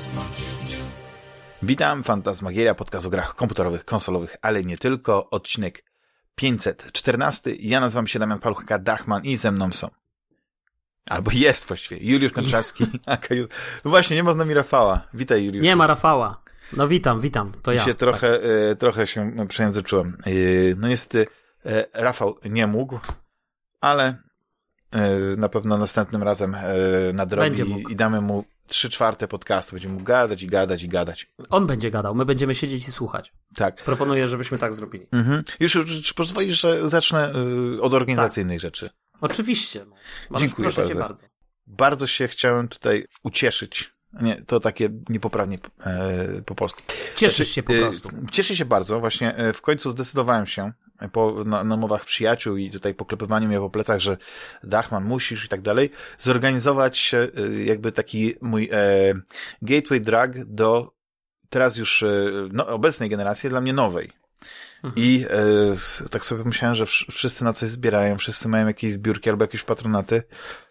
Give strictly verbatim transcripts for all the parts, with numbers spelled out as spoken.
Witam, Fantasmagieria, podcast o grach komputerowych, konsolowych, ale nie tylko. Odcinek pięćset czternasty. Ja nazywam się Damian Paluchka-Dachman i ze mną są. Albo jest właściwie. Juliusz Konczarski. No właśnie, nie ma z nami Rafała. Witaj, Juliusz. Nie ma Rafała. No witam, witam. To ja. Dzisiaj trochę, tak. y, trochę się przejęzyczyłem. Y, no niestety y, Rafał nie mógł, ale y, na pewno następnym razem y, nadrobi i, i damy mu trzy czwarte podcastu. Będziemy mógł gadać i gadać i gadać. On będzie gadał, my będziemy siedzieć i słuchać. Tak. Proponuję, żebyśmy tak zrobili. Mhm. Już, czy pozwolisz, że zacznę y, od organizacyjnych tak. rzeczy? Oczywiście. Bardzo, Dziękuję proszę bardzo. cię bardzo. Bardzo się chciałem tutaj ucieszyć. Nie, to takie niepoprawnie e, po polsku. Cieszysz znaczy, się po prostu. E, cieszę się bardzo. Właśnie e, w końcu zdecydowałem się po na, na mowach przyjaciół i tutaj poklepywaniu mnie po plecach, że Dachman musisz i tak dalej, zorganizować e, jakby taki mój e, gateway drug do teraz już e, no, obecnej generacji, dla mnie nowej. Mhm. I e, tak sobie myślałem, że wszyscy na coś zbierają, wszyscy mają jakieś zbiórki albo jakieś patronaty.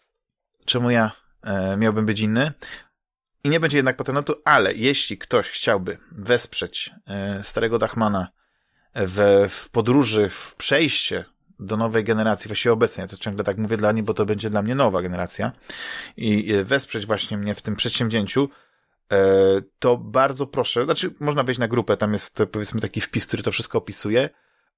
Czemu ja e, miałbym być inny? I nie będzie jednak patronatu, ale jeśli ktoś chciałby wesprzeć e, starego Dachmana w, w podróży, w przejście do nowej generacji, właściwie obecnej, ja to ciągle tak mówię dla niej, bo to będzie dla mnie nowa generacja, i e, wesprzeć właśnie mnie w tym przedsięwzięciu, e, to bardzo proszę, znaczy można wejść na grupę, tam jest powiedzmy taki wpis, który to wszystko opisuje,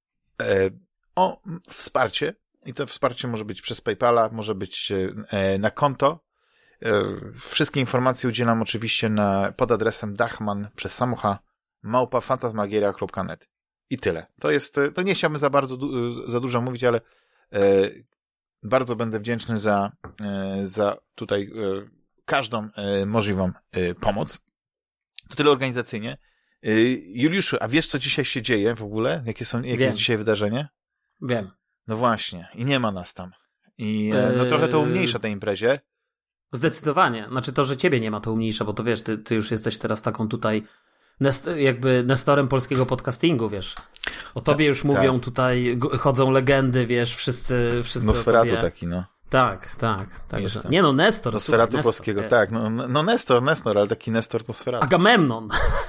e, o wsparcie, i to wsparcie może być przez PayPala, może być e, na konto. Wszystkie informacje udzielam oczywiście na, pod adresem dachman przez samocha małpa fantasmagieria kropka net. I tyle. To jest, to nie chciałbym za bardzo, za dużo mówić, ale e, bardzo będę wdzięczny za, e, za tutaj e, każdą e, możliwą e, pomoc. To tyle organizacyjnie. E, Juliuszu, a wiesz, co dzisiaj się dzieje w ogóle? Jakie są, jakie jest dzisiaj wydarzenie? Wiem. No właśnie. I nie ma nas tam. I e, no trochę to umniejsza tej imprezie. Zdecydowanie. Znaczy to, że ciebie nie ma, to umniejsza, bo to wiesz, ty, ty już jesteś teraz taką tutaj nest, jakby nestorem polskiego podcastingu, wiesz. O tobie już mówią tak. Tutaj, chodzą legendy, wiesz, wszyscy wszyscy Nosferatu taki, no. Tak, tak. Także. Nie no, Nestor. Nosferatu słuchaj, polskiego, Nestor, tak. No, no Nestor, Nestor, ale taki Nestor Nosferatu. Agamemnon.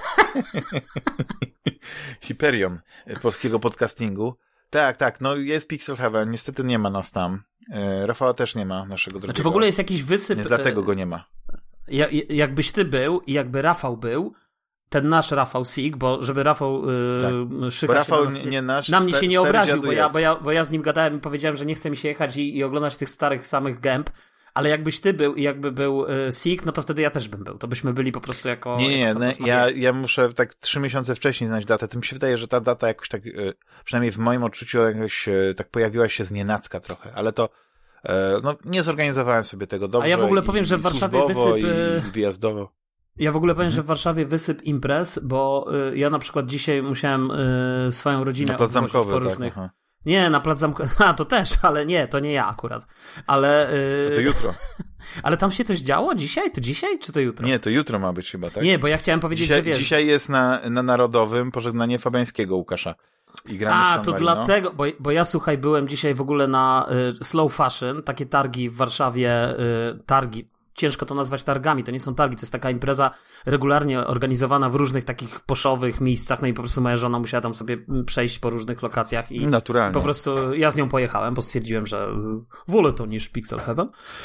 Hyperion polskiego podcastingu. Tak, tak, no jest Pixel Heaven, niestety nie ma nas tam. E, Rafała też nie ma, naszego drugiego. Znaczy w ogóle jest jakiś wysyp... Nie, dlatego go nie ma. Ja, jakbyś ty był i jakby Rafał był, ten nasz Rafał Sik, bo żeby Rafał yy, tak. szyka Rafał się na, nas, nie, nie nasz, na mnie sta, się nie obraził, bo ja, jest. bo, ja, bo ja z nim gadałem i powiedziałem, że nie chce mi się jechać i, i oglądać tych starych samych gęb, ale jakbyś ty był i jakby był y, Sik, no to wtedy ja też bym był. To byśmy byli po prostu jako... Nie, nie, jako nie. Ja, ja muszę tak trzy miesiące wcześniej znać datę. To mi się wydaje, że ta data jakoś tak, y, przynajmniej w moim odczuciu jakoś y, tak pojawiła się znienacka trochę, ale to y, no nie zorganizowałem sobie tego dobrze. A ja w ogóle powiem, i, że w Warszawie wysyp... I, i wyjazdowo. Ja w ogóle powiem, mhm. że w Warszawie wysyp imprez, bo y, ja na przykład dzisiaj musiałem y, swoją rodzinę na plac zamkowy, po tak, różnych... aha. Nie, na plac zamkowy, a to też, ale nie, to nie ja akurat. Ale... Yy... No to jutro. Ale tam się coś działo dzisiaj? To dzisiaj, czy to jutro? Nie, to jutro ma być chyba, tak? Nie, bo ja chciałem powiedzieć, dzisiaj, że wiesz... Dzisiaj jest na, na Narodowym pożegnanie Fabiańskiego Łukasza. I gramy a, z San to Marino. dlatego, bo, bo ja słuchaj, byłem dzisiaj w ogóle na y, Slow Fashion, takie targi w Warszawie, y, targi... Ciężko to nazwać targami, to nie są targi, to jest taka impreza regularnie organizowana w różnych takich poszowych miejscach, no i po prostu moja żona musiała tam sobie przejść po różnych lokacjach i naturalnie. Po prostu ja z nią pojechałem, bo stwierdziłem, że wolę to niż Pixel Heaven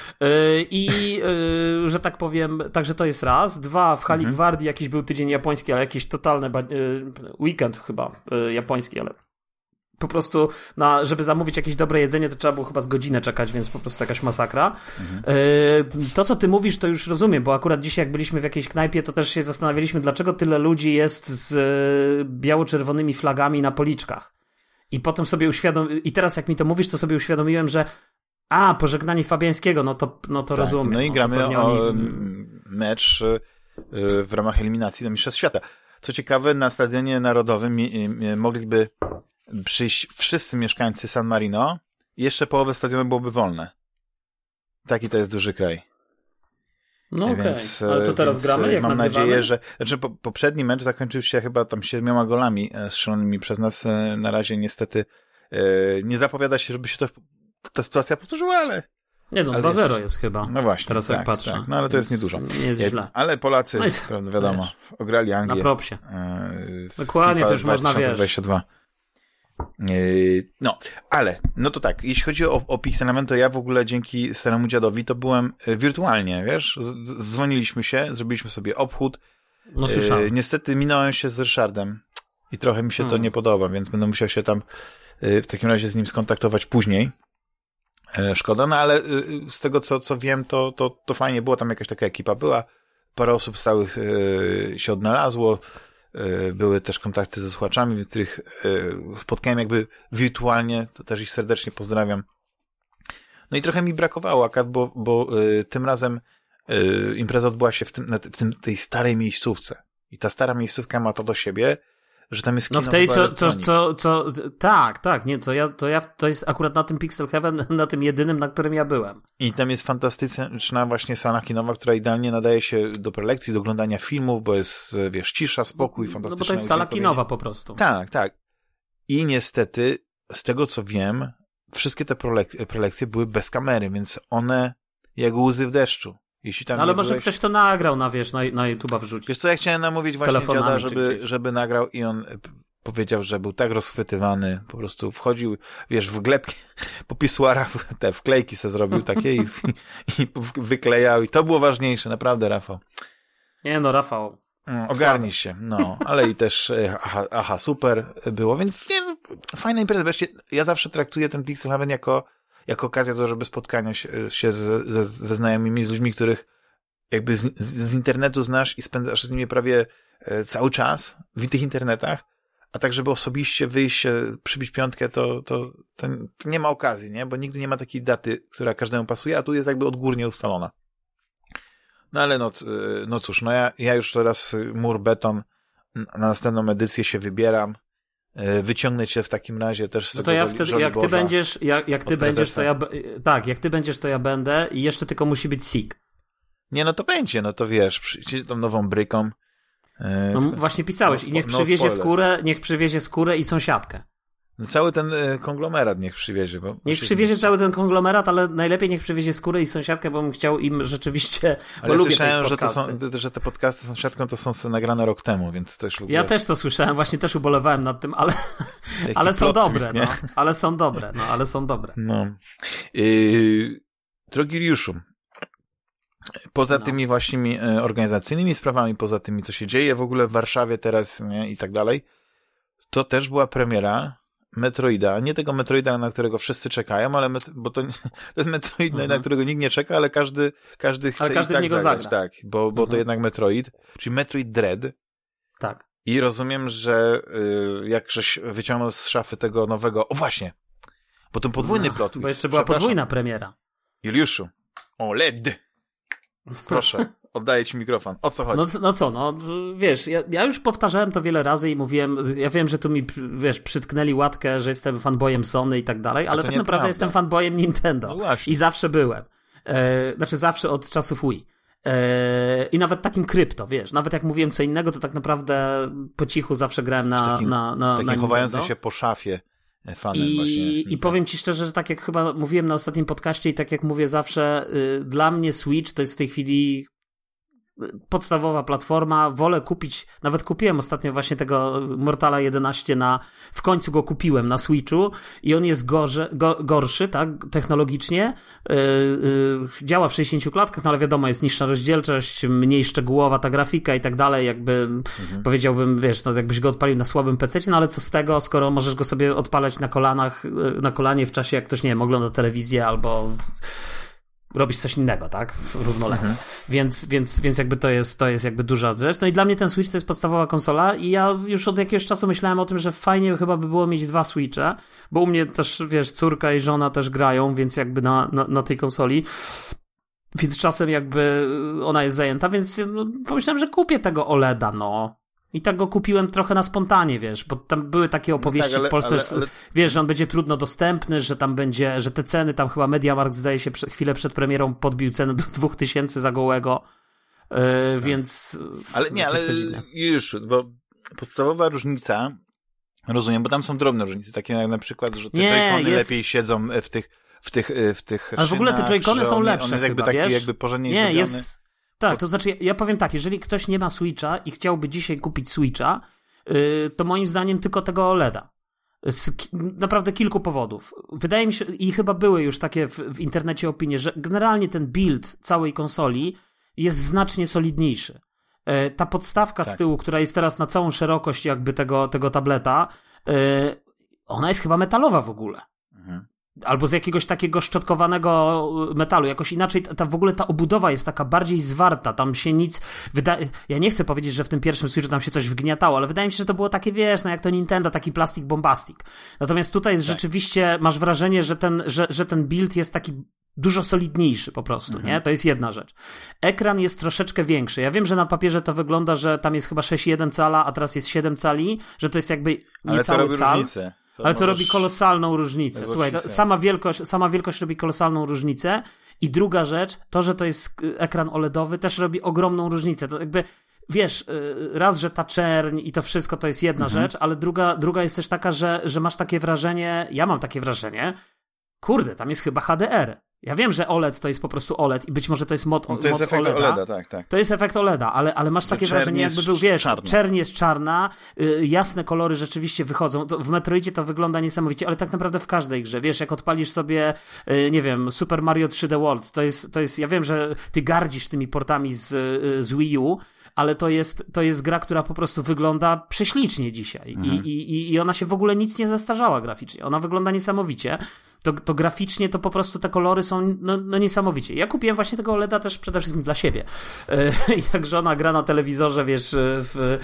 i że tak powiem, także to jest raz, dwa, w Hali mhm. Gwardii jakiś był tydzień japoński, ale jakiś totalny weekend chyba japoński, ale po prostu, na, żeby zamówić jakieś dobre jedzenie, to trzeba było chyba z godzinę czekać, więc po prostu jakaś masakra. Mhm. Yy, to, co ty mówisz, to już rozumiem, bo akurat dzisiaj, jak byliśmy w jakiejś knajpie, to też się zastanawialiśmy, dlaczego tyle ludzi jest z y, biało-czerwonymi flagami na policzkach. I potem sobie uświadomiłem, i teraz jak mi to mówisz, to sobie uświadomiłem, że a, pożegnanie Fabiańskiego, no to, no to tak, rozumiem. No i gramy no o oni... mecz y, w ramach eliminacji do Mistrzostw Świata. Co ciekawe, na Stadionie Narodowym y, y, mogliby przyjść wszyscy mieszkańcy San Marino i jeszcze połowę stadionu byłoby wolne. Taki to jest duży kraj. No okej, okay. Ale to teraz gramy, jak mam nagrywamy? nadzieję, że... Znaczy po, poprzedni mecz zakończył się chyba tam siedmioma golami strzelonymi przez nas. Na razie niestety nie zapowiada się, żeby się to, ta sytuacja powtórzyła, ale Nie no, dwa zero jest chyba. No właśnie. Teraz tak, jak patrzę. Tak. No ale to jest niedużo. Nie jest źle. Ale Polacy, no i, prawda, wiadomo, wiesz, ograli Anglię. Na propsie. Yy, Dokładnie, to już można, wiesz. dwa tysiące dwudziesty drugi. Yy, no, ale, no to tak, jeśli chodzi o, o Pixelament, to ja w ogóle dzięki staremu dziadowi to byłem y, wirtualnie, wiesz, z, z, dzwoniliśmy się, zrobiliśmy sobie obchód. No słyszałem. Yy, niestety minąłem się z Ryszardem i trochę mi się hmm. to nie podoba, więc będę musiał się tam y, w takim razie z nim skontaktować później. Y, szkoda, no ale y, z tego co, co wiem, to, to, to fajnie było, tam jakaś taka ekipa była, parę osób stałych y, się odnalazło. Były też kontakty ze słuchaczami, których spotkałem jakby wirtualnie, to też ich serdecznie pozdrawiam. No i trochę mi brakowało akad, bo, bo tym razem impreza odbyła się w, tym, w tym, tej starej miejscówce. I ta stara miejscówka ma to do siebie, że tam jest kino. No w tej, co, co, co, co, tak, tak, nie, to ja, to ja, to jest akurat na tym Pixel Heaven, na tym jedynym, na którym ja byłem. I tam jest fantastyczna właśnie sala kinowa, która idealnie nadaje się do prelekcji, do oglądania filmów, bo jest, wiesz, cisza, spokój, fantastyczna. No bo to jest sala kinowa po prostu. Tak, tak. I niestety, z tego co wiem, wszystkie te prelek- prelekcje były bez kamery, więc one jak łzy w deszczu. Jeśli tam no ale może byłeś... ktoś to nagrał na, wiesz, na, na YouTube'a wrzucić. Wiesz co, ja chciałem namówić właśnie dziada, żeby, żeby nagrał i on powiedział, że był tak rozchwytywany, po prostu wchodził, wiesz, w glebki, po pisuarach te wklejki se zrobił takie i, i wyklejał i to było ważniejsze, naprawdę, Rafał. Nie no, Rafał. No, ogarnij się, no, ale i też aha, aha super było, więc nie, fajna impreza. Wreszcie ja zawsze traktuję ten Pixel Heaven jako jako okazja do, żeby spotkania się, się ze, ze, ze znajomymi, z ludźmi, których jakby z, z internetu znasz i spędzasz z nimi prawie e, cały czas w tych internetach, a tak, żeby osobiście wyjść, przybić piątkę, to, to, to, to nie ma okazji, nie? Bo nigdy nie ma takiej daty, która każdemu pasuje, a tu jest jakby odgórnie ustalona. No ale no, no cóż, no ja, ja już teraz mur beton, na następną edycję się wybieram. Wyciągnę cię w takim razie też z no tego to ja wtedy, jak ty będziesz, jak, jak ty będziesz, to ja, tak, jak ty będziesz, to ja będę i jeszcze tylko musi być S I G. Nie, no to będzie, no to wiesz, przyjdzie tą nową bryką. E, no tylko, właśnie pisałeś no, i niech no przywiezie skórę, niech przywiezie skórę i sąsiadkę. No cały ten y, konglomerat niech przywiezie. Bo niech przywiezie mieć... cały ten konglomerat, ale najlepiej niech przywiezie skórę i sąsiadkę, bo bym chciał im rzeczywiście, ale bo lubię słyszałem, że, to są, że te podcasty z sąsiadką to są nagrane rok temu, więc też w ogóle... Ja też to słyszałem, właśnie też ubolewałem nad tym, ale, ale są dobre, twist, no. Ale są dobre, no, ale są dobre. No. Yy, drogi Riuszu, poza no. tymi właścimi organizacyjnymi sprawami, poza tymi, co się dzieje w ogóle w Warszawie teraz, nie, i tak dalej, to też była premiera Metroida, nie tego Metroida, na którego wszyscy czekają, ale met- bo to, to jest Metroid, mhm. na którego nikt nie czeka, ale każdy, każdy chce ale każdy i tak w niego zagrać, zagra. tak, bo, bo mhm. to jednak Metroid, czyli Metroid Dread. Tak. I rozumiem, że y, jak żeś wyciągnął z szafy tego nowego, o właśnie, bo to podwójny no, plot twist. Bo jeszcze była podwójna premiera. Juliuszu, o L E D, proszę. Oddaję ci mikrofon. O co chodzi? No, no co, no wiesz, ja, ja już powtarzałem to wiele razy i mówiłem, ja wiem, że tu mi, wiesz, przytknęli łatkę, że jestem fanboyem Sony i tak dalej, ale tak naprawdę prawda. Jestem fanboyem Nintendo. No i zawsze byłem. E, znaczy zawsze od czasów Wii. E, I nawet takim krypto, wiesz, nawet jak mówiłem co innego, to tak naprawdę po cichu zawsze grałem na, takim, na, na, takim na chowającym się po szafie fanem I, właśnie. I powiem ci szczerze, że tak jak chyba mówiłem na ostatnim podcaście i tak jak mówię zawsze, y, dla mnie Switch to jest w tej chwili podstawowa platforma, wolę kupić, nawet kupiłem ostatnio właśnie tego Mortala jedenaście na, w końcu go kupiłem na Switchu i on jest gorze, go, gorszy, tak, technologicznie, yy, yy, działa w sześćdziesięciu klatkach, no ale wiadomo, jest niższa rozdzielczość, mniej szczegółowa ta grafika i tak dalej, jakby mhm. powiedziałbym, wiesz, no jakbyś go odpalił na słabym pececie, no ale co z tego, skoro możesz go sobie odpalać na kolanach, na kolanie w czasie, jak ktoś, nie wiem, ogląda telewizję albo robisz coś innego, tak? Równolegle. Mhm. Więc, więc, więc jakby to jest, to jest jakby duża rzecz. No i dla mnie ten Switch to jest podstawowa konsola i ja już od jakiegoś czasu myślałem o tym, że fajnie chyba by było mieć dwa Switche, bo u mnie też, wiesz, córka i żona też grają, więc jakby na, na, na tej konsoli. Więc czasem jakby ona jest zajęta, więc no, pomyślałem, że kupię tego OLEDa, no. I tak go kupiłem trochę na spontanie, wiesz, bo tam były takie opowieści no tak, ale, w Polsce, ale, ale... wiesz, że on będzie trudno dostępny, że tam będzie, że te ceny, tam chyba MediaMarkt zdaje się chwilę przed premierą podbił cenę do dwóch tysięcy za gołego, yy, tak. więc... Ale nie, ale już, bo podstawowa różnica, rozumiem, bo tam są drobne różnice, takie jak na przykład, że te Joy-Cony lepiej siedzą w tych w tych, w tych Ale w ogóle te Joy-Cony są on, lepsze on jest jakby chyba, taki, wiesz? jakby porządnie Nie, zrobiony. jest... Tak, to... to znaczy, ja, ja powiem tak, jeżeli ktoś nie ma Switcha i chciałby dzisiaj kupić Switcha, yy, to moim zdaniem tylko tego O L E D a. Z ki- naprawdę kilku powodów. Wydaje mi się, i chyba były już takie w, w internecie opinie, że generalnie ten build całej konsoli jest znacznie solidniejszy. Yy, ta podstawka tak. z tyłu, która jest teraz na całą szerokość jakby tego, tego tableta, yy, ona jest chyba metalowa w ogóle. Mhm. Albo z jakiegoś takiego szczotkowanego metalu, jakoś inaczej, ta, w ogóle ta obudowa jest taka bardziej zwarta, tam się nic, wydaje, ja nie chcę powiedzieć, że w tym pierwszym Switchu tam się coś wgniatało, ale wydaje mi się, że to było takie, wiesz, no jak to Nintendo, taki plastik bombastik. Natomiast tutaj jest tak. rzeczywiście, masz wrażenie, że ten, że, że ten build jest taki dużo solidniejszy po prostu, mhm. nie? To jest jedna rzecz. Ekran jest troszeczkę większy. Ja wiem, że na papierze to wygląda, że tam jest chyba sześć przecinek jeden cala, a teraz jest siedem cali, że to jest jakby niecały ale to cal. Różnicę. To ale to robi kolosalną różnicę. Słuchaj, to sama wielkość, sama wielkość robi kolosalną różnicę. I druga rzecz, to, że to jest ekran O L E D owy, też robi ogromną różnicę. To jakby, wiesz, raz, że ta czerń i to wszystko to jest jedna mhm. rzecz, ale druga, druga jest też taka, że, że masz takie wrażenie, ja mam takie wrażenie, kurde, tam jest chyba H D R. Ja wiem, że O L E D to jest po prostu O L E D i być może to jest mod, no to jest mod efekt O L E D a. O L E D a, tak, tak. To jest efekt O L E D a, ale, ale masz takie wrażenie, jakby był, wiesz, czarna. czerń jest czarna, y, jasne kolory rzeczywiście wychodzą. To w Metroidzie to wygląda niesamowicie, ale tak naprawdę w każdej grze, wiesz, jak odpalisz sobie, y, nie wiem, Super Mario trzy D World, to jest, to jest, ja wiem, że ty gardzisz tymi portami z, y, z Wii U, ale to jest, to jest gra, która po prostu wygląda prześlicznie dzisiaj. Mhm. I, i, I ona się w ogóle nic nie zestarzała graficznie. Ona wygląda niesamowicie. To, to graficznie to po prostu te kolory są no, no niesamowicie. Ja kupiłem właśnie tego O L E D a też przede wszystkim dla siebie. E, jak żona gra na telewizorze, wiesz, w,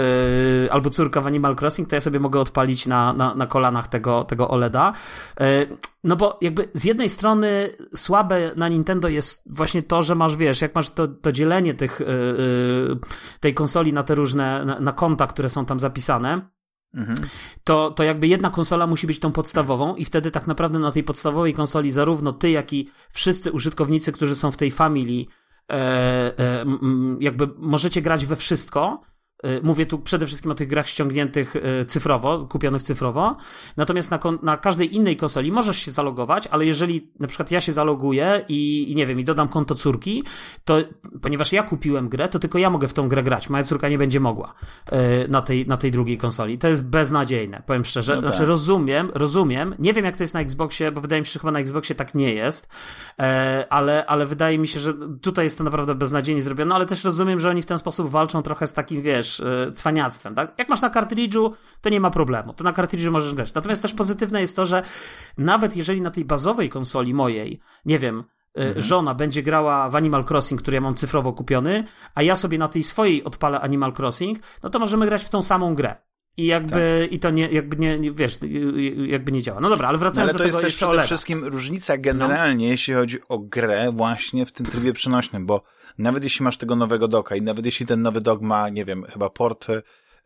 e, albo córka w Animal Crossing, to ja sobie mogę odpalić na, na, na kolanach tego, tego O L E D a. E, no bo jakby z jednej strony słabe na Nintendo jest właśnie to, że masz, wiesz, jak masz to, to dzielenie tych, yy, tej konsoli na te różne, na, na konta, które są tam zapisane, mhm. to, to jakby jedna konsola musi być tą podstawową i wtedy tak naprawdę na tej podstawowej konsoli zarówno ty, jak i wszyscy użytkownicy, którzy są w tej familii, e, e, jakby możecie grać we wszystko. Mówię tu przede wszystkim o tych grach ściągniętych cyfrowo, kupionych cyfrowo. Natomiast na, kon- na każdej innej konsoli możesz się zalogować, ale jeżeli na przykład ja się zaloguję i, i nie wiem, i dodam konto córki, to ponieważ ja kupiłem grę, to tylko ja mogę w tą grę grać. Moja córka nie będzie mogła yy, na, tej, na tej drugiej konsoli. To jest beznadziejne, powiem szczerze. No tak. Znaczy rozumiem, rozumiem. Nie wiem, jak to jest na Xboxie, bo wydaje mi się, że chyba na Xboxie tak nie jest, yy, ale, ale wydaje mi się, że tutaj jest to naprawdę beznadziejnie zrobione, no, ale też rozumiem, że oni w ten sposób walczą trochę z takim, wiesz, cwaniactwem, tak? Jak masz na kartridżu, to nie ma problemu. To na kartridżu możesz grać. Natomiast też pozytywne jest to, że nawet jeżeli na tej bazowej konsoli mojej, nie wiem, mhm. żona będzie grała w Animal Crossing, który ja mam cyfrowo kupiony, a ja sobie na tej swojej odpalę Animal Crossing, no to możemy grać w tą samą grę. I jakby, tak. i to nie, jakby nie, wiesz, jakby nie działa. No dobra, ale wracając no, ale do tego jeszcze to jest też przede wszystkim różnica generalnie, no. jeśli chodzi o grę właśnie w tym trybie przenośnym, bo nawet jeśli masz tego nowego doka i nawet jeśli ten nowy dok ma, nie wiem, chyba port yy,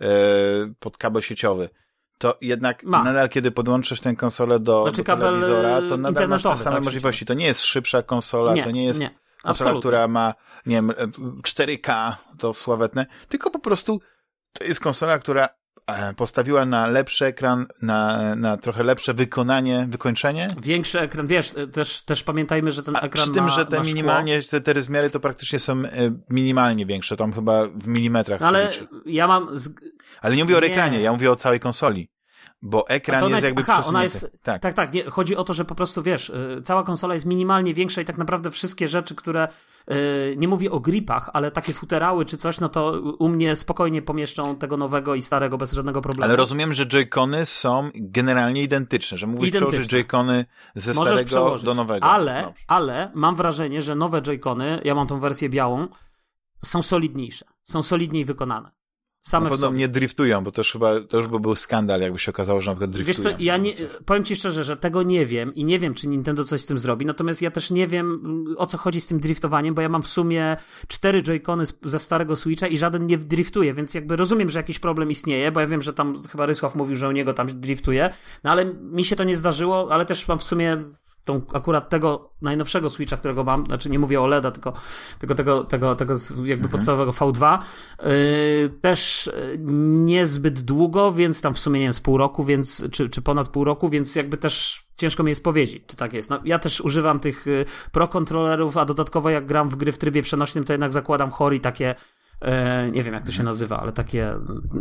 pod kabel sieciowy, to jednak ma. nadal, kiedy podłączysz tę konsolę do, znaczy, do telewizora, to nadal masz te same tak, możliwości. To nie jest szybsza konsola, nie, to nie jest nie, konsola, absolutnie. która ma, nie wiem, cztery K, to sławetne, tylko po prostu to jest konsola, która postawiła na lepszy ekran, na, na trochę lepsze wykonanie, wykończenie. Większy ekran, wiesz, też, też pamiętajmy, że ten A ekran przy tym, ma, że te minimalnie, te, te rozmiary to praktycznie są minimalnie większe, tam chyba w milimetrach. No ale ja mam... Z... Ale nie mówię o ekranie, ja mówię o całej konsoli. Bo ekran jest, jest jakby aha, przesunięty. Ona jest, tak, tak, tak nie, chodzi o to, że po prostu wiesz, cała konsola jest minimalnie większa i tak naprawdę wszystkie rzeczy, które yy, nie mówię o gripach, ale takie futerały czy coś, no to u mnie spokojnie pomieszczą tego nowego i starego bez żadnego problemu. Ale rozumiem, że Joy-Cony są generalnie identyczne, że mógłbyś przełożyć Joy-Cony ze Możesz starego przełożyć, do nowego. Ale, ale mam wrażenie, że nowe Joy-Cony, ja mam tą wersję białą, są solidniejsze, są solidniej wykonane. Same na pewno nie driftują, bo to już chyba, to już by był skandal, jakby się okazało, że na przykład driftują. Wiesz co, ja nie, powiem ci szczerze, że tego nie wiem i nie wiem, czy Nintendo coś z tym zrobi, natomiast ja też nie wiem, o co chodzi z tym driftowaniem, bo ja mam w sumie cztery Joy-Cony ze starego Switcha i żaden nie driftuje, więc jakby rozumiem, że jakiś problem istnieje, bo ja wiem, że tam chyba Rysław mówił, że u niego tam driftuje, no ale mi się to nie zdarzyło, ale też mam w sumie tą akurat tego najnowszego Switcha, którego mam, znaczy nie mówię o LEDa, tylko, tylko tego, tego, tego jakby mhm. podstawowego V dwa, yy, też niezbyt długo, więc tam w sumie nie wiem, z pół roku, więc, czy, czy ponad pół roku, więc jakby też ciężko mi jest powiedzieć, czy tak jest. No, ja też używam tych Pro kontrolerów, a dodatkowo jak gram w gry w trybie przenośnym, to jednak zakładam Hori takie, yy, nie wiem jak to się nazywa, ale takie...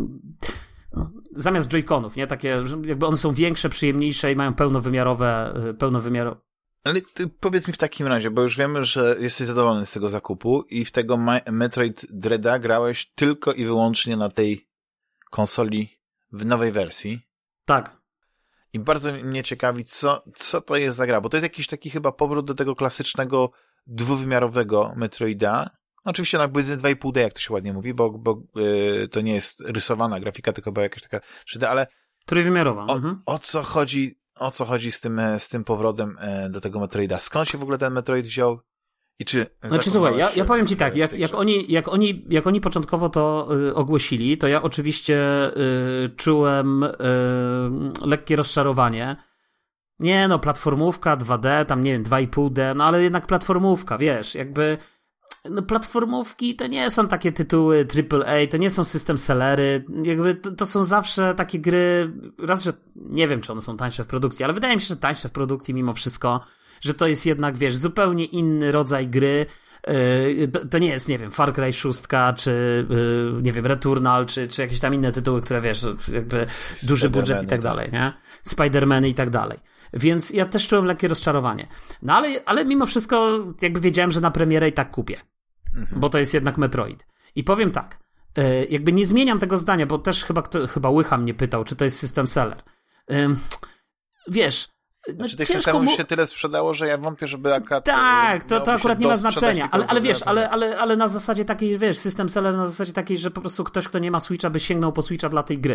No, zamiast Joy-Conów, nie? Takie, jakby one są większe, przyjemniejsze i mają pełnowymiarowe, pełnowymiarowe. Ale ty powiedz mi w takim razie, bo już wiemy, że jesteś zadowolony z tego zakupu i w tego Ma- Metroid Dreada grałeś tylko i wyłącznie na tej konsoli w nowej wersji. Tak. I bardzo mnie ciekawi, co, co to jest za gra, bo to jest jakiś taki chyba powrót do tego klasycznego dwuwymiarowego Metroida. Oczywiście na jakby dwa i pół D, jak to się ładnie mówi, bo, bo yy, to nie jest rysowana grafika, tylko była jakaś taka trzy D, ale trójwymiarowa. O, mhm. o co chodzi, o co chodzi z tym, z tym powrotem do tego Metroida? Skąd się w ogóle ten Metroid wziął? I czy znaczy słuchaj, ja, ja powiem ci tak, jak, jak, oni, jak, oni, jak oni początkowo to y, ogłosili, to ja oczywiście y, czułem y, lekkie rozczarowanie. Nie no, platformówka dwa D, tam nie wiem, dwa i pół D, no ale jednak platformówka, wiesz, jakby no platformówki to nie są takie tytuły triple A, to nie są system sellery, jakby to, to są zawsze takie gry, raz, że nie wiem, czy one są tańsze w produkcji, ale wydaje mi się, że tańsze w produkcji mimo wszystko, że to jest jednak, wiesz, zupełnie inny rodzaj gry. Yy, to, to nie jest, nie wiem, Far Cry sześć, czy yy, nie wiem, Returnal, czy, czy jakieś tam inne tytuły, które, wiesz, jakby duży budżet i tak dalej, nie? Spider-Many i tak dalej. Więc ja też czułem lekkie rozczarowanie. No ale, ale mimo wszystko jakby wiedziałem, że na premierę i tak kupię. Mhm. Bo to jest jednak Metroid. I powiem tak, yy, jakby nie zmieniam tego zdania, bo też chyba, kto, chyba Łycha mnie pytał, czy to jest system seller. Yy, wiesz, no znaczy tych systemów mu... się tyle sprzedało, że ja wątpię, żeby akurat... Tak, to, to akurat nie ma znaczenia, ale, ale wiesz, ale, ale, ale na zasadzie takiej, wiesz, system seller na zasadzie takiej, że po prostu ktoś, kto nie ma Switcha, by sięgnął po Switcha dla tej gry.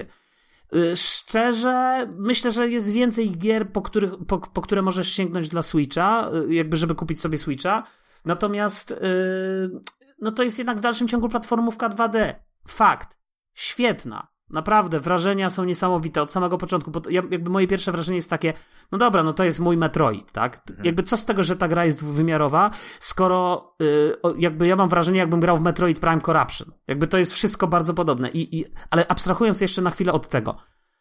Szczerze, myślę, że jest więcej gier, po, których, po, po które możesz sięgnąć dla Switcha, jakby żeby kupić sobie Switcha, natomiast yy, no to jest jednak w dalszym ciągu platformówka dwa D. Fakt. Świetna. Naprawdę, wrażenia są niesamowite od samego początku, bo to, jakby moje pierwsze wrażenie jest takie, no dobra, no to jest mój Metroid, tak? Mhm. Jakby co z tego, że ta gra jest dwuwymiarowa, skoro yy, jakby ja mam wrażenie, jakbym grał w Metroid Prime Corruption. Jakby to jest wszystko bardzo podobne. I, i, ale abstrahując jeszcze na chwilę od tego,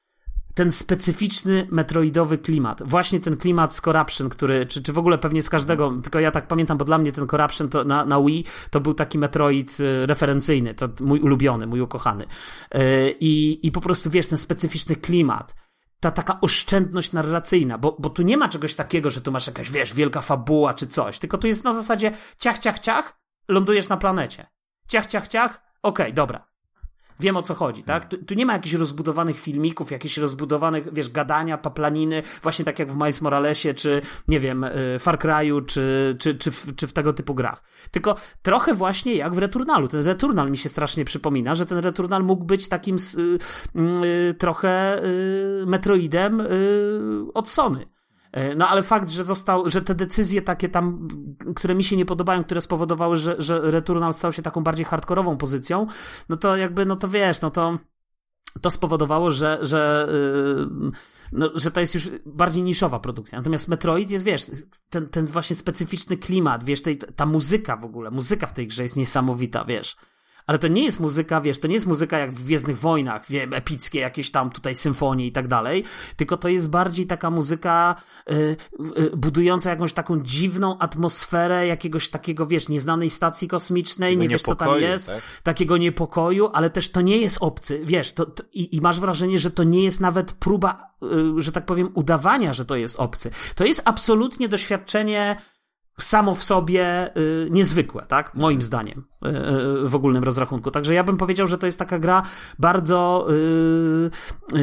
ten specyficzny metroidowy klimat, właśnie ten klimat z Corruption, który, czy, czy w ogóle pewnie z każdego, tylko ja tak pamiętam, bo dla mnie ten Corruption to na, na Wii to był taki Metroid y, referencyjny, to mój ulubiony, mój ukochany. Y, i, I po prostu wiesz, ten specyficzny klimat, ta taka oszczędność narracyjna, bo, bo tu nie ma czegoś takiego, że tu masz jakaś, wiesz, wielka fabuła czy coś, tylko tu jest na zasadzie ciach, ciach, ciach, lądujesz na planecie. Ciach, ciach, ciach, okej, okay, dobra. Wiem, o co chodzi, tak? Tu, tu nie ma jakichś rozbudowanych filmików, jakichś rozbudowanych, wiesz, gadania, paplaniny, właśnie tak jak w Miles Moralesie, czy, nie wiem, Far Cry'u, czy, czy, czy, w, czy w tego typu grach. Tylko trochę właśnie jak w Returnalu. Ten Returnal mi się strasznie przypomina, że ten Returnal mógł być takim y, y, trochę y, Metroidem y, od Sony. No ale fakt, że został, że te decyzje takie tam, które mi się nie podobają, które spowodowały, że, że Returnal stał się taką bardziej hardkorową pozycją, no to jakby, no to wiesz, no to to spowodowało, że, że, yy, no, że to jest już bardziej niszowa produkcja. Natomiast Metroid jest, wiesz, ten, ten właśnie specyficzny klimat, wiesz, tej, ta muzyka w ogóle, muzyka w tej grze jest niesamowita, wiesz. Ale to nie jest muzyka, wiesz, to nie jest muzyka jak w Gwiezdnych Wojnach, wiem, epickie jakieś tam tutaj symfonie i tak dalej, tylko to jest bardziej taka muzyka y, y, budująca jakąś taką dziwną atmosferę jakiegoś takiego, wiesz, nieznanej stacji kosmicznej, takiego nie wiesz co tam jest, tak? Takiego niepokoju, ale też to nie jest obcy, wiesz, to, to, i, i masz wrażenie, że to nie jest nawet próba, y, że tak powiem, udawania, że to jest obcy. To jest absolutnie doświadczenie samo w sobie y, niezwykłe, tak? Moim zdaniem y, y, w ogólnym rozrachunku. Także ja bym powiedział, że to jest taka gra bardzo y, y,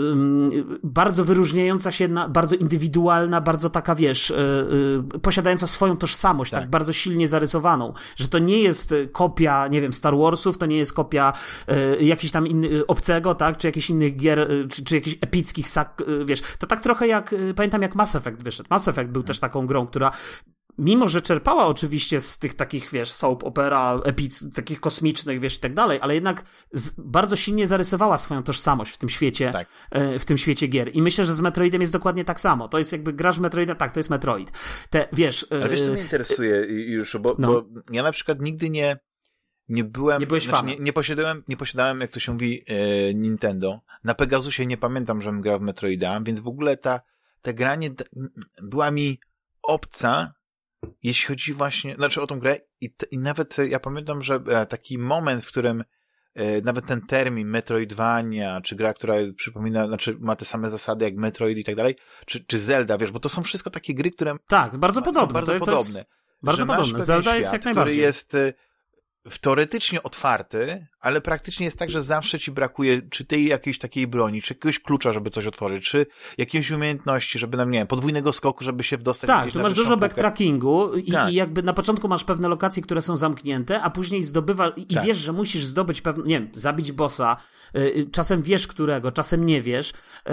y, bardzo wyróżniająca się, na, bardzo indywidualna, bardzo taka, wiesz, y, y, posiadająca swoją tożsamość, tak. tak bardzo silnie zarysowaną, że to nie jest kopia, nie wiem, Star Warsów, to nie jest kopia y, jakiś tam inny, obcego, tak? Czy jakichś innych gier, y, czy, czy jakichś epickich sak, y, wiesz, to tak trochę jak, y, pamiętam jak Mass Effect wyszedł. Mass Effect był hmm. też taką grą, która mimo że czerpała oczywiście z tych takich, wiesz, soap opera, epic, takich kosmicznych, wiesz, i tak dalej, ale jednak z, bardzo silnie zarysowała swoją tożsamość w tym świecie, tak. w tym świecie gier. I myślę, że z Metroidem jest dokładnie tak samo. To jest jakby, grasz Metroida, tak, to jest Metroid. Te, wiesz... Ale wiesz, co mnie interesuje już, bo, no. bo ja na przykład nigdy nie nie byłem... Nie byłeś znaczy, fanem. Nie, nie, posiadałem, nie posiadałem, jak to się mówi, e, Nintendo. Na Pegasusie nie pamiętam, żebym grał w Metroida, więc w ogóle ta, ta gra nie, była mi obca, jeśli chodzi właśnie, znaczy o tą grę i, t, i nawet ja pamiętam, że taki moment, w którym e, nawet ten termin Metroidvania, czy gra, która przypomina, znaczy ma te same zasady jak Metroid i tak dalej, czy, czy Zelda, wiesz, bo to są wszystko takie gry, które tak, bardzo podobne. są bardzo to, podobne. To jest bardzo podobne. Zelda jest jak najbardziej. Który jest teoretycznie otwarty, ale praktycznie jest tak, że zawsze ci brakuje czy tej jakiejś takiej broni, czy jakiegoś klucza, żeby coś otworzyć, czy jakiejś umiejętności, żeby nam, nie wiem, podwójnego skoku, żeby się wdostać tak, gdzieś tu na masz dużo półkę. backtrackingu i, tak. i jakby na początku masz pewne lokacje, które są zamknięte, a później zdobywa i tak. wiesz, że musisz zdobyć pewne, nie wiem, zabić bossa, y, czasem wiesz którego, czasem nie wiesz, y,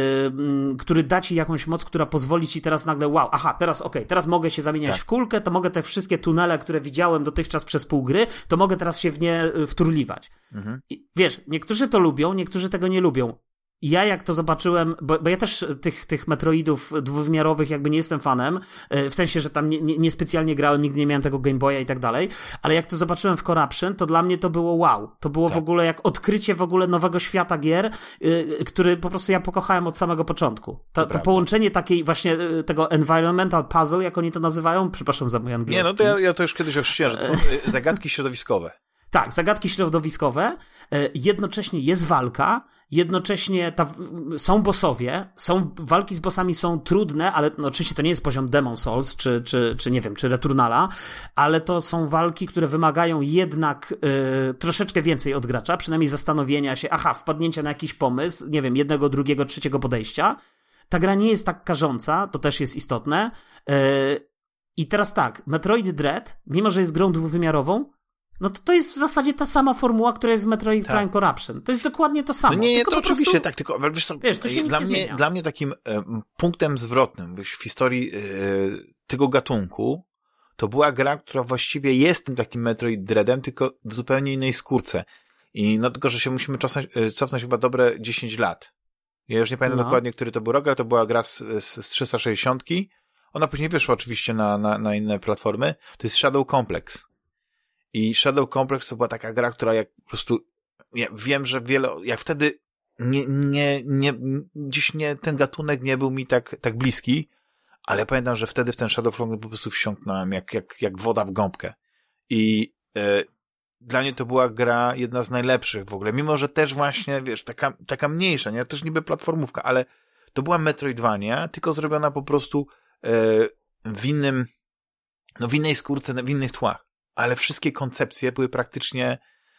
y, który da ci jakąś moc, która pozwoli ci teraz nagle, wow, aha, teraz okej, okay, teraz mogę się zamieniać tak. w kulkę, to mogę te wszystkie tunele, które widziałem dotychczas przez pół gry, to mogę teraz się w nie wturliwać. Mhm. I, wiesz, niektórzy to lubią, niektórzy tego nie lubią. Ja jak to zobaczyłem, bo, bo ja też tych, tych Metroidów dwuwymiarowych jakby nie jestem fanem, w sensie, że tam nie, nie, nie specjalnie grałem, nigdy nie miałem tego Game Boya i tak dalej, ale jak to zobaczyłem w Corruption, to dla mnie to było wow. To było tak. w ogóle jak odkrycie w ogóle nowego świata gier, yy, który po prostu ja pokochałem od samego początku. To, to, to połączenie takiej właśnie yy, tego environmental puzzle, jak oni to nazywają, przepraszam za mój angielski. Nie, no to ja, ja to już kiedyś ochrzciłem, że to są zagadki środowiskowe. Tak, zagadki środowiskowe, jednocześnie jest walka, jednocześnie ta, są bossowie, są, walki z bossami są trudne, ale no, oczywiście to nie jest poziom Demon Souls, czy, czy, czy nie wiem, czy Returnala, ale to są walki, które wymagają jednak y, troszeczkę więcej od gracza, przynajmniej zastanowienia się, aha, wpadnięcia na jakiś pomysł, nie wiem, jednego, drugiego, trzeciego podejścia. Ta gra nie jest tak karząca, to też jest istotne. Y, I teraz tak, Metroid Dread, mimo że jest grą dwuwymiarową, no to to jest w zasadzie ta sama formuła, która jest w Metroid tak. Prime Corruption. To jest dokładnie to samo. No nie, nie, tylko to oczywiście prostu, tak, tylko wiesz co, wiesz, to się dla, nic mnie, nie zmienia. dla mnie takim e, punktem zwrotnym wiesz, w historii e, tego gatunku to była gra, która właściwie jest tym takim Metroid Dreadem, tylko w zupełnie innej skórce. I no tylko, że się musimy czasem, e, cofnąć chyba dobre dziesięć lat. Ja już nie pamiętam no. dokładnie, który to był rok, ale to była gra z, z, z trzysta sześćdziesiąt. Ona później wyszła oczywiście na, na, na inne platformy. To jest Shadow Complex. I Shadow Complex to była taka gra, która jak po prostu, ja wiem, że wiele, jak wtedy nie, nie, nie, gdzieś nie, ten gatunek nie był mi tak, tak bliski, ale pamiętam, że wtedy w ten Shadow Complex po prostu wsiąknąłem jak, jak, jak woda w gąbkę. I e, dla mnie to była gra jedna z najlepszych w ogóle, mimo że też właśnie, wiesz, taka, taka mniejsza, nie? Też niby platformówka, ale to była Metroidvania, tylko zrobiona po prostu e, w innym, no w innej skórce, w innych tłach. Ale wszystkie koncepcje były praktycznie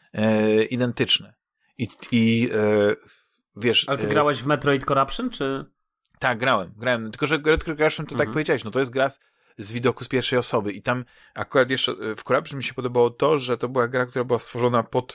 e, identyczne. I, i e, wiesz... Ale ty grałeś w Metroid Corruption, czy... Tak, grałem, grałem. Tylko, że Metroid Corruption to mhm. tak powiedziałeś, no to jest gra z, z widoku z pierwszej osoby. I tam akurat jeszcze w Corruption mi się podobało to, że to była gra, która była stworzona pod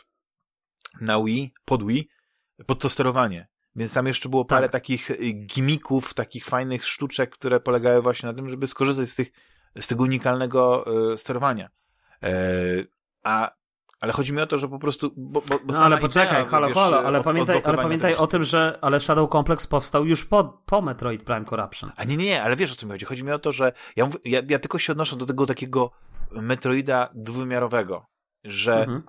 na Wii, pod Wii, pod to sterowanie. Więc tam jeszcze było parę tak. takich gimmików, takich fajnych sztuczek, które polegały właśnie na tym, żeby skorzystać z tych, z tego unikalnego e, sterowania. Eee, a, ale chodzi mi o to, że po prostu... Bo, bo, bo no ale poczekaj, idea, halo, wiesz, halo, ale od, pamiętaj, ale pamiętaj o tym, że ale Shadow Complex powstał już po, po Metroid Prime Corruption. A nie, nie, nie, ale wiesz o co mi chodzi. Chodzi mi o to, że ja, mówię, ja, ja tylko się odnoszę do tego takiego Metroida dwuwymiarowego, że mhm.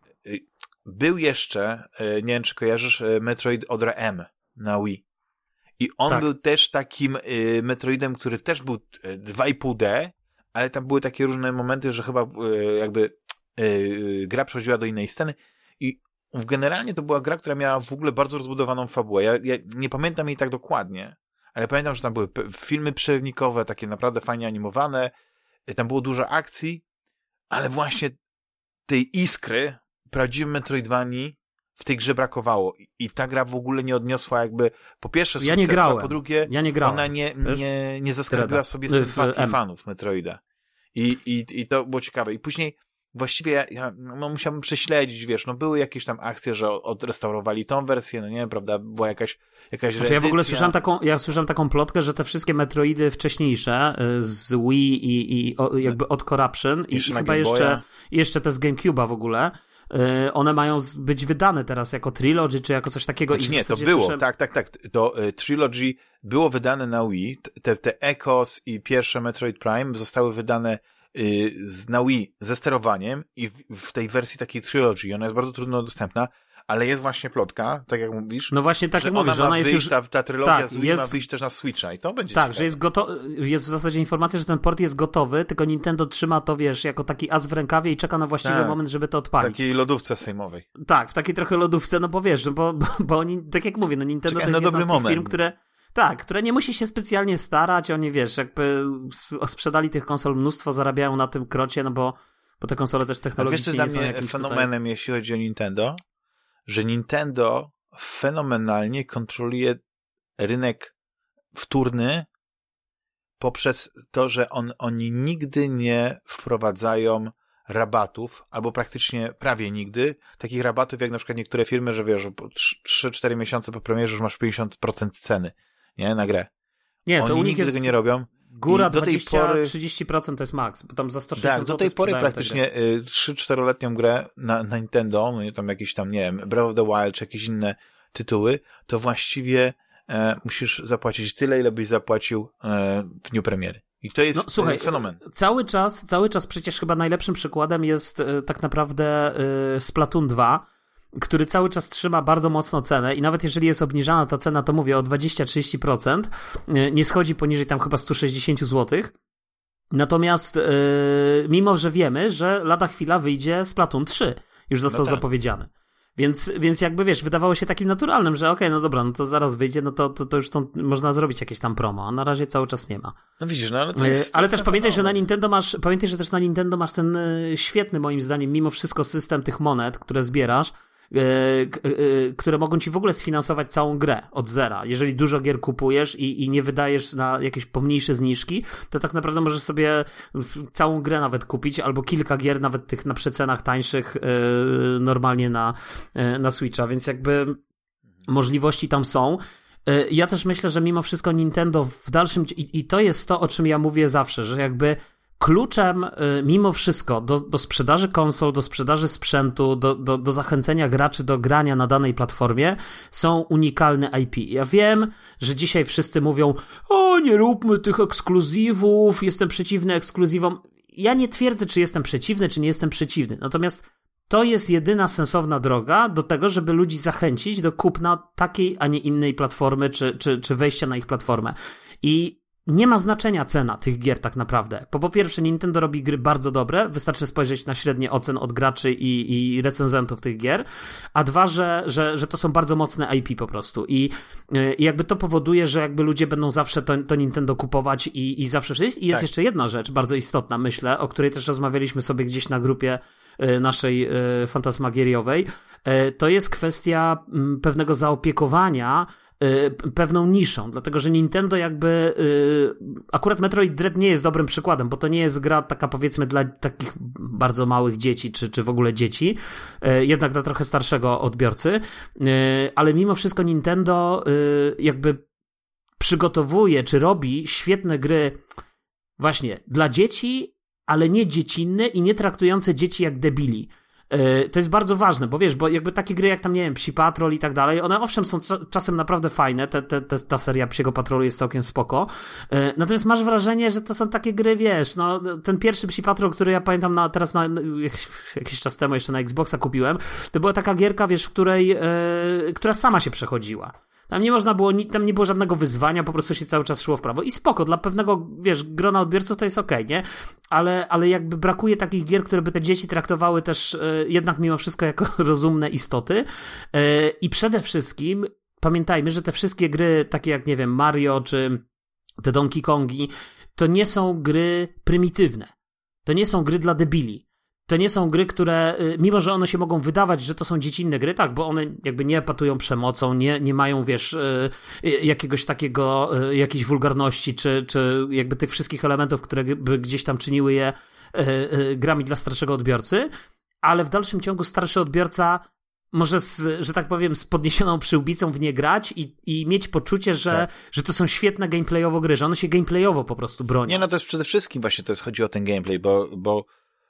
był jeszcze, nie wiem czy kojarzysz, Metroid Other M na Wii. I on tak. był też takim Metroidem, który też był dwa i pół D, ale tam były takie różne momenty, że chyba jakby yy, gra przechodziła do innej sceny i generalnie to była gra, która miała w ogóle bardzo rozbudowaną fabułę. Ja, ja nie pamiętam jej tak dokładnie, ale pamiętam, że tam były filmy przerywnikowe, takie naprawdę fajnie animowane, tam było dużo akcji, ale właśnie tej iskry prawdziwym Metroidvanii w tej grze brakowało. I, I ta gra w ogóle nie odniosła jakby po pierwsze ja nie grałem. a po drugie ja nie grałem. ona nie, nie, nie zaskarbiła sobie sympatii fanów Metroida. I, i, I to było ciekawe. I później właściwie ja no, musiałbym prześledzić, wiesz, no były jakieś tam akcje, że odrestaurowali tą wersję, no nie, prawda, była jakaś jakaś znaczy, ja w ogóle słyszałem taką, ja słyszałem taką plotkę, że te wszystkie Metroidy wcześniejsze z Wii i, i o, jakby od Corruption i, i chyba jeszcze, jeszcze te z GameCube'a w ogóle, one mają być wydane teraz jako Trilogy, czy jako coś takiego. Znaczy, nie, to było, słyszałem... tak, tak, tak. To y, Trilogy było wydane na Wii, te, te Echoes i pierwsze Metroid Prime zostały wydane y, z, na Wii ze sterowaniem i w, w tej wersji takiej Trilogy, ona jest bardzo trudno dostępna, ale jest właśnie plotka, tak jak mówisz, no właśnie tak że jak mówisz, ona, że ona ma jest wyjść, już... ta, ta trylogia tak, z Wii jest... ma wyjść też na Switcha i to będzie tak, ciekawe. że jest goto... jest w zasadzie informacja, że ten port jest gotowy, tylko Nintendo trzyma to, wiesz, jako taki as w rękawie i czeka na właściwy tak, moment, żeby to odpalić. W takiej lodówce sejmowej. Tak, w takiej trochę lodówce, no bo wiesz, no bo, bo, bo oni, tak jak mówię, no Nintendo Czekaj, to jest jedna z tych firm, które... Tak, które nie musi się specjalnie starać, oni, wiesz, jakby sprzedali tych konsol mnóstwo, zarabiają na tym krocie, no bo, bo te konsole też technologicznie nie są jakimś tutaj... Wiesz, co jest dla mnie fenomenem, tutaj... jeśli chodzi o Nintendo? Że Nintendo fenomenalnie kontroluje rynek wtórny poprzez to, że on, oni nigdy nie wprowadzają rabatów, albo praktycznie prawie nigdy, takich rabatów jak na przykład niektóre firmy, że wiesz, trzy cztery miesiące po premierze już masz pięćdziesiąt procent ceny, nie, na grę. Nie, to oni u nich nigdy jest... tego nie robią. Góra do tej pory trzydzieści procent to jest maks, bo tam za sto sześćdziesiąt tak, do tej pory praktycznie y, trzy czteroletnią grę na, na Nintendo, no nie tam jakieś tam, nie wiem, Breath of the Wild, czy jakieś inne tytuły, to właściwie e, musisz zapłacić tyle, ile byś zapłacił e, w dniu premiery. I to jest no, słuchaj, fenomen. Cały czas, cały czas przecież chyba najlepszym przykładem jest e, tak naprawdę e, Splatoon dwa, który cały czas trzyma bardzo mocno cenę i nawet jeżeli jest obniżana ta cena, to mówię o dwadzieścia do trzydziestu procent, e, nie schodzi poniżej tam chyba sto sześćdziesiąt złotych. Natomiast e, mimo, że wiemy, że lada chwila wyjdzie Splatoon trzy, już został no tak. zapowiedziany. Więc, więc jakby wiesz, wydawało się takim naturalnym, że okej, okay, no dobra, no to zaraz wyjdzie, no to, to, to już to można zrobić jakieś tam promo, a na razie cały czas nie ma. No widzisz, no ale to jest... To ale jest też pamiętaj, że na Nintendo masz, pamiętaj, że też na Nintendo masz ten świetny moim zdaniem, mimo wszystko system tych monet, które zbierasz, które mogą ci w ogóle sfinansować całą grę od zera. Jeżeli dużo gier kupujesz i, i nie wydajesz na jakieś pomniejsze zniżki, to tak naprawdę możesz sobie całą grę nawet kupić, albo kilka gier, nawet tych na przecenach tańszych normalnie na, na Switcha, więc jakby możliwości tam są. Ja też myślę, że mimo wszystko Nintendo w dalszym... I, i to jest to, o czym ja mówię zawsze, że jakby kluczem mimo wszystko do, do sprzedaży konsol, do sprzedaży sprzętu, do, do, do zachęcenia graczy do grania na danej platformie są unikalne I P. Ja wiem, że dzisiaj wszyscy mówią, o nie róbmy tych ekskluzywów, jestem przeciwny ekskluzywom. Ja nie twierdzę, czy jestem przeciwny, czy nie jestem przeciwny. Natomiast to jest jedyna sensowna droga do tego, żeby ludzi zachęcić do kupna takiej, a nie innej platformy, czy, czy, czy wejścia na ich platformę. I nie ma znaczenia cena tych gier tak naprawdę. Bo po pierwsze Nintendo robi gry bardzo dobre, wystarczy spojrzeć na średnie ocen od graczy i, i recenzentów tych gier, a dwa, że, że, że to są bardzo mocne I P po prostu i, i jakby to powoduje, że jakby ludzie będą zawsze to, to Nintendo kupować i, i zawsze wszystko. I jest tak. jeszcze jedna rzecz bardzo istotna, myślę, o której też rozmawialiśmy sobie gdzieś na grupie naszej fantasmagieriowej, to jest kwestia pewnego zaopiekowania pewną niszą, dlatego że Nintendo jakby akurat Metroid Dread nie jest dobrym przykładem, bo to nie jest gra taka powiedzmy dla takich bardzo małych dzieci, czy, czy w ogóle dzieci, jednak dla trochę starszego odbiorcy, ale mimo wszystko Nintendo jakby przygotowuje, czy robi świetne gry właśnie dla dzieci, ale nie dziecinne i nie traktujące dzieci jak debili. To jest bardzo ważne, bo wiesz, bo jakby takie gry jak tam, nie wiem, Psi Patrol i tak dalej, one owszem są czasem naprawdę fajne, te, te, te, ta seria Psiego Patrolu jest całkiem spoko, natomiast masz wrażenie, że to są takie gry, wiesz, no ten pierwszy Psi Patrol, który ja pamiętam na, teraz na, jakiś czas temu jeszcze na Xboxa kupiłem, to była taka gierka, wiesz, w której, e, która sama się przechodziła. Tam nie można było, tam nie było żadnego wyzwania, po prostu się cały czas szło w prawo. I spoko, dla pewnego, wiesz, grona odbiorców to jest okej, nie? Ale, ale jakby brakuje takich gier, które by te dzieci traktowały też e, jednak mimo wszystko jako rozumne istoty. E, I przede wszystkim pamiętajmy, że te wszystkie gry, takie jak, nie wiem, Mario czy te Donkey Kongi, to nie są gry prymitywne. To nie są gry dla debili. To nie są gry, które, mimo że one się mogą wydawać, że to są dziecinne gry, tak, bo one jakby nie epatują przemocą, nie, nie mają, wiesz, jakiegoś takiego, jakiejś wulgarności, czy, czy jakby tych wszystkich elementów, które by gdzieś tam czyniły je yy, grami dla starszego odbiorcy, ale w dalszym ciągu starszy odbiorca może, z, że tak powiem, z podniesioną przyłbicą w nie grać i, i mieć poczucie, że, tak. że to są świetne gameplayowo gry, że one się gameplayowo po prostu bronią. Nie, no to jest przede wszystkim właśnie, to jest, chodzi o ten gameplay, bo, bo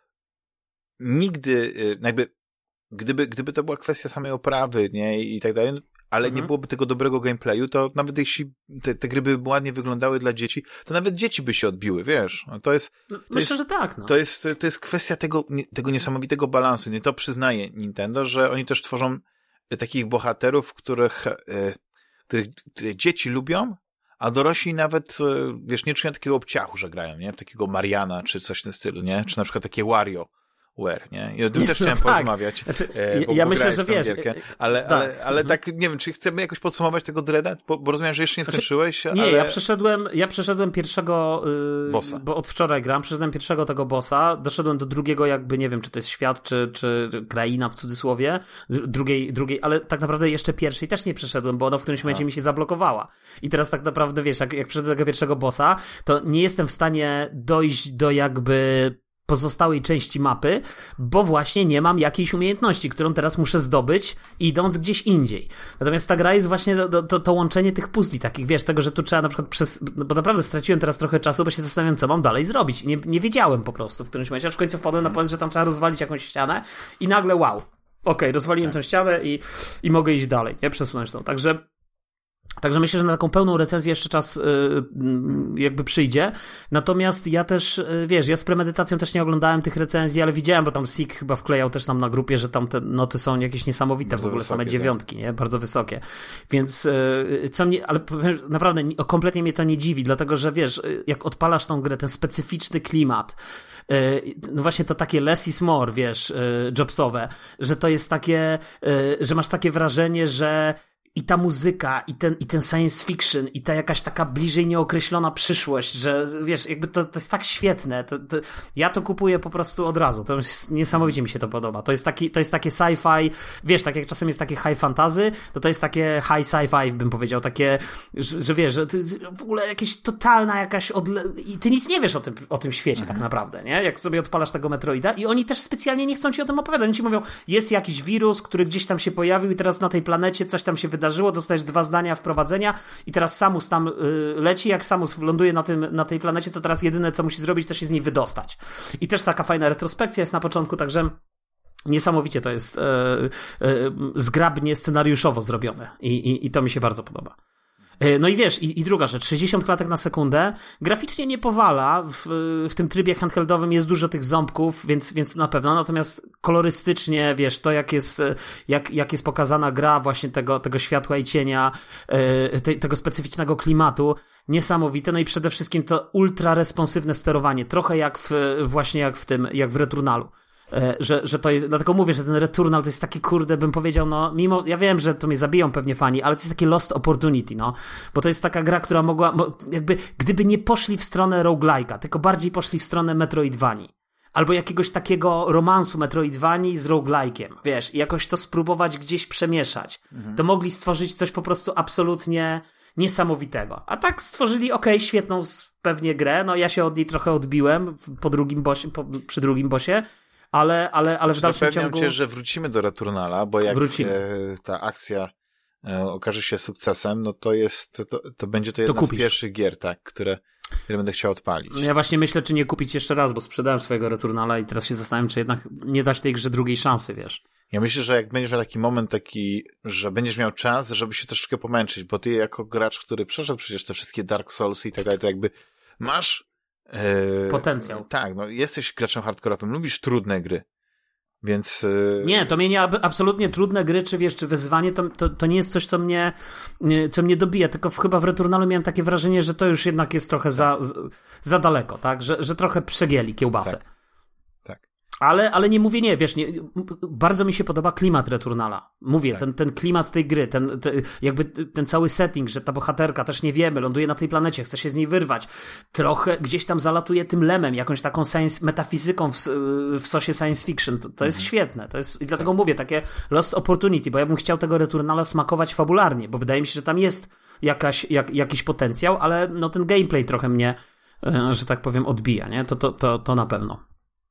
nigdy, jakby, gdyby, gdyby to była kwestia samej oprawy, nie, i tak dalej, ale mhm. nie byłoby tego dobrego gameplayu, to nawet jeśli te, te gry by ładnie wyglądały dla dzieci, to nawet dzieci by się odbiły, wiesz. To jest, to Myślę, jest, że tak. No. To jest, to jest kwestia tego, tego niesamowitego balansu. Nie to przyznaje Nintendo, że oni też tworzą takich bohaterów, których, których, których dzieci lubią, a dorośli nawet, wiesz, nie czują takiego obciachu, że grają, nie? Takiego Mariana, czy coś w tym stylu, nie? Czy na przykład takie Wario. Where, nie? I o tym nie, też chciałem no tak. porozmawiać. Znaczy, e, bo, ja bo myślę, że wiesz. Gierkę, ale, tak. ale, ale mhm. tak, nie wiem, czy chcemy jakoś podsumować tego Dreada? Bo, bo rozumiem, że jeszcze nie skończyłeś. Znaczy, nie, ale... ja przeszedłem, ja przeszedłem pierwszego, yy, bossa. Bo od wczoraj gram, przeszedłem pierwszego tego bossa, doszedłem do drugiego jakby, nie wiem, czy to jest świat, czy, czy kraina w cudzysłowie, drugiej, drugiej, ale tak naprawdę jeszcze pierwszej też nie przeszedłem, bo ona w którymś momencie no. mi się zablokowała. I teraz tak naprawdę, wiesz, jak, jak przeszedłem tego pierwszego bossa, to nie jestem w stanie dojść do jakby pozostałej części mapy, bo właśnie nie mam jakiejś umiejętności, którą teraz muszę zdobyć, idąc gdzieś indziej. Natomiast ta gra jest właśnie to, to, to łączenie tych puzli takich, wiesz, tego, że tu trzeba na przykład przez, no bo naprawdę straciłem teraz trochę czasu, bo się zastanawiam, co mam dalej zrobić. Nie, nie wiedziałem po prostu w którymś momencie, aż w końcu wpadłem na pomysł, że tam trzeba rozwalić jakąś ścianę i nagle wow, okej, okay, rozwaliłem tak. tę ścianę i, i mogę iść dalej, nie, przesunąć tą. Także Także myślę, że na taką pełną recenzję jeszcze czas yy, jakby przyjdzie. Natomiast ja też, yy, wiesz, ja z premedytacją też nie oglądałem tych recenzji, ale widziałem, bo tam Sik chyba wklejał też nam na grupie, że tam te noty są jakieś niesamowite, bardzo w ogóle wysokie, same dziewiątki, tak. nie? Bardzo wysokie. Więc yy, co mnie, ale naprawdę kompletnie mnie to nie dziwi, dlatego że wiesz, jak odpalasz tą grę, ten specyficzny klimat, Yy, no właśnie to takie less is more, wiesz, yy, jobsowe, że to jest takie, yy, że masz takie wrażenie, że i ta muzyka, i ten, i ten science fiction, i ta jakaś taka bliżej nieokreślona przyszłość, że wiesz, jakby to, to jest tak świetne. To, to, ja to kupuję po prostu od razu. To jest, niesamowicie mi się to podoba. To jest taki, to jest takie sci-fi, wiesz, tak jak czasem jest takie high fantasy, to to jest takie high sci-fi, bym powiedział, takie, że, że wiesz, że ty, w ogóle jakieś totalna jakaś odle... i ty nic nie wiesz o tym, o tym świecie mhm. tak naprawdę, nie? Jak sobie odpalasz tego Metroida i oni też specjalnie nie chcą ci o tym opowiadać. Oni ci mówią, jest jakiś wirus, który gdzieś tam się pojawił i teraz na tej planecie coś tam się wydarzyło, dostajesz dwa zdania wprowadzenia i teraz Samus tam y, leci, jak Samus ląduje na, tym, na tej planecie, to teraz jedyne, co musi zrobić, to się z niej wydostać. I też taka fajna retrospekcja jest na początku, także niesamowicie to jest y, y, zgrabnie scenariuszowo zrobione I, i, i to mi się bardzo podoba. No i wiesz, i, i druga rzecz, sześćdziesiąt klatek na sekundę, graficznie nie powala, w, w tym trybie handheldowym jest dużo tych ząbków, więc, więc na pewno, natomiast kolorystycznie, wiesz, to jak jest, jak, jak jest pokazana gra właśnie tego, tego światła i cienia, te, tego specyficznego klimatu, niesamowite, no i przede wszystkim to ultra responsywne sterowanie, trochę jak w, właśnie jak w tym, jak w Returnalu. Że, że to jest, dlatego mówię, że ten Returnal to jest taki, kurde, bym powiedział, no mimo, ja wiem, że to mnie zabiją pewnie fani, ale to jest takie lost opportunity, no, bo to jest taka gra, która mogła, jakby, gdyby nie poszli w stronę roguelike'a, tylko bardziej poszli w stronę Metroidvanii, albo jakiegoś takiego romansu Metroidvanii z roguelike'iem, wiesz, i jakoś to spróbować gdzieś przemieszać, mhm. to mogli stworzyć coś po prostu absolutnie niesamowitego, a tak stworzyli, okej, okay, świetną pewnie grę, no ja się od niej trochę odbiłem po drugim bossie, po, przy drugim bossie, Ale, ale, ale w dalszym Zapewniam ciągu... cię, że wrócimy do Returnala, bo jak e, ta akcja e, okaże się sukcesem, no to jest, to, to będzie to jedna to z pierwszych gier, tak, które, które będę chciał odpalić. Ja właśnie myślę, czy nie kupić jeszcze raz, bo sprzedałem swojego Returnala i teraz się zastanawiam, czy jednak nie dać tej grze drugiej szansy, wiesz. Ja myślę, że jak będziesz miał taki moment taki, że będziesz miał czas, żeby się troszeczkę pomęczyć, bo ty jako gracz, który przeszedł przecież te wszystkie Dark Soulsy i tak dalej, to jakby masz Yy, potencjał. Tak, no jesteś graczem hardkorowym, lubisz trudne gry, więc... Yy... Nie, to mnie nie, absolutnie trudne gry, czy wiesz, czy wyzwanie, to, to, to nie jest coś, co mnie, co mnie dobija, tylko w, chyba w Returnalu miałem takie wrażenie, że to już jednak jest trochę za, za daleko, tak, że, że trochę przegięli kiełbasę. Tak. tak. Ale, ale nie mówię nie, wiesz, nie, bardzo mi się podoba klimat Returnala. Mówię, tak. ten, ten klimat tej gry, ten, ten, jakby ten cały setting, że ta bohaterka, też nie wiemy, ląduje na tej planecie, chce się z niej wyrwać. Trochę gdzieś tam zalatuje tym lemem, jakąś taką science, metafizyką w, w sosie science fiction. To, to jest mhm. świetne. To jest, i dlatego tak. mówię, takie lost opportunity, bo ja bym chciał tego Returnala smakować fabularnie, bo wydaje mi się, że tam jest jakaś, jak, jakiś potencjał, ale no ten gameplay trochę mnie, że tak powiem, odbija, nie? To, to, to, to na pewno.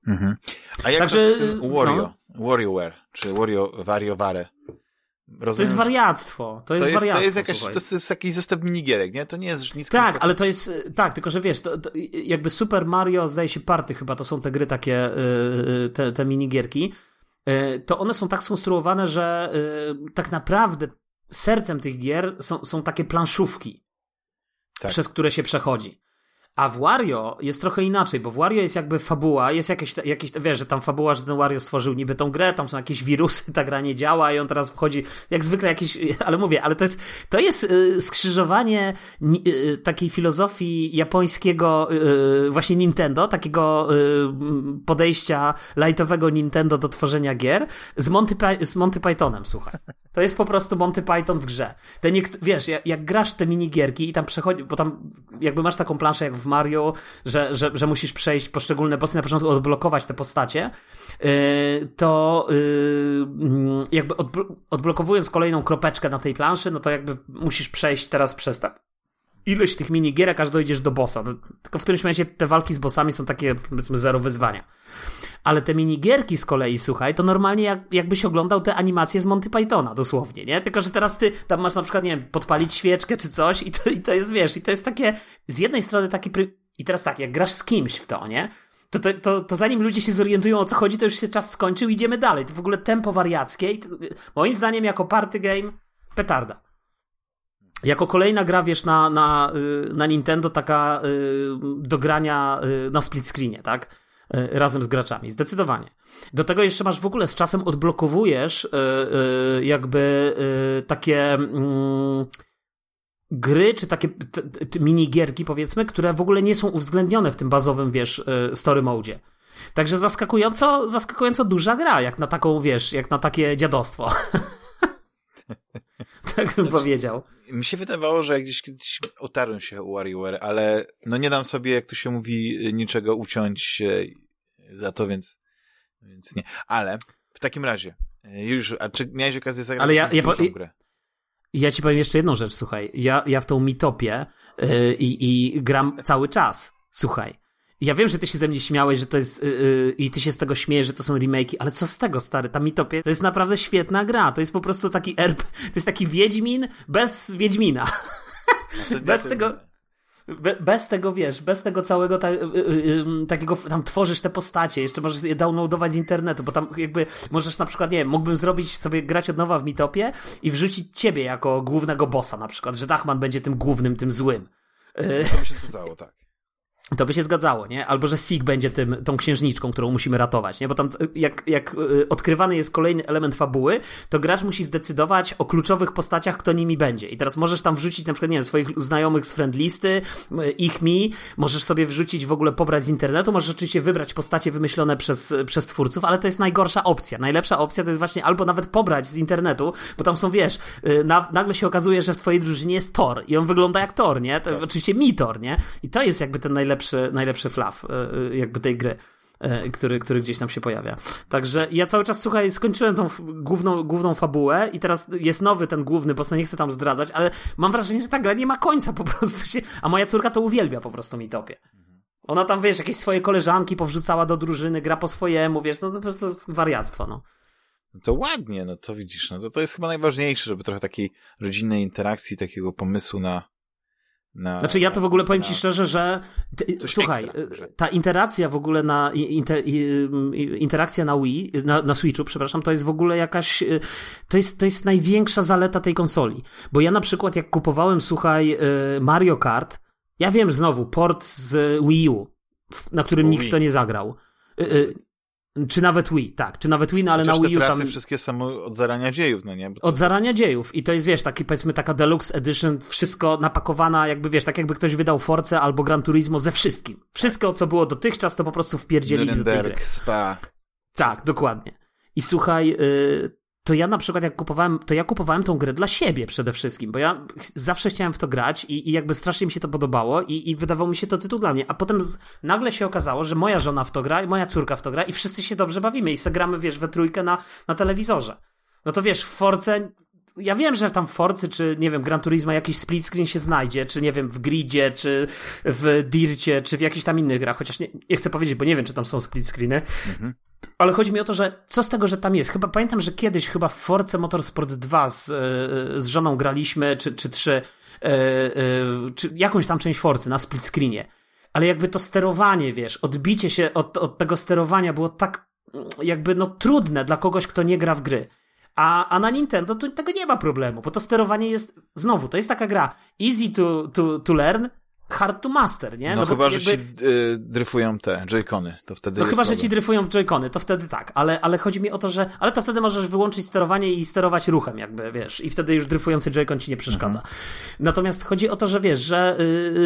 Mhm. A jak Także, to z tym Wario, no. WarioWare, czy Wario, WarioWare? Rozumiem, to jest wariactwo. To jest, to jest, wariactwo, to jest, jakaś, to jest jakiś zestaw minigierek, nie? To nie jest nic... Tak, ale to jest... Tak, tylko że wiesz, to, to jakby Super Mario, zdaje się Party chyba, to są te gry takie, te, te minigierki, to one są tak skonstruowane, że tak naprawdę sercem tych gier są, są takie planszówki, tak. przez które się przechodzi. A w Wario jest trochę inaczej, bo w Wario jest jakby fabuła, jest jakieś, jakieś, wiesz, że tam fabuła, że ten Wario stworzył niby tą grę, tam są jakieś wirusy, ta gra nie działa i on teraz wchodzi, jak zwykle jakieś, ale mówię, ale to jest, to jest y, skrzyżowanie y, takiej filozofii japońskiego y, właśnie Nintendo, takiego y, podejścia lightowego Nintendo do tworzenia gier z Monty, z Monty Pythonem, słuchaj. To jest po prostu Monty Python w grze. Te niekt- wiesz, jak, jak grasz w te minigierki i tam przechodzi, bo tam jakby masz taką planszę jak w Mario, że, że, że musisz przejść poszczególne bossy, na początku odblokować te postacie, yy, to yy, jakby odblo- odblokowując kolejną kropeczkę na tej planszy, no to jakby musisz przejść teraz przez ta ilość tych minigierek, aż dojdziesz do bossa. No, tylko w którymś momencie te walki z bossami są takie, powiedzmy, zero wyzwania. Ale te minigierki z kolei, słuchaj, to normalnie jak, jakbyś oglądał te animacje z Monty Pythona, dosłownie, nie? Tylko że teraz ty tam masz na przykład, nie wiem, podpalić świeczkę czy coś i to, i to jest, wiesz, i to jest takie, z jednej strony taki, pry... i teraz tak, jak grasz z kimś w to, nie? To, to, to, to zanim ludzie się zorientują, o co chodzi, to już się czas skończył i idziemy dalej. To w ogóle tempo wariackie i to, moim zdaniem jako party game petarda. Jako kolejna gra, wiesz, na, na, na Nintendo taka do grania na split screenie, tak? Razem z graczami, zdecydowanie. Do tego jeszcze masz w ogóle z czasem odblokowujesz jakby takie gry, czy takie t, t, minigierki, powiedzmy, które w ogóle nie są uwzględnione w tym bazowym, wiesz, story modzie. Także zaskakująco, zaskakująco duża gra, jak na taką, wiesz, jak na takie dziadostwo. Tak bym powiedział. Mi się wydawało, że jak gdzieś kiedyś otarłem się o WarioWare, ale no nie dam sobie, jak to się mówi, niczego uciąć za to, więc, więc nie. Ale w takim razie, już, a czy miałeś okazję zagrać ale ja, ja, po, grę? Ja ci powiem jeszcze jedną rzecz, słuchaj. Ja, ja w tą Mitopię yy, i gram cały czas, słuchaj. Ja wiem, że ty się ze mnie śmiałeś, że to jest yy, i ty się z tego śmiejesz, że to są remake'i, ale co z tego, stary? Ta Mitopia to jest naprawdę świetna gra. To jest po prostu taki R P, to jest taki Wiedźmin bez Wiedźmina. Bez tego... Be, bez tego, wiesz, bez tego całego ta, y, y, y, takiego, tam tworzysz te postacie, jeszcze możesz je downloadować z internetu, bo tam jakby możesz na przykład, nie wiem, mógłbym zrobić sobie, grać od nowa w Mitopie i wrzucić ciebie jako głównego bossa na przykład, że Dachman będzie tym głównym, tym złym. To by się zgadzało, tak. To by się zgadzało, nie? Albo, że Sig będzie tym, tą księżniczką, którą musimy ratować, nie? Bo tam jak, jak odkrywany jest kolejny element fabuły, to gracz musi zdecydować o kluczowych postaciach, kto nimi będzie. I teraz możesz tam wrzucić na przykład, nie wiem, swoich znajomych z friendlisty, ich mi, możesz sobie wrzucić w ogóle, pobrać z internetu, możesz oczywiście wybrać postacie wymyślone przez, przez twórców, ale to jest najgorsza opcja. Najlepsza opcja to jest właśnie albo nawet pobrać z internetu, bo tam są, wiesz, na, nagle się okazuje, że w twojej drużynie jest Thor i on wygląda jak Thor, nie? To, tak. Oczywiście Mitor, nie? I to jest jakby ten najlepszy Najlepszy, najlepszy flaw jakby tej gry, który, który gdzieś tam się pojawia. Także ja cały czas, słuchaj, skończyłem tą główną, główną fabułę i teraz jest nowy ten główny boss, no nie chcę tam zdradzać, ale mam wrażenie, że ta gra nie ma końca po prostu się, a moja córka to uwielbia po prostu Mitopię. Ona tam, wiesz, jakieś swoje koleżanki powrzucała do drużyny, gra po swojemu, wiesz, no to po prostu wariactwo, no. No to ładnie, no to widzisz, no to, to jest chyba najważniejsze, żeby trochę takiej rodzinnej interakcji, takiego pomysłu na Na, znaczy ja to w ogóle powiem na, ci szczerze, że ty, słuchaj, ekstra, ta interacja w ogóle na inter, interakcja na Wii, na, na Switchu, przepraszam, to jest w ogóle jakaś, to jest, to jest największa zaleta tej konsoli, bo ja na przykład jak kupowałem, słuchaj, Mario Kart, ja wiem znowu, port z Wii U, na którym nikt w to nie zagrał. Czy nawet Wii, tak, czy nawet Wii, no ale chociaż na Wii U te tam... trasy wszystkie są od zarania dziejów, no nie? Bo to... Od zarania dziejów i to jest, wiesz, taki powiedzmy taka deluxe edition, wszystko napakowana, jakby wiesz, tak jakby ktoś wydał Force albo Gran Turismo ze wszystkim. Wszystko, co było dotychczas, to po prostu wpierdzieli do tej gry. Spa. Tak, wszystko. dokładnie. I słuchaj, yy, to ja na przykład jak kupowałem, to ja kupowałem tą grę dla siebie przede wszystkim, bo ja zawsze chciałem w to grać i, i jakby strasznie mi się to podobało i, i wydawało mi się to tytuł dla mnie, a potem z, nagle się okazało, że moja żona w to gra i moja córka w to gra i wszyscy się dobrze bawimy i se gramy, wiesz, we trójkę na, na telewizorze. No to wiesz, w Force ja wiem, że tam w Forcy, czy nie wiem, Gran Turismo jakiś split screen się znajdzie, czy nie wiem, w Gridzie, czy w Dircie, czy w jakichś tam innych grach, chociaż nie, nie chcę powiedzieć, bo nie wiem, czy tam są split screeny, mhm. ale chodzi mi o to, że co z tego, że tam jest? Chyba pamiętam, że kiedyś chyba w Force Motorsport dwa z, z żoną graliśmy, czy, czy trzy, yy, yy, czy jakąś tam część Forcy na split screenie, ale jakby to sterowanie, wiesz, odbicie się od, od tego sterowania było tak jakby no trudne dla kogoś, kto nie gra w gry. A, a na Nintendo to tego nie ma problemu, bo to sterowanie jest, znowu, to jest taka gra easy to, to, to learn, hard to master, nie? No, no chyba, jakby... że ci y, dryfują te Joy-Cony, to wtedy No jest chyba, problem. że ci dryfują Joy-Cony, to wtedy tak, ale, ale chodzi mi o to, że, ale to wtedy możesz wyłączyć sterowanie i sterować ruchem, jakby, wiesz, i wtedy już dryfujący Joy-Con ci nie przeszkadza. Mhm. Natomiast chodzi o to, że wiesz, że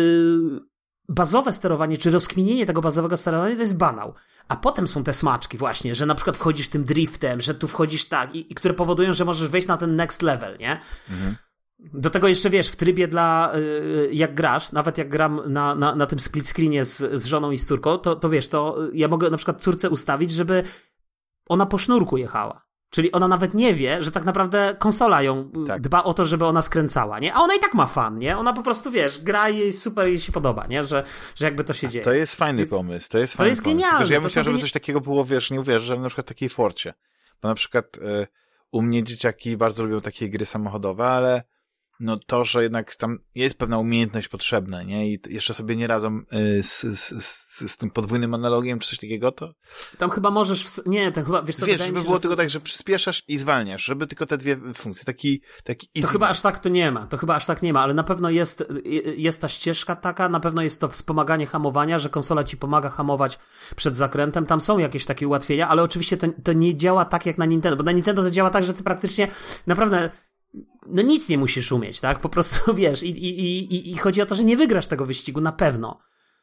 yy, bazowe sterowanie, czy rozkminienie tego bazowego sterowania to jest banał. A potem są te smaczki właśnie, że na przykład wchodzisz tym driftem, że tu wchodzisz tak i, i które powodują, że możesz wejść na ten next level, nie? Mhm. Do tego jeszcze wiesz, w trybie dla, yy, jak grasz, nawet jak gram na, na, na tym split screenie z, z żoną i z córką, to, to wiesz, to ja mogę na przykład córce ustawić, żeby ona po sznurku jechała. Czyli ona nawet nie wie, że tak naprawdę konsola ją tak. dba o to, żeby ona skręcała, nie? A ona i tak ma fan, nie? Ona po prostu, wiesz, gra i jej super, jej się podoba, nie? Że, że jakby to się dzieje. To jest fajny jest, pomysł, to jest fajny To jest pomysł. genialne. Tylko, że ja to myślałem, żeby nie... coś takiego było, wiesz, nie uwierzysz, że na przykład takiej Forcie. Bo na przykład y, u mnie dzieciaki bardzo lubią takie gry samochodowe, ale no to, że jednak tam jest pewna umiejętność potrzebna, nie? I jeszcze sobie nie radzą y, z, z, z, z tym podwójnym analogiem czy coś takiego, to... Tam chyba możesz... W... Nie, tam chyba... Wiesz, co, wiesz żeby się, było że... tylko tak, że przyspieszasz i zwalniasz, żeby tylko te dwie funkcje, taki, taki easy. To chyba aż tak to nie ma, to chyba aż tak nie ma, ale na pewno jest, jest ta ścieżka taka, na pewno jest to wspomaganie hamowania, że konsola ci pomaga hamować przed zakrętem, tam są jakieś takie ułatwienia, ale oczywiście to, to nie działa tak jak na Nintendo, bo na Nintendo to działa tak, że ty praktycznie naprawdę... No nic nie musisz umieć, tak? Po prostu wiesz, i, i, i, i chodzi o to, że nie wygrasz tego wyścigu, na pewno.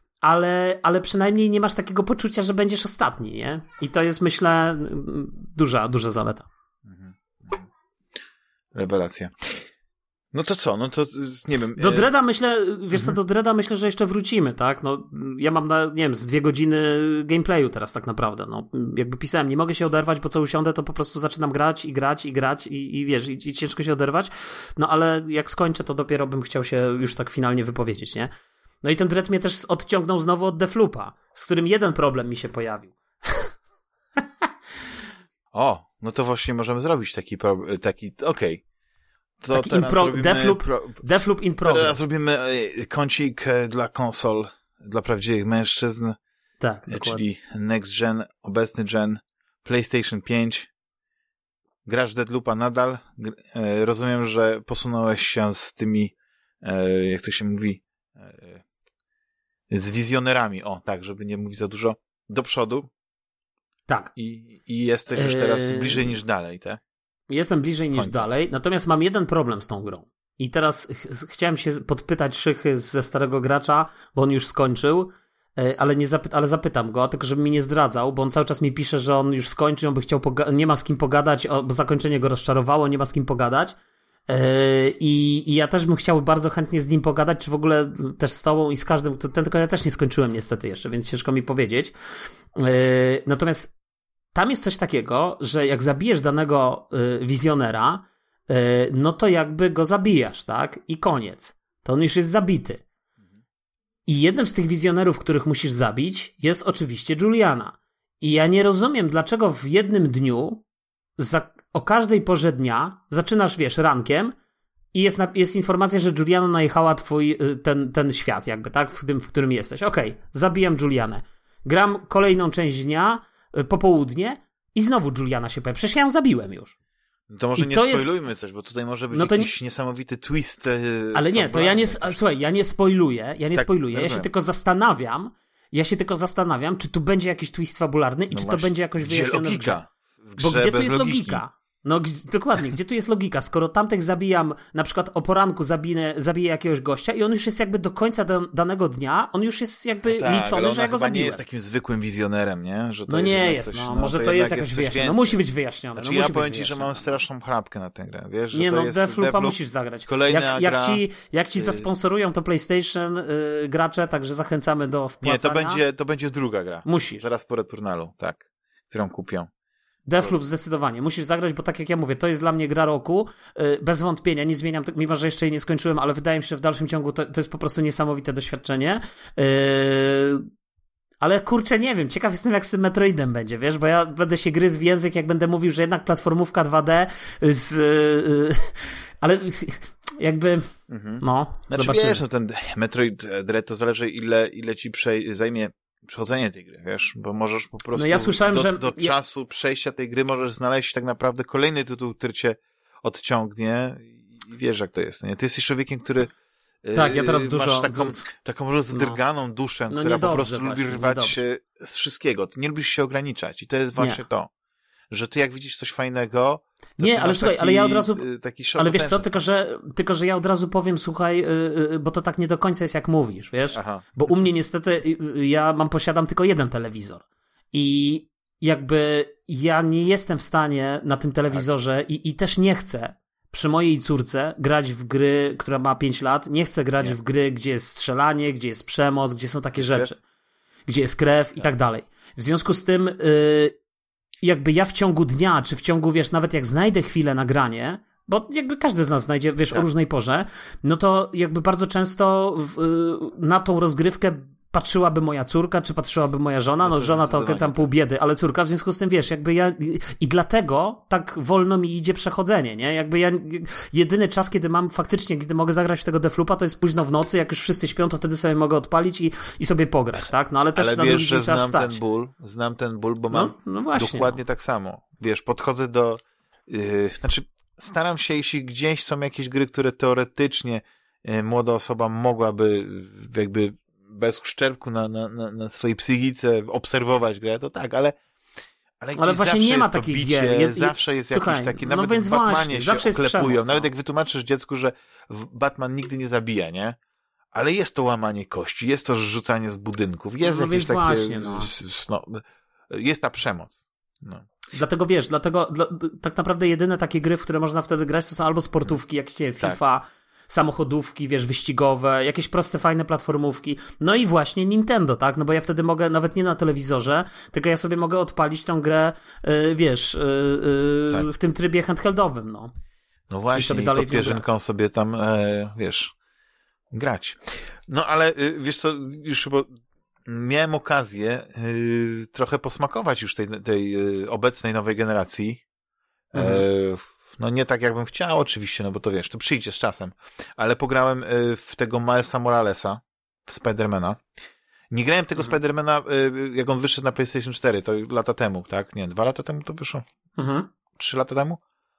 Ale, ale przynajmniej nie masz takiego poczucia, że będziesz ostatni, nie? I to jest, myślę, duża, duża zaleta. Rewelacja. No to co? No to nie wiem. Do Dreada myślę, wiesz co, do Dreada myślę, że jeszcze wrócimy, tak? No, ja mam na, nie wiem, z dwie godziny gameplayu teraz tak naprawdę, no. Jakby pisałem, nie mogę się oderwać, bo co usiądę, to po prostu zaczynam grać i grać i grać i, i wiesz, i, i ciężko się oderwać, no ale jak skończę, to dopiero bym chciał się już tak finalnie wypowiedzieć, nie? No i ten Dread mnie też odciągnął znowu od Deathloopa, z którym jeden problem mi się pojawił. O, no to właśnie możemy zrobić taki, pro, taki okej. Okay. To Taki impro- Deathloop, pro... Deathloop in progress. Teraz robimy kącik dla konsol, dla prawdziwych mężczyzn. Tak, dokładnie. Czyli next gen, obecny gen, PlayStation pięć. Grasz w Deathloopa nadal. Rozumiem, że posunąłeś się z tymi, jak to się mówi, z wizjonerami. O, tak, żeby nie mówić za dużo. Do przodu. Tak. I, i jesteś już teraz eee... bliżej niż dalej, tak? Jestem bliżej niż dalej, natomiast mam jeden problem z tą grą. I teraz ch- chciałem się podpytać Szychy ze Starego Gracza, bo on już skończył, ale nie zapy- ale zapytam go, tylko żeby mi nie zdradzał, bo on cały czas mi pisze, że on już skończył, on by chciał poga- nie ma z kim pogadać, bo zakończenie go rozczarowało, nie ma z kim pogadać. I, I ja też bym chciał bardzo chętnie z nim pogadać, czy w ogóle też z tobą i z każdym, ten tylko ja też nie skończyłem niestety jeszcze, więc ciężko mi powiedzieć. Natomiast tam jest coś takiego, że jak zabijesz danego y, wizjonera, y, no to jakby go zabijasz, tak? I koniec. To on już jest zabity. I jednym z tych wizjonerów, których musisz zabić, jest oczywiście Juliana. I ja nie rozumiem, dlaczego w jednym dniu za, o każdej porze dnia zaczynasz, wiesz, rankiem i jest, na, jest informacja, że Juliana najechała twój, ten, ten świat jakby, tak? W tym, w którym jesteś. Okej, okay, zabijam Julianę. Gram kolejną część dnia, popołudnie i znowu Juliana się pojawia. Przecież ja ją zabiłem już. No to może I nie to spoilujmy jest... coś, bo tutaj może być no jakiś nie... niesamowity twist. Ale nie, to ja nie, słuchaj, ja nie spoiluję, ja nie tak, spoiluję, ja się tylko zastanawiam, ja się tylko zastanawiam, czy tu będzie jakiś twist fabularny i no czy właśnie. To będzie jakoś wyjaśnione w grze. W grze bo gdzie tu jest logiki. Logika? No g- dokładnie, gdzie tu jest logika? Skoro tamtych zabijam, na przykład o poranku zabiję, zabiję jakiegoś gościa i on już jest jakby do końca da- danego dnia, on już jest jakby no tak, liczony, że ja go zabiłem. nie jest takim zwykłym wizjonerem, nie? Że to no jest nie jest, coś, no, no może to, to jest jakoś wyjaśnione. No musi być wyjaśnione. Znaczy no, ja powiem ci, że mam straszną chrapkę na tę grę, wiesz? Że nie to no, jest Deathloopa Deathloop, musisz zagrać. Kolejna jak, jak gra, ci, jak ci zasponsorują to PlayStation yy, gracze, także zachęcamy do wpłacania. Nie, to będzie, to będzie druga gra. Musisz. Zaraz po Returnalu, tak. Którą kupią. Deathloop zdecydowanie. Musisz zagrać, bo tak jak ja mówię, to jest dla mnie gra roku. Bez wątpienia, nie zmieniam, mimo że jeszcze jej nie skończyłem, ale wydaje mi się, że w dalszym ciągu to, to jest po prostu niesamowite doświadczenie. Yy... Ale kurczę, nie wiem, ciekaw jestem, jak z tym Metroidem będzie, wiesz, bo ja będę się gryzł w język, jak będę mówił, że jednak platformówka dwa D z... Yy... Ale jakby... Mhm. No, znaczy zobaczymy. Wiesz, no ten Metroid Dread to zależy, ile, ile ci przej- zajmie przechodzenie tej gry, wiesz, bo możesz po prostu no ja słyszałem, do, że... do ja... czasu przejścia tej gry możesz znaleźć tak naprawdę kolejny tytuł, który cię odciągnie i wiesz, jak to jest, nie? Ty jesteś człowiekiem, który tak, ja teraz dużo... masz taką, taką rozdrganą no. duszę, no która po prostu właśnie, lubi rwać się z wszystkiego. Ty nie lubisz się ograniczać i to jest właśnie nie. to, że ty jak widzisz coś fajnego, nie, ale słuchaj, taki, ale ja od razu. Taki ale wiesz co, tylko że, tylko że ja od razu powiem, słuchaj, yy, yy, bo to tak nie do końca jest jak mówisz, wiesz? Aha. Bo u mnie niestety yy, ja mam, posiadam tylko jeden telewizor. I jakby ja nie jestem w stanie na tym telewizorze tak. i, i też nie chcę przy mojej córce grać w gry, która ma pięć lat. Nie chcę grać nie. w gry, gdzie jest strzelanie, gdzie jest przemoc, gdzie są takie Wiesz? rzeczy. Gdzie jest krew tak. i tak dalej. W związku z tym. Yy, jakby ja w ciągu dnia, czy w ciągu, wiesz, nawet jak znajdę chwilę na granie, bo jakby każdy z nas znajdzie, wiesz, tak. o różnej porze, no to jakby bardzo często w, na tą rozgrywkę patrzyłaby moja córka, czy patrzyłaby moja żona, no, no żona to tam pół biedy, ale córka, w związku z tym, wiesz, jakby ja, i dlatego tak wolno mi idzie przechodzenie, nie, jakby ja, jedyny czas, kiedy mam faktycznie, kiedy mogę zagrać w tego Deathloopa, to jest późno w nocy, jak już wszyscy śpią, to wtedy sobie mogę odpalić i, i sobie pograć, tak, no ale też ale na wiesz, drugi dzień trzeba znam wstać. ten ból, znam ten ból, bo mam no, no właśnie, dokładnie no. tak samo, wiesz, podchodzę do, yy, znaczy staram się, jeśli gdzieś są jakieś gry, które teoretycznie yy, młoda osoba mogłaby jakby bez uszczerbku na, na, na, na swojej psychice obserwować grę, to tak, ale ale, ale właśnie nie ma takich bicie, gier. Je, zawsze jest słuchaj, jakiś taki, no nawet więc w Batmanie właśnie, się zawsze jest oklepują, przemoc, nawet no. jak wytłumaczysz dziecku, że Batman nigdy nie zabija, nie? Ale jest to łamanie kości, jest to rzucanie z budynków, jest no jakieś takie, właśnie, no. no, jest ta przemoc. No. Dlatego wiesz, dlatego dla, tak naprawdę jedyne takie gry, w które można wtedy grać, to są albo sportówki, jak cię FIFA, tak. samochodówki, wiesz, wyścigowe, jakieś proste, fajne platformówki. No i właśnie Nintendo, tak? No bo ja wtedy mogę, nawet nie na telewizorze, tylko ja sobie mogę odpalić tę grę, yy, wiesz, yy, yy, tak. w tym trybie handheldowym, no. No właśnie, i sobie i dalej pod pierzynką sobie tam, e, wiesz, grać. No ale, y, wiesz co, już bo miałem okazję y, trochę posmakować już tej, tej y, obecnej nowej generacji. Mhm. E, No nie tak, jakbym chciał oczywiście, no bo to wiesz, to przyjdzie z czasem. Ale pograłem y, w tego Milesa Moralesa, w Spidermana. Nie grałem tego mhm. Spidermana, y, jak on wyszedł na PlayStation cztery, to lata temu, tak? Nie, dwa lata temu to wyszło? Mhm. Trzy lata temu?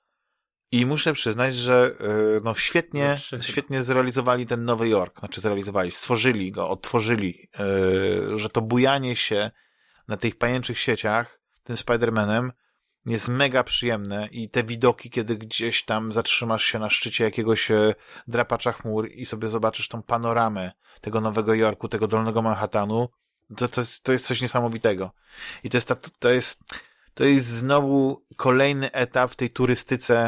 I muszę przyznać, że y, no świetnie, no, świetnie zrealizowali ten Nowy Jork. Znaczy zrealizowali, stworzyli go, odtworzyli. Y, że to bujanie się na tych pajęczych sieciach, tym Spidermanem, jest mega przyjemne i te widoki, kiedy gdzieś tam zatrzymasz się na szczycie jakiegoś drapacza chmur i sobie zobaczysz tą panoramę tego Nowego Jorku, tego Dolnego Manhattanu, to, to, jest, to jest coś niesamowitego. I to jest, ta, to jest, to jest znowu kolejny etap w tej turystyce,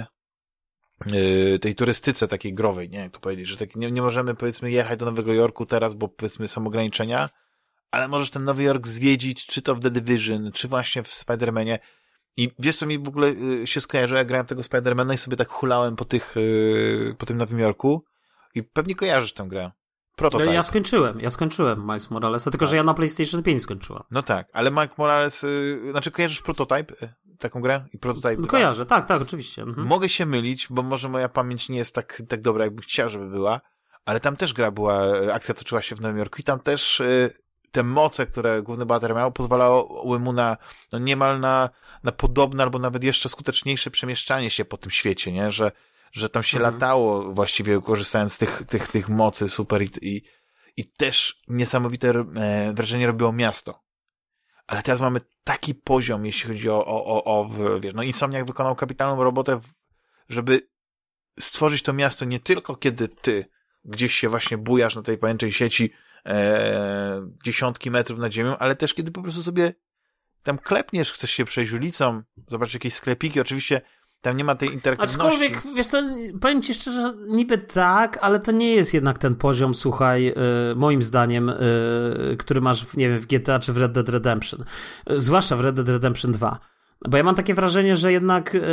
yy, tej turystyce takiej growej, nie jak to powiedzieć, że tak, nie, nie możemy powiedzmy jechać do Nowego Jorku teraz, bo powiedzmy są ograniczenia, ale możesz ten Nowy Jork zwiedzić, czy to w The Division, czy właśnie w Spider-Manie. I wiesz, co mi w ogóle y, się skojarzy, jak grałem tego Spidermana i sobie tak hulałem po tych, y, po tym Nowym Jorku i pewnie kojarzysz tę grę. Prototype. Ja skończyłem, ja skończyłem Miles Moralesa, tylko tak. że ja na PlayStation pięć skończyłem. No tak, ale Mike Morales, y, znaczy kojarzysz Prototype, y, taką grę? I Prototype no, kojarzę, tak, tak, oczywiście. Mhm. Mogę się mylić, bo może moja pamięć nie jest tak, tak dobra, jakbym chciał, żeby była, ale tam też gra była, akcja toczyła się w Nowym Jorku i tam też y, te moce, które główny bohater miał, pozwalały mu na, no niemal na, na podobne albo nawet jeszcze skuteczniejsze przemieszczanie się po tym świecie, nie? Że, że tam się mhm. latało właściwie korzystając z tych, tych, tych mocy super i, i, i też niesamowite e, wrażenie robiło miasto. Ale teraz mamy taki poziom, jeśli chodzi o, o, o, o w, wiesz, no Insomniac wykonał kapitalną robotę, w, żeby stworzyć to miasto nie tylko kiedy ty gdzieś się właśnie bujasz na tej pajęczej sieci e, dziesiątki metrów nad ziemią, ale też kiedy po prostu sobie tam klepniesz, chcesz się przejść ulicą, zobaczyć jakieś sklepiki, oczywiście tam nie ma tej interaktywności. Aczkolwiek, wiesz co, powiem ci szczerze, niby tak, ale to nie jest jednak ten poziom, słuchaj, yy, moim zdaniem, yy, który masz, w, nie wiem, w G T A czy w Red Dead Redemption. Yy, zwłaszcza w Red Dead Redemption dwa. Bo ja mam takie wrażenie, że jednak yy,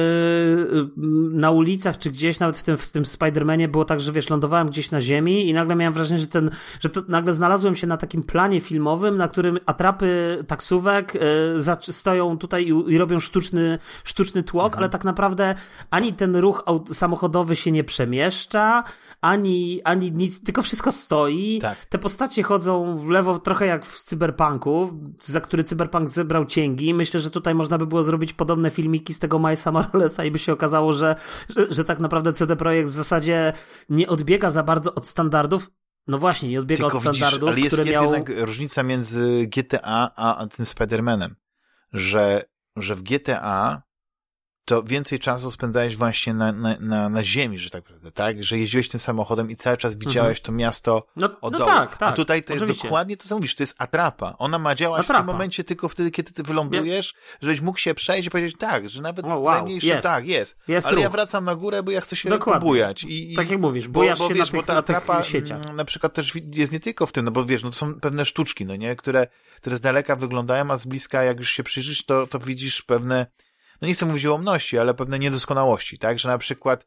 na ulicach, czy gdzieś, nawet w tym, w tym Spider-Manie było tak, że wiesz, lądowałem gdzieś na ziemi i nagle miałem wrażenie, że ten, że to, nagle znalazłem się na takim planie filmowym, na którym atrapy taksówek yy, stoją tutaj i, i robią sztuczny, sztuczny tłok, mhm. ale tak naprawdę ani ten ruch aut- samochodowy się nie przemieszcza, ani, ani nic, tylko wszystko stoi. Tak. Te postacie chodzą w lewo trochę jak w Cyberpunku, za który Cyberpunk zebrał cięgi. Myślę, że tutaj można by było zrobić podobne filmiki z tego Milesa Moralesa i by się okazało, że, że, że tak naprawdę C D Projekt w zasadzie nie odbiega za bardzo od standardów. No właśnie, nie odbiega tylko od widzisz, standardów, ale jest, które jest miał... jednak różnica między G T A a, a tym Spider-Manem, że, że w G T A to więcej czasu spędzałeś właśnie na, na, na, na ziemi, że tak powiem, tak? Że jeździłeś tym samochodem i cały czas widziałeś mhm. to miasto no, od no dołu. Tak, tak, a tutaj to oczywiście. jest dokładnie to, co mówisz, to jest atrapa. Ona ma działać atrapa. w tym momencie tylko wtedy, kiedy ty wylądujesz, ja... żebyś mógł się przejść i powiedzieć tak, że nawet oh, wow. najmniejsze, jest. tak, jest. jest ale ruch. Ja wracam na górę, bo ja chcę się dokładnie. pobujać. I, i, tak jak mówisz, bujasz bo, bo, się wiesz, na tych, bo ta atrapa sieciach. na przykład też jest nie tylko w tym, no bo wiesz, no to są pewne sztuczki, no nie, które, które z daleka wyglądają, a z bliska jak już się przyjrzysz, to, to widzisz pewne no nie chcę mówić o ułomności, ale pewne niedoskonałości, tak, że na przykład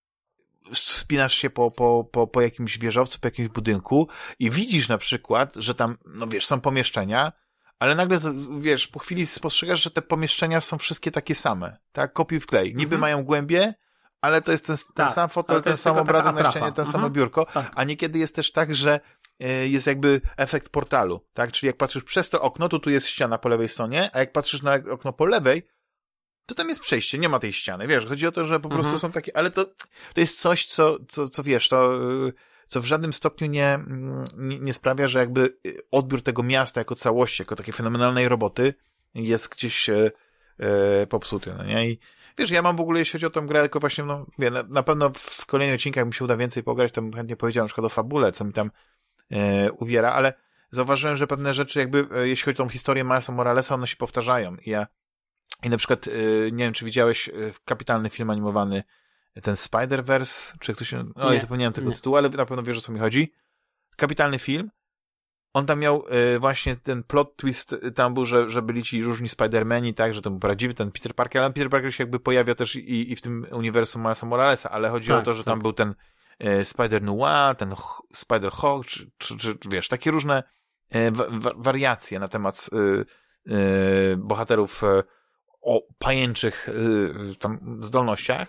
wspinasz się po, po, po, po jakimś wieżowcu, po jakimś budynku i widzisz na przykład, że tam, no wiesz, są pomieszczenia, ale nagle, wiesz, po chwili spostrzegasz, że te pomieszczenia są wszystkie takie same, tak, kopiuj wklej. Niby mhm. mają głębie, ale to jest ten, ten tak, sam fotel, ten sam obrazek na ścianie, ten mhm. samo biurko, tak. A niekiedy jest też tak, że jest jakby efekt portalu, tak, czyli jak patrzysz przez to okno, to tu jest ściana po lewej stronie, a jak patrzysz na okno po lewej, to tam jest przejście, nie ma tej ściany, wiesz, chodzi o to, że po prostu mhm. są takie, ale to, to jest coś, co, co, co wiesz, to, co w żadnym stopniu nie, nie, nie sprawia, że jakby odbiór tego miasta jako całości, jako takiej fenomenalnej roboty jest gdzieś e, e, popsuty, no nie? I wiesz, ja mam w ogóle, jeśli chodzi o tę grę, tylko właśnie, no, wie, na, na pewno w kolejnych odcinkach mi się uda więcej pograć, to bym chętnie powiedział na przykład o fabule, co mi tam e, uwiera, ale zauważyłem, że pewne rzeczy jakby, e, jeśli chodzi o tą historię Milesa Moralesa, one się powtarzają i ja I na przykład, nie wiem, czy widziałeś kapitalny film animowany, ten Spider-Verse, czy ktoś się... No, ja zapomniałem tego nie. tytułu, ale na pewno wiesz, o co mi chodzi. Kapitalny film. On tam miał właśnie ten plot twist, tam był, że, że byli ci różni Spider-Mani, tak, że to był prawdziwy ten Peter Parker, ale Peter Parker się jakby pojawia też i, i w tym uniwersum Milesa Moralesa, ale chodzi tak, o to, że tak. tam był ten e, Spider-Noir, ten H- Spider-Hawk, czy, czy, czy wiesz, takie różne e, wa- wa- wariacje na temat e, e, bohaterów e, o pajęczych y, tam zdolnościach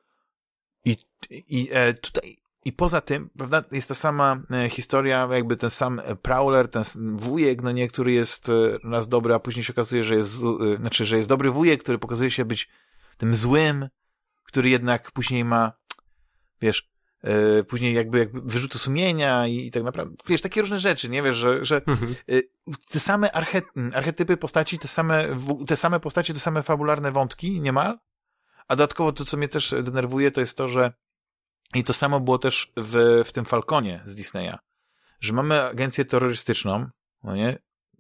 i, i e, tutaj i poza tym, prawda, jest ta sama e, historia, jakby ten sam Prowler, ten wujek, no nie, który jest e, raz dobry, a później się okazuje, że jest e, znaczy, że jest dobry wujek, który pokazuje się być tym złym, który jednak później ma, wiesz, e, później jakby, jakby wyrzuty sumienia i, i tak naprawdę, wiesz, takie różne rzeczy, nie, wiesz, że, że mhm. e, te same arche- archetypy postaci, te same, te same postacie, te same fabularne wątki niemal, a dodatkowo to, co mnie też denerwuje, to jest to, że i to samo było też w, w tym Falconie z Disneya, że mamy agencję terrorystyczną, no nie,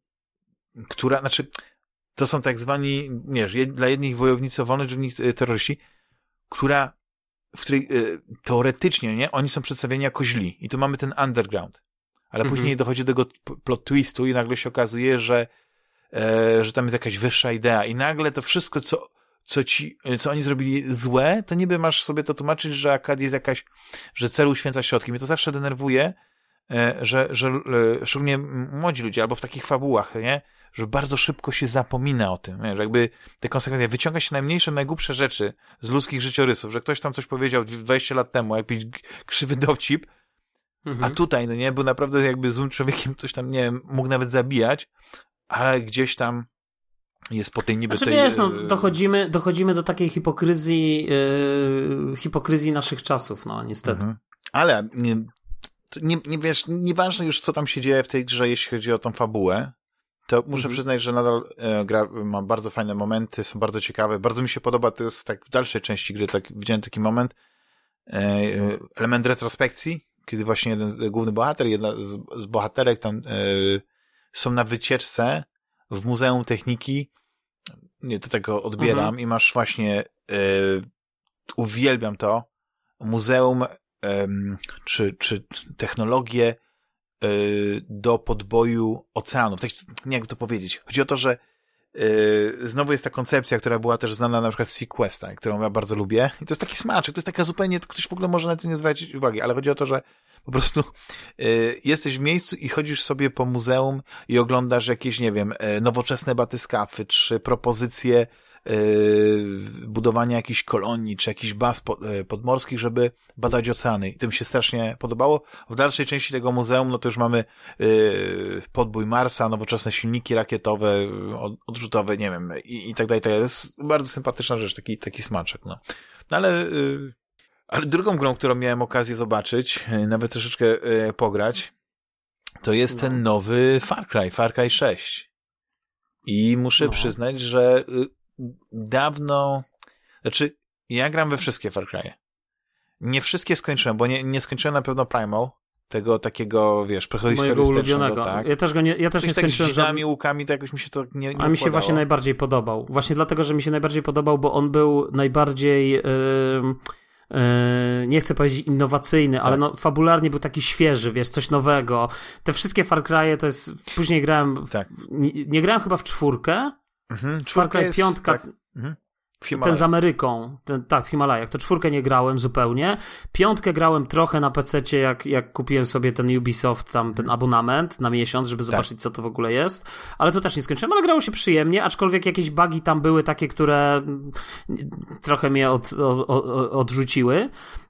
która, znaczy, to są tak zwani, wiesz, jed, dla jednych wojownicy o wolność, dla innych terroryści, która, w której y, teoretycznie, nie, oni są przedstawieni jako źli i tu mamy ten underground. Ale mhm. później dochodzi do tego plot twistu i nagle się okazuje, że, e, że tam jest jakaś wyższa idea i nagle to wszystko, co, co ci, co oni zrobili złe, to niby masz sobie to tłumaczyć, że akad jest jakaś, że cel uświęca środki. Mnie to zawsze denerwuje, e, że, że e, szczególnie młodzi ludzie, albo w takich fabułach, nie, że bardzo szybko się zapomina o tym, nie? Że jakby te konsekwencje, wyciąga się najmniejsze, najgłupsze rzeczy z ludzkich życiorysów, że ktoś tam coś powiedział dwadzieścia lat temu, jakiś krzywy dowcip, mhm. a tutaj, no nie, był naprawdę jakby złym człowiekiem, coś tam, nie wiem, mógł nawet zabijać, ale gdzieś tam jest po tej niby znaczy, tej... Wiesz, no, dochodzimy, dochodzimy do takiej hipokryzji yy, hipokryzji naszych czasów, no niestety. Mhm. Ale nie, nie, nie wiesz, nieważne już co tam się dzieje w tej grze, jeśli chodzi o tą fabułę, to muszę mhm. przyznać, że nadal e, gra ma bardzo fajne momenty, są bardzo ciekawe, bardzo mi się podoba, to jest tak w dalszej części gry, tak widziałem taki moment, e, element retrospekcji, kiedy właśnie jeden główny bohater, jedna z, z bohaterek tam e, są na wycieczce w Muzeum Techniki, nie, to tego odbieram mhm. i masz właśnie, e, uwielbiam to, muzeum e, czy, czy technologię e, do podboju oceanów. Tak, nie jakby to powiedzieć. Chodzi o to, że Yy, znowu jest ta koncepcja, która była też znana na przykład z Sequesta, którą ja bardzo lubię. I to jest taki smaczek, to jest taka zupełnie, ktoś w ogóle może na to nie zwracać uwagi, ale chodzi o to, że po prostu yy, jesteś w miejscu i chodzisz sobie po muzeum i oglądasz jakieś, nie wiem, yy, nowoczesne batyskafy, czy propozycje yy, budowania jakichś kolonii, czy jakichś baz po, yy, podmorskich, żeby badać oceany. I to mi się strasznie podobało. W dalszej części tego muzeum, no to już mamy yy, podbój Marsa, nowoczesne silniki rakietowe, od, odrzutowe, nie wiem, i, i tak dalej, tak dalej. To jest bardzo sympatyczna rzecz, taki, taki smaczek, no. No ale... Yy, Ale drugą grą, którą miałem okazję zobaczyć, nawet troszeczkę e, pograć, to jest no. ten nowy Far Cry, Far Cry sześć. I muszę no. przyznać, że y, dawno... Znaczy, ja gram we wszystkie Far Cry'e. Nie wszystkie skończyłem, bo nie, nie skończyłem na pewno Primal, tego takiego, wiesz, prehistorycznego, tak? Ja też go nie, ja też nie tak skończyłem. Z dzidami, łukami, to jakoś mi się to nie, nie A układało. mi się właśnie najbardziej podobał. Właśnie dlatego, że mi się najbardziej podobał, bo on był najbardziej... Yy... Yy, nie chcę powiedzieć innowacyjny, tak. ale no fabularnie był taki świeży, wiesz, coś nowego. Te wszystkie Far Cry'e to jest... Później grałem... W, tak. nie, nie grałem chyba w czwórkę. Mhm, Far Cry jest, piątka... Tak. Mhm. Ten z Ameryką, ten, tak, w Himalajach. To czwórkę nie grałem zupełnie. Piątkę grałem trochę na pececie, jak, jak kupiłem sobie ten Ubisoft, tam ten abonament na miesiąc, żeby zobaczyć, tak. co to w ogóle jest. Ale to też nie skończyłem, ale grało się przyjemnie, aczkolwiek jakieś bugi tam były takie, które trochę mnie od, od, od, odrzuciły.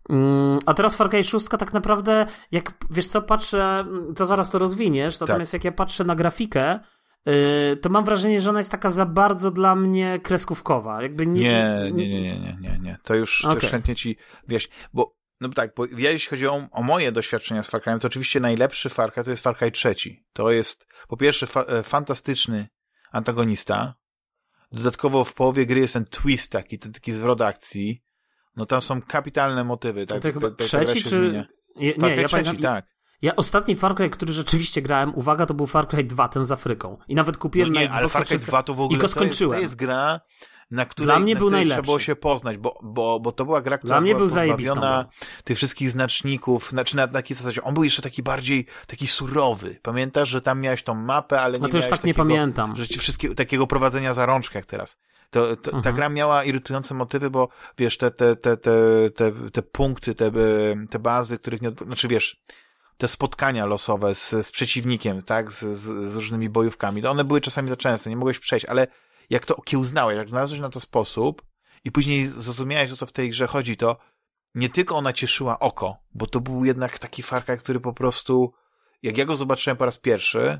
A teraz Far Cry sześć tak naprawdę, jak wiesz co, patrzę, to zaraz to rozwiniesz, natomiast tak. jak ja patrzę na grafikę, to mam wrażenie, że ona jest taka za bardzo dla mnie kreskówkowa. Jakby nie, nie, nie, nie, nie, nie, nie, nie. To już okay. też chętnie ci wiesz, bo no tak, bo ja jeśli chodzi o, o moje doświadczenia z Far Cry'em, to oczywiście najlepszy Far Cry to jest Far Cry trzy. To jest po pierwsze fa- fantastyczny antagonista. Dodatkowo w połowie gry jest ten twist taki, ten taki zwrot akcji. No tam są kapitalne motywy. Tak, to chyba te, te, trzeci czy... Nie, nie ja trzeci, tak. Ja ostatni Far Cry, który rzeczywiście grałem, uwaga, to był Far Cry dwa, ten z Afryką. I nawet kupiłem no nie, na Xboxa ale Far Cry dwa to w ogóle i go skończyłem. To jest, to jest gra, na której, Dla mnie na był której najlepszy. trzeba było się poznać, bo, bo, bo to była gra, która Dla mnie była był pozbawiona tych wszystkich znaczników, znaczy na takiej zasadzie, on był jeszcze taki bardziej, taki surowy. Pamiętasz, że tam miałeś tą mapę, ale nie no to już miałeś tak takiego, nie pamiętam. że ci wszystkie, takiego prowadzenia za rączkę jak teraz. To, to, mhm. Ta gra miała irytujące motywy, bo wiesz, te, te, te, te, te, te punkty, te, te bazy, których nie, znaczy wiesz, te spotkania losowe z, z przeciwnikiem, tak, z, z, z różnymi bojówkami, to one były czasami za częste, nie mogłeś przejść, ale jak to okiełznałeś, jak znalazłeś na to sposób i później zrozumiałeś, o co w tej grze chodzi, to nie tylko ona cieszyła oko, bo to był jednak taki Far Cry, który po prostu, jak ja go zobaczyłem po raz pierwszy,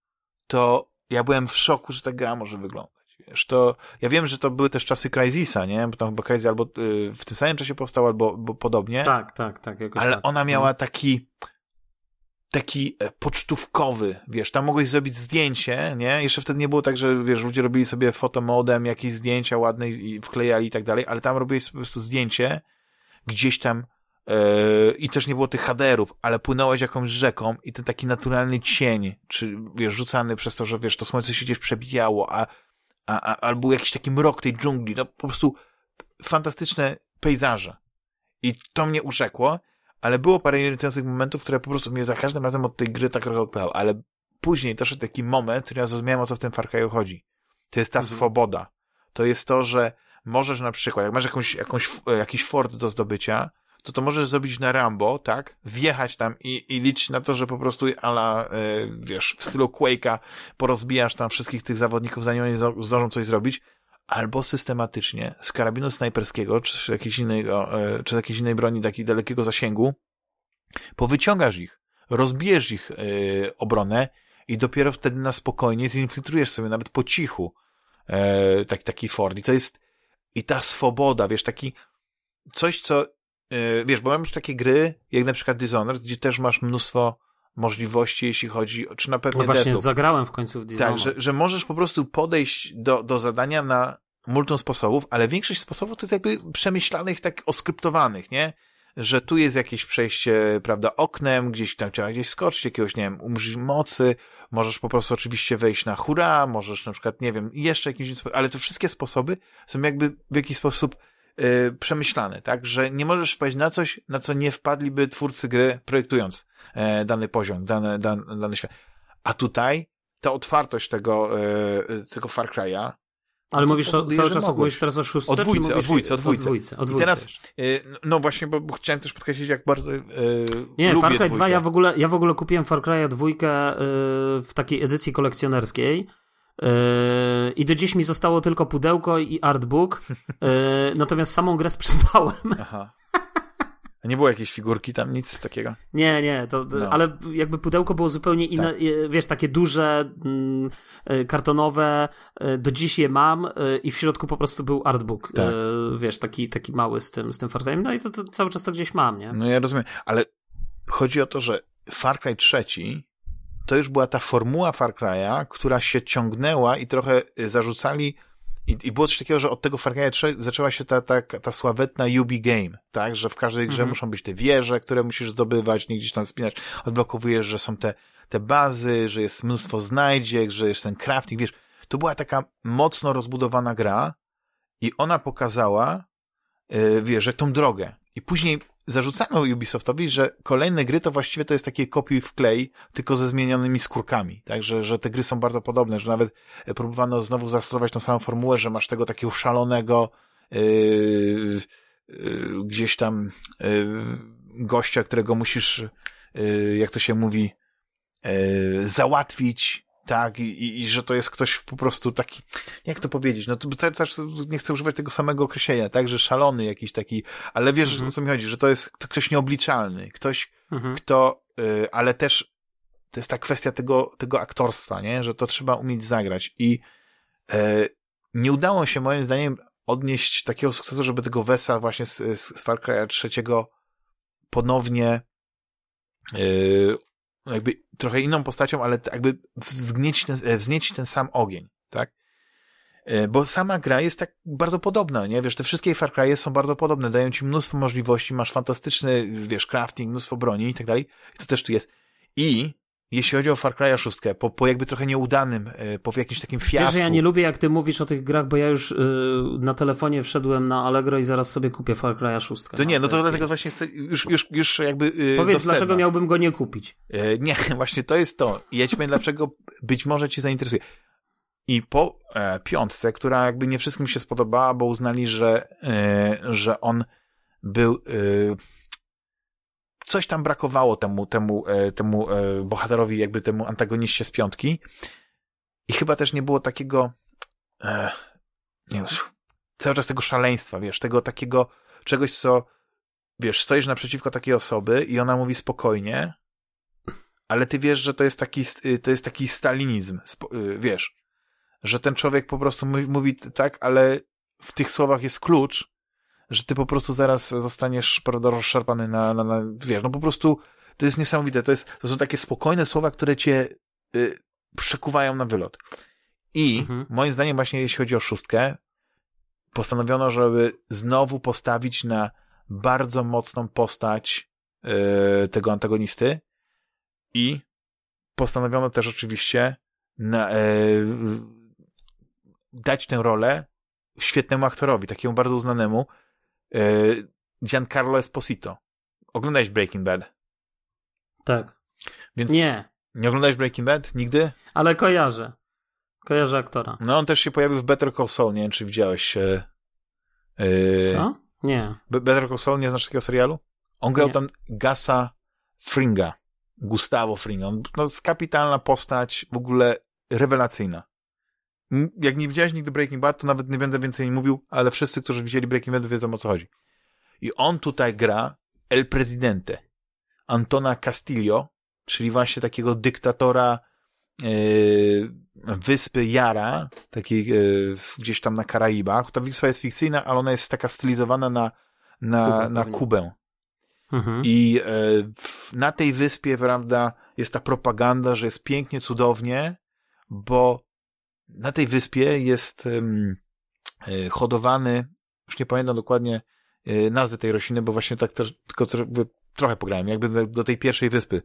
to ja byłem w szoku, że ta gra może wyglądać. Wiesz, to, ja wiem, że to były też czasy Crysisa, nie? Bo tam chyba Crysis albo y, w tym samym czasie powstał, albo, albo podobnie. Tak, tak, tak. Jakoś ale tak. ona miała taki taki pocztówkowy, wiesz, tam mogłeś zrobić zdjęcie, nie? Jeszcze wtedy nie było tak, że, wiesz, ludzie robili sobie fotomodem, jakieś zdjęcia ładne i wklejali i tak dalej, ale tam robiłeś po prostu zdjęcie gdzieś tam yy, i też nie było tych haderów, ale płynąłeś jakąś rzeką i ten taki naturalny cień, czy, wiesz, rzucany przez to, że, wiesz, to słońce się gdzieś przebijało, a, a, a albo jakiś taki mrok tej dżungli, no po prostu fantastyczne pejzaże. I to mnie urzekło, ale było parę irytujących momentów, które po prostu mnie za każdym razem od tej gry tak trochę odpychały, ale później doszedł taki moment, który ja zrozumiałem, o co w tym Far Cry'u chodzi. To jest ta mhm. swoboda. To jest to, że możesz na przykład, jak masz jakąś, jakąś, jakiś fort do zdobycia, to to możesz zrobić na Rambo, tak? Wjechać tam i, i liczyć na to, że po prostu ala, yy, wiesz, w stylu Quake'a porozbijasz tam wszystkich tych zawodników, zanim oni zdążą coś zrobić, albo systematycznie z karabinu snajperskiego, czy z jakiejś innego, czy z jakiejś innej broni takiej dalekiego zasięgu, powyciągasz ich, rozbijesz ich yy, obronę i dopiero wtedy na spokojnie zinfiltrujesz sobie nawet po cichu yy, taki, taki fort. I to jest i ta swoboda, wiesz, taki coś, co yy, wiesz, bo mam już takie gry, jak na przykład Dishonored, gdzie też masz mnóstwo możliwości, jeśli chodzi, czy na pewno no właśnie Deathloop. Zagrałem w końcu w Dishonored. Tak, że, że możesz po prostu podejść do, do zadania na multum sposobów, ale większość sposobów to jest jakby przemyślanych, tak oskryptowanych, nie? Że tu jest jakieś przejście, prawda, oknem, gdzieś tam trzeba gdzieś skoczyć, jakiegoś, nie wiem, użyć mocy, możesz po prostu oczywiście wejść na hura, możesz na przykład, nie wiem, jeszcze jakimś sposobem, ale to wszystkie sposoby są jakby w jakiś sposób yy, przemyślane, tak? Że nie możesz wpaść na coś, na co nie wpadliby twórcy gry, projektując e, dany poziom, dany, dany, dany świat. A tutaj ta otwartość tego, e, tego Far Cry'a. Ale mówisz o, cały czas mówisz teraz o szóstce? O dwójce, o dwójce, o dwójce. O dwójce, o dwójce. I teraz, no właśnie, bo chciałem też podkreślić, jak bardzo yy, Nie, lubię Far Cry dwójkę. dwa, ja w ogóle, ja w ogóle kupiłem Far Cry'a dwójkę yy, w takiej edycji kolekcjonerskiej yy, i do dziś mi zostało tylko pudełko i artbook, yy, natomiast samą grę sprzedałem. Aha. A nie było jakiejś figurki tam, nic takiego? Nie, nie, to, no. Ale jakby pudełko było zupełnie inne, tak. Wiesz, takie duże, mm, kartonowe, do dziś je mam i w środku po prostu był artbook, tak. Wiesz, taki, taki mały z tym, z tym Far Cry'em, no i to, to cały czas to gdzieś mam, nie? No ja rozumiem, ale chodzi o to, że Far Cry trzeci to już była ta formuła Far Cry'a, która się ciągnęła i trochę zarzucali. I, I było coś takiego, że od tego Far Cry trzy zaczęła się ta, ta, ta sławetna U B Game, tak? Że w każdej grze mm-hmm. muszą być te wieże, które musisz zdobywać, nie gdzieś tam spinać, odblokowujesz, że są te, te bazy, że jest mnóstwo znajdziek, że jest ten crafting, wiesz. To była taka mocno rozbudowana gra i ona pokazała, yy, wiesz, że tą drogę. I później zarzucano Ubisoftowi, że kolejne gry to właściwie to jest takie kopiuj wklej, tylko ze zmienionymi skórkami. Także, że te gry są bardzo podobne, że nawet próbowano znowu zastosować tą samą formułę, że masz tego takiego szalonego yy, yy, gdzieś tam yy, gościa, którego musisz, yy, jak to się mówi, yy, załatwić, tak, I, i, i że to jest ktoś po prostu taki, jak to powiedzieć, no to też nie chcę używać tego samego określenia, tak, że szalony jakiś taki, ale wiesz, mhm. o co mi chodzi, że to jest ktoś nieobliczalny, ktoś, mhm. kto, y, ale też to jest ta kwestia tego, tego aktorstwa, nie, że to trzeba umieć zagrać i y, nie udało się moim zdaniem odnieść takiego sukcesu, żeby tego Wesa właśnie z, z Far Cry'a trzeciego ponownie y, jakby trochę inną postacią, ale jakby wzniecić ten, wzniecić ten sam ogień, tak? Bo sama gra jest tak bardzo podobna, nie? Wiesz, te wszystkie Far Cry'e są bardzo podobne, dają ci mnóstwo możliwości, masz fantastyczny, wiesz, crafting, mnóstwo broni i tak dalej. I to też tu jest. I jeśli chodzi o Far Cry'a szóstkę, po, po jakby trochę nieudanym, po jakimś takim fiasku. Wiesz, ja nie lubię, jak ty mówisz o tych grach, bo ja już yy, na telefonie wszedłem na Allegro i zaraz sobie kupię Far Cry'a szóstkę. To nie, no to dlatego właśnie chcę, już, już, już jakby yy, Powiedz, dlaczego miałbym go nie kupić? Yy, nie, właśnie to jest to. I ja ci powiem, dlaczego być może ci zainteresuje. I po e, piątce, która jakby nie wszystkim się spodobała, bo uznali, że, e, że on był... E, coś tam brakowało temu, temu, e, temu e, bohaterowi, jakby temu antagoniście z piątki. I chyba też nie było takiego... E, nie wiem, cały czas tego szaleństwa, wiesz, tego takiego czegoś, co... Wiesz, stoisz naprzeciwko takiej osoby i ona mówi spokojnie, ale ty wiesz, że to jest taki, to jest taki stalinizm, wiesz, że ten człowiek po prostu mówi tak, ale w tych słowach jest klucz, że ty po prostu zaraz zostaniesz, prawda, rozszarpany na, na, na wiesz, no po prostu to jest niesamowite, to jest, to są takie spokojne słowa, które cię y, przekuwają na wylot. I mhm. moim zdaniem właśnie jeśli chodzi o szóstkę, postanowiono, żeby znowu postawić na bardzo mocną postać y, tego antagonisty i postanowiono też oczywiście na, y, dać tę rolę świetnemu aktorowi, takiemu bardzo uznanemu, y, Giancarlo Esposito. Oglądałeś Breaking Bad? Tak. Więc nie. Nie oglądałeś Breaking Bad? Nigdy? Ale kojarzę. Kojarzę aktora. No on też się pojawił w Better Call Saul, nie wiem, czy widziałeś. Y, y, Co? Nie. Better Call Saul, nie znasz takiego serialu? On grał nie. tam Gasa Fringa. Gustavo Fringa. On, no, jest kapitalna postać, w ogóle rewelacyjna. Jak nie widziałeś nigdy Breaking Bad, to nawet nie będę więcej mówił, ale wszyscy, którzy widzieli Breaking Bad, wiedzą, o co chodzi. I on tutaj gra El Presidente, Antona Castillo, czyli właśnie takiego dyktatora yy, wyspy Yara, takiej yy, gdzieś tam na Karaibach. Ta wyspa jest fikcyjna, ale ona jest taka stylizowana na, na, Kubę, na Kubę. Mhm. I yy, w, na tej wyspie, prawda, jest ta propaganda, że jest pięknie, cudownie, bo na tej wyspie jest um, y, hodowany, już nie pamiętam dokładnie y, nazwy tej rośliny, bo właśnie tak też, tylko trochę pograłem, jakby do, do tej pierwszej wyspy,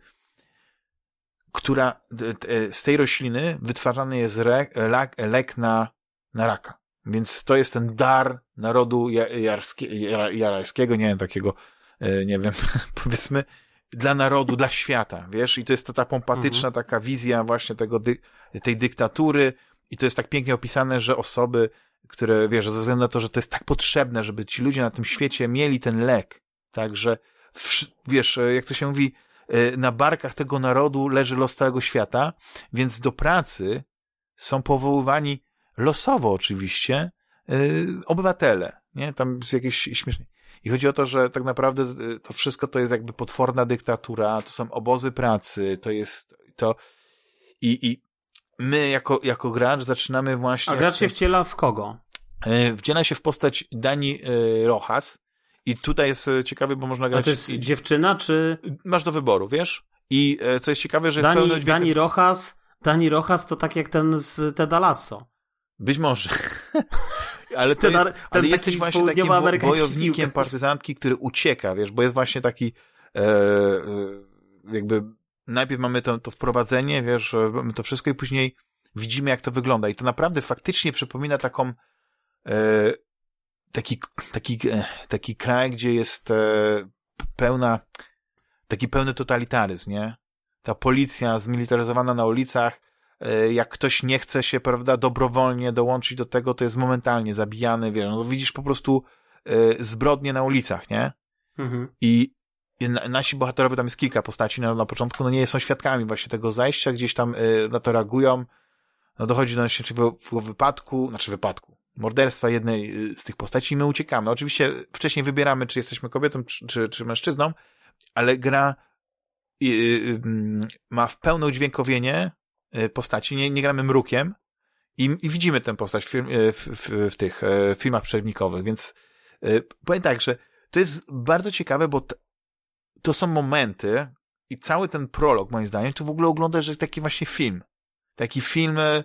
która y, z tej rośliny wytwarzany jest re, lek, lek na, na raka. Więc to jest ten dar narodu jarski, jar, jarajskiego, nie wiem, takiego, y, nie wiem, powiedzmy, dla narodu, dla świata, wiesz, i to jest to ta pompatyczna mhm. taka wizja właśnie tego dy, tej dyktatury i to jest tak pięknie opisane, że osoby, które, wiesz, ze względu na to, że to jest tak potrzebne, żeby ci ludzie na tym świecie mieli ten lek, tak, że w, wiesz, jak to się mówi, na barkach tego narodu leży los całego świata, więc do pracy są powoływani losowo oczywiście yy, obywatele, nie? Tam jest jakieś śmieszne. I chodzi o to, że tak naprawdę to wszystko to jest jakby potworna dyktatura, to są obozy pracy, to jest to i, i my jako, jako gracz zaczynamy właśnie... A gracz się wciela w kogo? Yy, wciela się w postać Dani yy, Rojas i tutaj jest ciekawy, bo można grać... A to jest i, dziewczyna, czy... Masz do wyboru, wiesz? I yy, co jest ciekawe, że jest Dani, pełno dźwięku... Dani Rojas, Dani Rojas to tak jak ten z Teda Lasso. Być może. ale to ten, jest, ten ale jesteś właśnie takim bojownikiem piłkarz. partyzantki, który ucieka, wiesz, bo jest właśnie taki e, e, jakby najpierw mamy to, to wprowadzenie, wiesz, mamy to wszystko i później widzimy, jak to wygląda. I to naprawdę faktycznie przypomina taką e, taki, taki, e, taki kraj, gdzie jest e, pełna taki pełny totalitaryzm, nie? Ta policja zmilitaryzowana na ulicach, jak ktoś nie chce się, prawda, dobrowolnie dołączyć do tego, to jest momentalnie zabijany, wiesz, no widzisz po prostu y, zbrodnie na ulicach, nie? Mhm. I, i na, nasi bohaterowie, tam jest kilka postaci na, na początku, no nie są świadkami właśnie tego zajścia, gdzieś tam y, na to reagują, no dochodzi do naszego wypadku, znaczy wypadku, morderstwa jednej z tych postaci i my uciekamy. Oczywiście wcześniej wybieramy, czy jesteśmy kobietą, czy, czy, czy mężczyzną, ale gra y, y, ma w pełne udźwiękowienie postaci, nie, nie gramy mrukiem i, i widzimy tę postać w, film, w, w, w tych w filmach przerwnikowych, więc y, powiem tak, że to jest bardzo ciekawe, bo t, to są momenty i cały ten prolog, moim zdaniem, to w ogóle oglądasz jak taki właśnie film. Taki film y,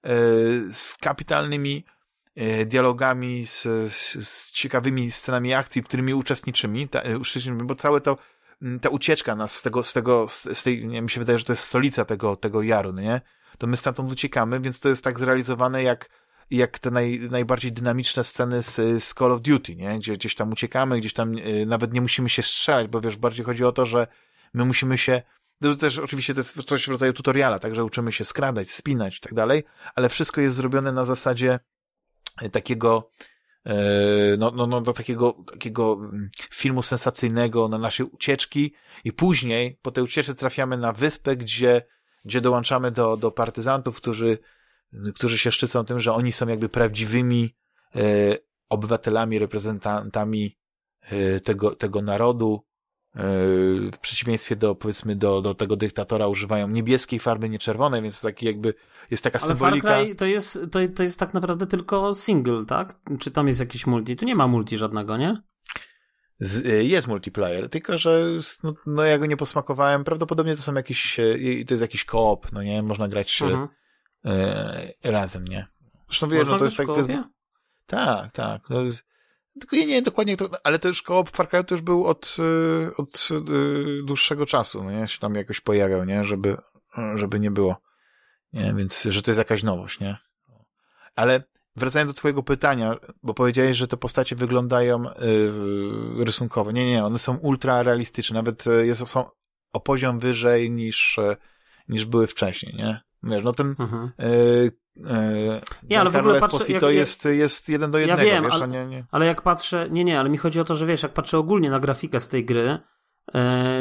z kapitalnymi y, dialogami, z, z, z ciekawymi scenami akcji, w którymi uczestniczymy, ta, uczestniczymy, bo całe to ta ucieczka nas z tego, z tego, z tej, nie, mi się wydaje, że to jest stolica tego, tego jaru, nie? To my stamtąd uciekamy, więc to jest tak zrealizowane jak, jak te naj, najbardziej dynamiczne sceny z, z Call of Duty, nie? Gdzie gdzieś tam uciekamy, gdzieś tam y, nawet nie musimy się strzelać, bo wiesz, bardziej chodzi o to, że my musimy się, to też oczywiście to jest coś w rodzaju tutoriala, także uczymy się skradać, spinać i tak dalej, ale wszystko jest zrobione na zasadzie takiego No, no, no, do takiego, takiego filmu sensacyjnego na nasze ucieczki i później po tej ucieczce trafiamy na wyspę, gdzie, gdzie dołączamy do, do partyzantów, którzy, którzy się szczycą tym, że oni są jakby prawdziwymi e, obywatelami, reprezentantami e, tego, tego narodu. E, w przeciwieństwie do, powiedzmy, do, do tego dyktatora używają niebieskiej farby, nie czerwonej, więc to taki jakby jest taka ale symbolika. Far Cry to jest, to, to jest tak naprawdę tylko single, tak? Czy tam jest jakiś multi? Tu nie ma multi żadnego, nie? Z, jest multiplayer, tylko że no, no ja go nie posmakowałem. Prawdopodobnie to są jakieś, to jest jakiś koop, no nie? Można grać mhm. e, razem, nie? Zresztą wiesz, no to jest tak... To jest, tak, tak. No, tylko ja nie wiem dokładnie, to, ale to już koop Far Cry to już był od, od dłuższego czasu, no nie? Się tam jakoś pojawiał, nie? Żeby, żeby nie było. Nie, więc, że to jest jakaś nowość, nie? Ale wracając do twojego pytania, bo powiedziałeś, że te postacie wyglądają yy, rysunkowo. Nie, nie, one są ultra realistyczne. Nawet jest, są o poziom wyżej niż, niż były wcześniej, nie? Wiesz, no ten mhm. yy, yy, nie, ale w ogóle patrzę, to jest, jest jeden do jednego. Ja wiem, wiesz, ale, nie, nie. ale jak patrzę, nie, nie, ale mi chodzi o to, że wiesz, jak patrzę ogólnie na grafikę z tej gry, yy,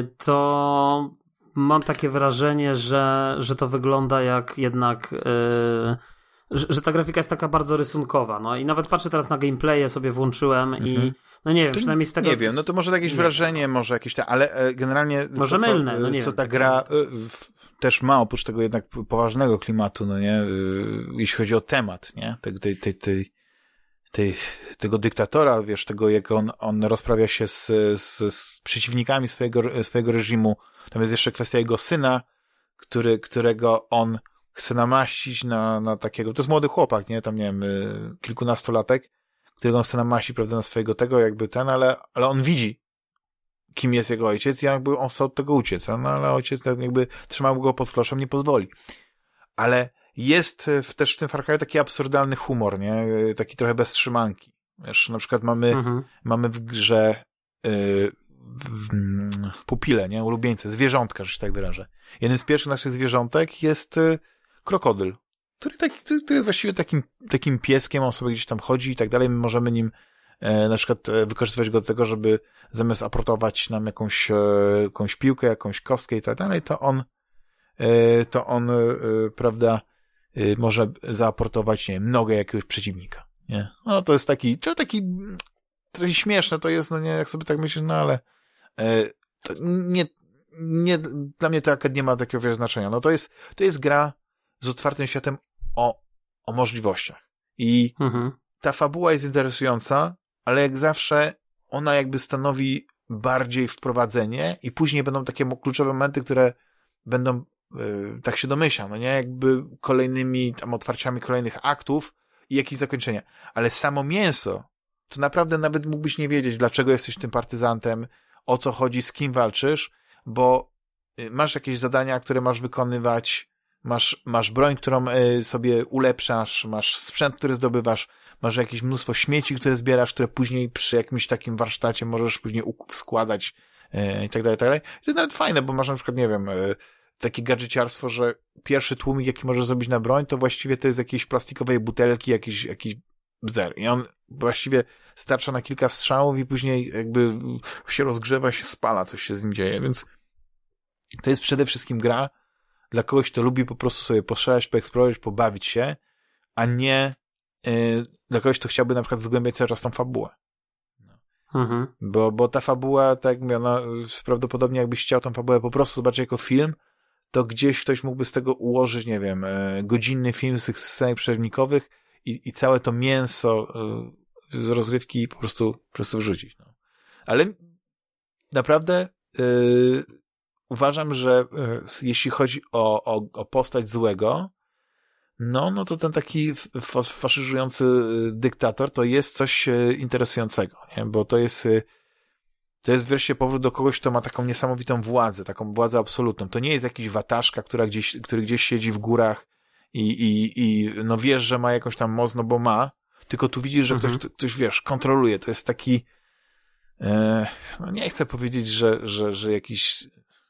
to mam takie wrażenie, że, że to wygląda jak jednak... Yy, Że, że ta grafika jest taka bardzo rysunkowa, no i nawet patrzę teraz na gameplaye, sobie włączyłem mhm. i no nie wiem, to przynajmniej z tego... Nie wiem, no to może jakieś wrażenie, może jakieś te, ale e, generalnie może to, mylne, co, no nie co wiem, ta gra e, w, też ma, oprócz tego jednak poważnego klimatu, no nie, e, jeśli chodzi o temat, nie, tej, tej, tej, tej, tej, tego dyktatora, wiesz, tego jak on, on rozprawia się z, z, z przeciwnikami swojego, swojego reżimu, tam jest jeszcze kwestia jego syna, który, którego on chce namaścić na, na takiego, to jest młody chłopak, nie, tam nie wiem, y, kilkunastolatek, którego on chce namaścić, prawda, na swojego tego, jakby ten, ale, ale on widzi, kim jest jego ojciec i jakby on chce od tego uciec, no ale ojciec jakby trzymał go pod kloszem, nie pozwoli. Ale jest w, też w tym Far Cry taki absurdalny humor, nie, taki trochę bez trzymanki. Wiesz, na przykład mamy, mhm. mamy w grze y, pupile, nie? Ulubieńce, zwierzątka, że się tak wyrażę. Jednym z pierwszych naszych zwierzątek jest y, krokodyl, który, taki, który jest właściwie takim, takim pieskiem, on sobie gdzieś tam chodzi i tak dalej. My możemy nim e, na przykład e, wykorzystywać go do tego, żeby zamiast aportować nam jakąś, e, jakąś piłkę, jakąś kostkę i tak dalej, to on, e, to on, e, prawda, e, może zaaportować, nie wiem, nogę jakiegoś przeciwnika, nie? No to jest taki, to taki, trochę śmieszne to jest, no nie, jak sobie tak myślisz, no ale e, to nie, nie, dla mnie to akurat nie ma takiego wiele znaczenia. No to jest, to jest gra z otwartym światem o, o możliwościach. I mhm. ta fabuła jest interesująca, ale jak zawsze ona jakby stanowi bardziej wprowadzenie i później będą takie kluczowe momenty, które będą, yy, tak się domyślam, no nie, jakby kolejnymi tam otwarciami kolejnych aktów i jakieś zakończenia. Ale samo mięso, to naprawdę nawet mógłbyś nie wiedzieć, dlaczego jesteś tym partyzantem, o co chodzi, z kim walczysz, bo masz jakieś zadania, które masz wykonywać, masz, masz broń, którą y, sobie ulepszasz, masz sprzęt, który zdobywasz, masz jakieś mnóstwo śmieci, które zbierasz, które później przy jakimś takim warsztacie możesz później składać y, i tak dalej, i tak dalej. To jest nawet fajne, bo masz na przykład, nie wiem, y, takie gadżeciarstwo, że pierwszy tłumik, jaki możesz zrobić na broń, to właściwie to jest jakiejś plastikowej butelki, jakiś, jakiś bzder. I on właściwie starcza na kilka strzałów i później jakby się rozgrzewa, się spala, coś się z nim dzieje, więc to jest przede wszystkim gra dla kogoś, kto lubi po prostu sobie poszaleć, poeksplorować, pobawić się, a nie yy, dla kogoś, kto chciałby na przykład zgłębiać cały czas tą fabułę. No. Mhm. Bo, bo ta fabuła, tak jak mówię, no, prawdopodobnie jakbyś chciał tą fabułę po prostu zobaczyć jako film, to gdzieś ktoś mógłby z tego ułożyć, nie wiem, yy, godzinny film z tych scen przerywnikowych i, i całe to mięso yy, z rozrywki po prostu, po prostu wrzucić. No. Ale naprawdę yy, uważam, że y, jeśli chodzi o, o, o postać złego, no, no to ten taki fa- faszyzujący dyktator to jest coś y, interesującego, nie? Bo to jest y, to jest wreszcie powrót do kogoś, kto ma taką niesamowitą władzę, taką władzę absolutną. To nie jest jakiś wataszka, która gdzieś, który gdzieś siedzi w górach i, i, i no wiesz, że ma jakąś tam moc, no bo ma, tylko tu widzisz, że mhm. ktoś, ktoś, wiesz, kontroluje. To jest taki y, no nie chcę powiedzieć, że, że, że jakiś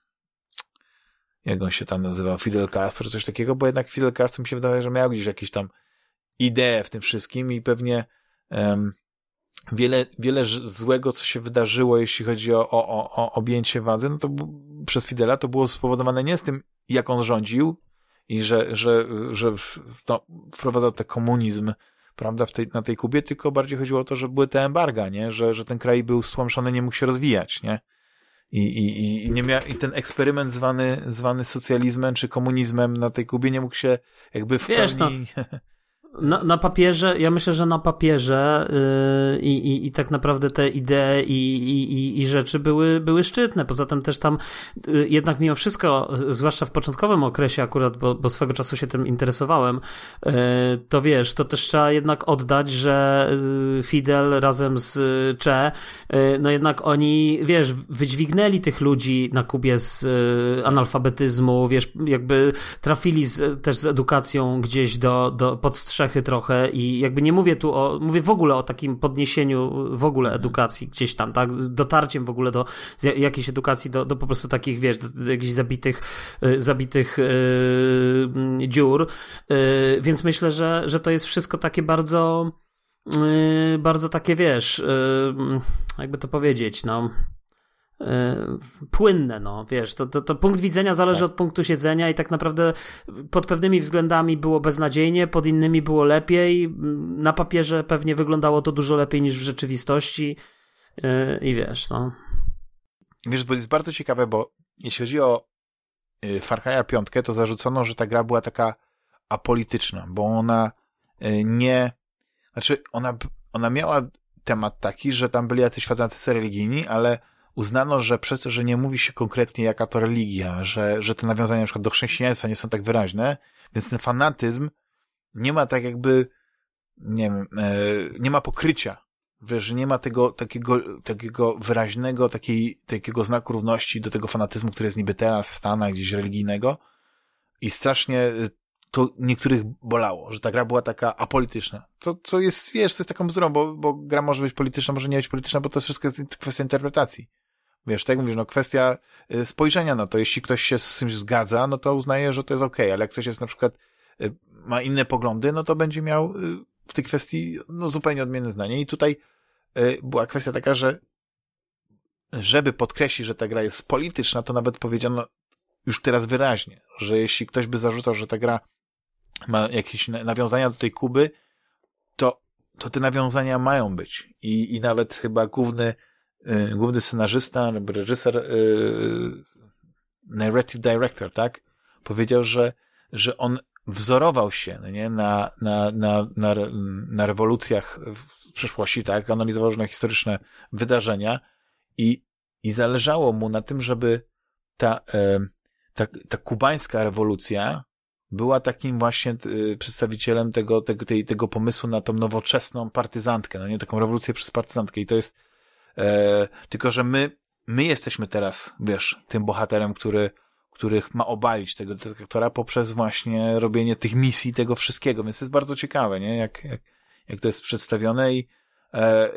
jak on się tam nazywał, Fidel Castro, coś takiego, bo jednak Fidel Castro mi się wydaje, że miał gdzieś jakieś tam idee w tym wszystkim i pewnie um, wiele, wiele złego, co się wydarzyło, jeśli chodzi o, o, o, o objęcie władzy, no to b- przez Fidela to było spowodowane nie z tym, jak on rządził i że, że, że w, no, wprowadzał ten komunizm, prawda, w tej, na tej Kubie, tylko bardziej chodziło o to, że były te embarga, nie? Że, że ten kraj był stłamszony, nie mógł się rozwijać, nie? I, i, i, nie mia- i ten eksperyment zwany, zwany socjalizmem czy komunizmem na tej Kubie nie mógł się jakby w Wiesz, pełni... No, na, na papierze, ja myślę, że na papierze yy, i, i tak naprawdę te idee i, i, i rzeczy były, były szczytne. Poza tym też tam yy, jednak mimo wszystko, zwłaszcza w początkowym okresie akurat, bo, bo swego czasu się tym interesowałem, yy, to wiesz, to też trzeba jednak oddać, że yy, Fidel razem z Che, yy, no jednak oni, wiesz, wydźwignęli tych ludzi na Kubie z yy, analfabetyzmu, wiesz, jakby trafili z, też z edukacją gdzieś do, do podstrzechy trochę i jakby nie mówię tu o, mówię w ogóle o takim podniesieniu w ogóle edukacji gdzieś tam, tak, dotarciem w ogóle do jakiejś edukacji, do, do po prostu takich, wiesz, do, do jakichś zabitych zabitych yy, dziur, yy, więc myślę, że, że to jest wszystko takie bardzo yy, bardzo takie, wiesz, yy, jakby to powiedzieć, no płynne, no, wiesz, to, to, to punkt widzenia zależy tak. od punktu siedzenia i tak naprawdę pod pewnymi względami było beznadziejnie, pod innymi było lepiej, na papierze pewnie wyglądało to dużo lepiej niż w rzeczywistości yy, i wiesz, no. Wiesz, bo jest bardzo ciekawe, bo jeśli chodzi o Far Cry'a piątkę, to zarzucono, że ta gra była taka apolityczna, bo ona nie, znaczy ona, ona miała temat taki, że tam byli jacyś fanatycy religijni, ale uznano, że przez to, że nie mówi się konkretnie jaka to religia, że, że te nawiązania na przykład do chrześcijaństwa nie są tak wyraźne, więc ten fanatyzm nie ma tak jakby, nie wiem, e, nie ma pokrycia. Wiesz, że nie ma tego takiego, takiego wyraźnego, takiej, takiego znaku równości do tego fanatyzmu, który jest niby teraz w Stanach gdzieś religijnego i strasznie to niektórych bolało, że ta gra była taka apolityczna. Co, co jest, wiesz, to jest taką bzdurą, bo, bo gra może być polityczna, może nie być polityczna, bo to wszystko jest kwestia interpretacji. Wiesz, tak jak mówisz, no kwestia spojrzenia, no to jeśli ktoś się z czymś zgadza, no to uznaje, że to jest okej, okay, ale jak ktoś jest na przykład, ma inne poglądy, no to będzie miał w tej kwestii no zupełnie odmienne zdanie i tutaj była kwestia taka, że żeby podkreślić, że ta gra jest polityczna, to nawet powiedziano już teraz wyraźnie, że jeśli ktoś by zarzucał, że ta gra ma jakieś nawiązania do tej Kuby, to, to te nawiązania mają być. I, i nawet chyba główny, yy, główny scenarzysta, albo reżyser, yy, narrative director, tak? Powiedział, że, że on wzorował się, no nie? Na, na, na, na, na rewolucjach w przeszłości, tak? Analizował różne historyczne wydarzenia i, i zależało mu na tym, żeby ta, yy, ta, ta kubańska rewolucja była takim właśnie y, przedstawicielem tego, tego, tej, tego pomysłu na tą nowoczesną partyzantkę, no nie, taką rewolucję przez partyzantkę i to jest e, tylko, że my my jesteśmy teraz, wiesz, tym bohaterem, który, których ma obalić tego detektora poprzez właśnie robienie tych misji, tego wszystkiego, więc to jest bardzo ciekawe, nie, jak, jak, jak to jest przedstawione i e,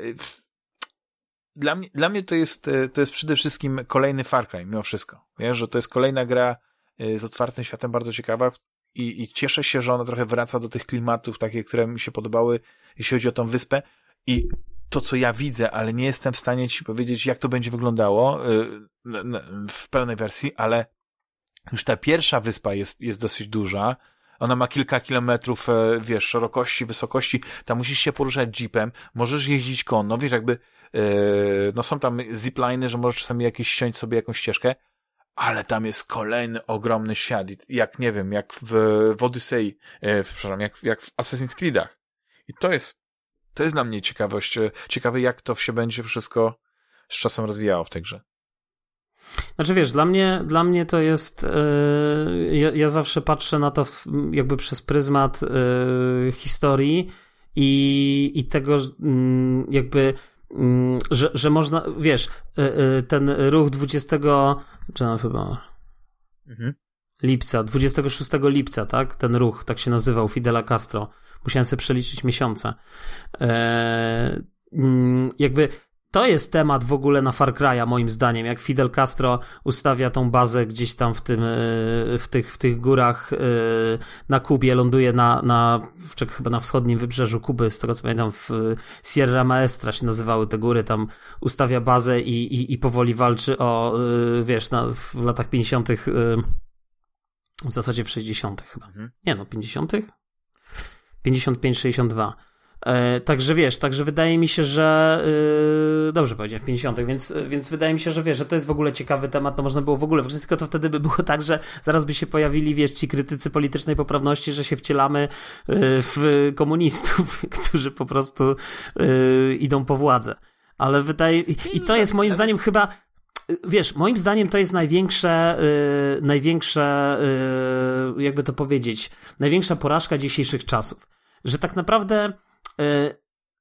dla mnie, dla mnie to jest, to jest przede wszystkim kolejny Far Cry, mimo wszystko, wiesz, że to jest kolejna gra z otwartym światem, bardzo ciekawa, I, i cieszę się, że ona trochę wraca do tych klimatów, takie, które mi się podobały, jeśli chodzi o tą wyspę. I to, co ja widzę, ale nie jestem w stanie ci powiedzieć, jak to będzie wyglądało yy, w pełnej wersji, ale już ta pierwsza wyspa jest, jest dosyć duża. Ona ma kilka kilometrów, yy, wiesz, szerokości, wysokości. Tam musisz się poruszać jeepem, możesz jeździć konno, wiesz, jakby yy, no są tam zipliny, że możesz czasami jakieś ściąć sobie jakąś ścieżkę. Ale tam jest kolejny ogromny świat, jak nie wiem, jak w, w Odyssey, e, przepraszam, jak, jak w Assassin's Creed'ach. I to jest, to jest dla mnie ciekawość, ciekawe jak to się będzie wszystko z czasem rozwijało w tej grze. Znaczy wiesz, dla mnie, dla mnie to jest, yy, ja, ja zawsze patrzę na to w, jakby przez pryzmat yy, historii i, i tego yy, jakby Że, że można, wiesz, ten ruch dwudziestego czy no chyba mhm. lipca, dwudziestego szóstego lipca, tak? Ten ruch, tak się nazywał, Fidela Castro. Musiałem sobie przeliczyć miesiące. Eee, jakby to jest temat w ogóle na Far Cry'a, moim zdaniem, jak Fidel Castro ustawia tą bazę gdzieś tam w tym, w tych, w tych górach na Kubie, ląduje na, na czek, chyba na wschodnim wybrzeżu Kuby, z tego co pamiętam, w Sierra Maestra się nazywały te góry, tam ustawia bazę i, i, i powoli walczy o, wiesz, na, w latach pięćdziesiątych, w zasadzie w sześćdziesiątych chyba. Mhm. Nie no, pięćdziesiątych? pięćdziesiąt pięć sześćdziesiąt dwa. E, także wiesz, także wydaje mi się, że yy, dobrze powiedziałem, w pięćdziesiątych, więc, więc wydaje mi się, że wiesz, że to jest w ogóle ciekawy temat, to można było w ogóle wgrać, tylko to wtedy by było tak, że zaraz by się pojawili, wiesz, ci krytycy politycznej poprawności, że się wcielamy yy, w komunistów, którzy po prostu yy, idą po władzę. Ale wydaje, i, i to jest moim zdaniem chyba, wiesz, moim zdaniem to jest największe, yy, największe, yy, jakby to powiedzieć, największa porażka dzisiejszych czasów. Że tak naprawdę yy,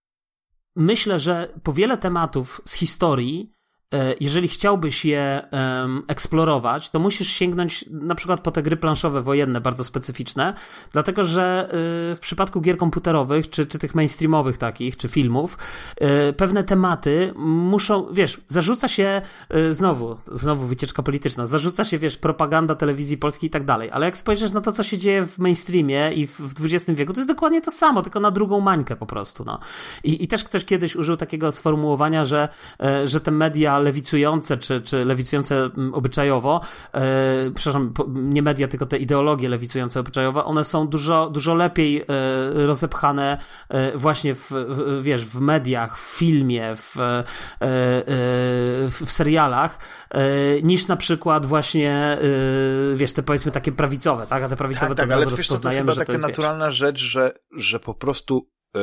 myślę, że po wiele tematów z historii, yy, jeżeli chciałbyś je yy, eksplorować, to musisz sięgnąć na przykład po te gry planszowe wojenne, bardzo specyficzne, dlatego że yy, w przypadku gier komputerowych, czy, czy tych mainstreamowych takich, czy filmów, yy, pewne tematy muszą, wiesz, zarzuca się, yy, znowu, znowu wycieczka polityczna, zarzuca się, wiesz, propaganda telewizji polskiej i tak dalej, ale jak spojrzysz na to, co się dzieje w mainstreamie i w, w dwudziestym wieku, to jest dokładnie to samo, tylko na drugą mańkę po prostu, no. I, i też ktoś kiedyś użył takiego sformułowania, że, yy, że te media lewicujące, czy, czy lewicujące obyczajowo, yy, przepraszam, nie media, tylko te ideologie lewicujące obyczajowo, one są dużo, dużo lepiej yy, rozepchane yy, właśnie w, w, wiesz, w mediach, w filmie, w, yy, yy, w serialach, yy, niż na przykład właśnie, yy, wiesz, te powiedzmy takie prawicowe, tak? A te prawicowe tak, tak, tak, ale to wiesz, to, to jest chyba taka naturalna wiesz. rzecz, że, że po prostu yy,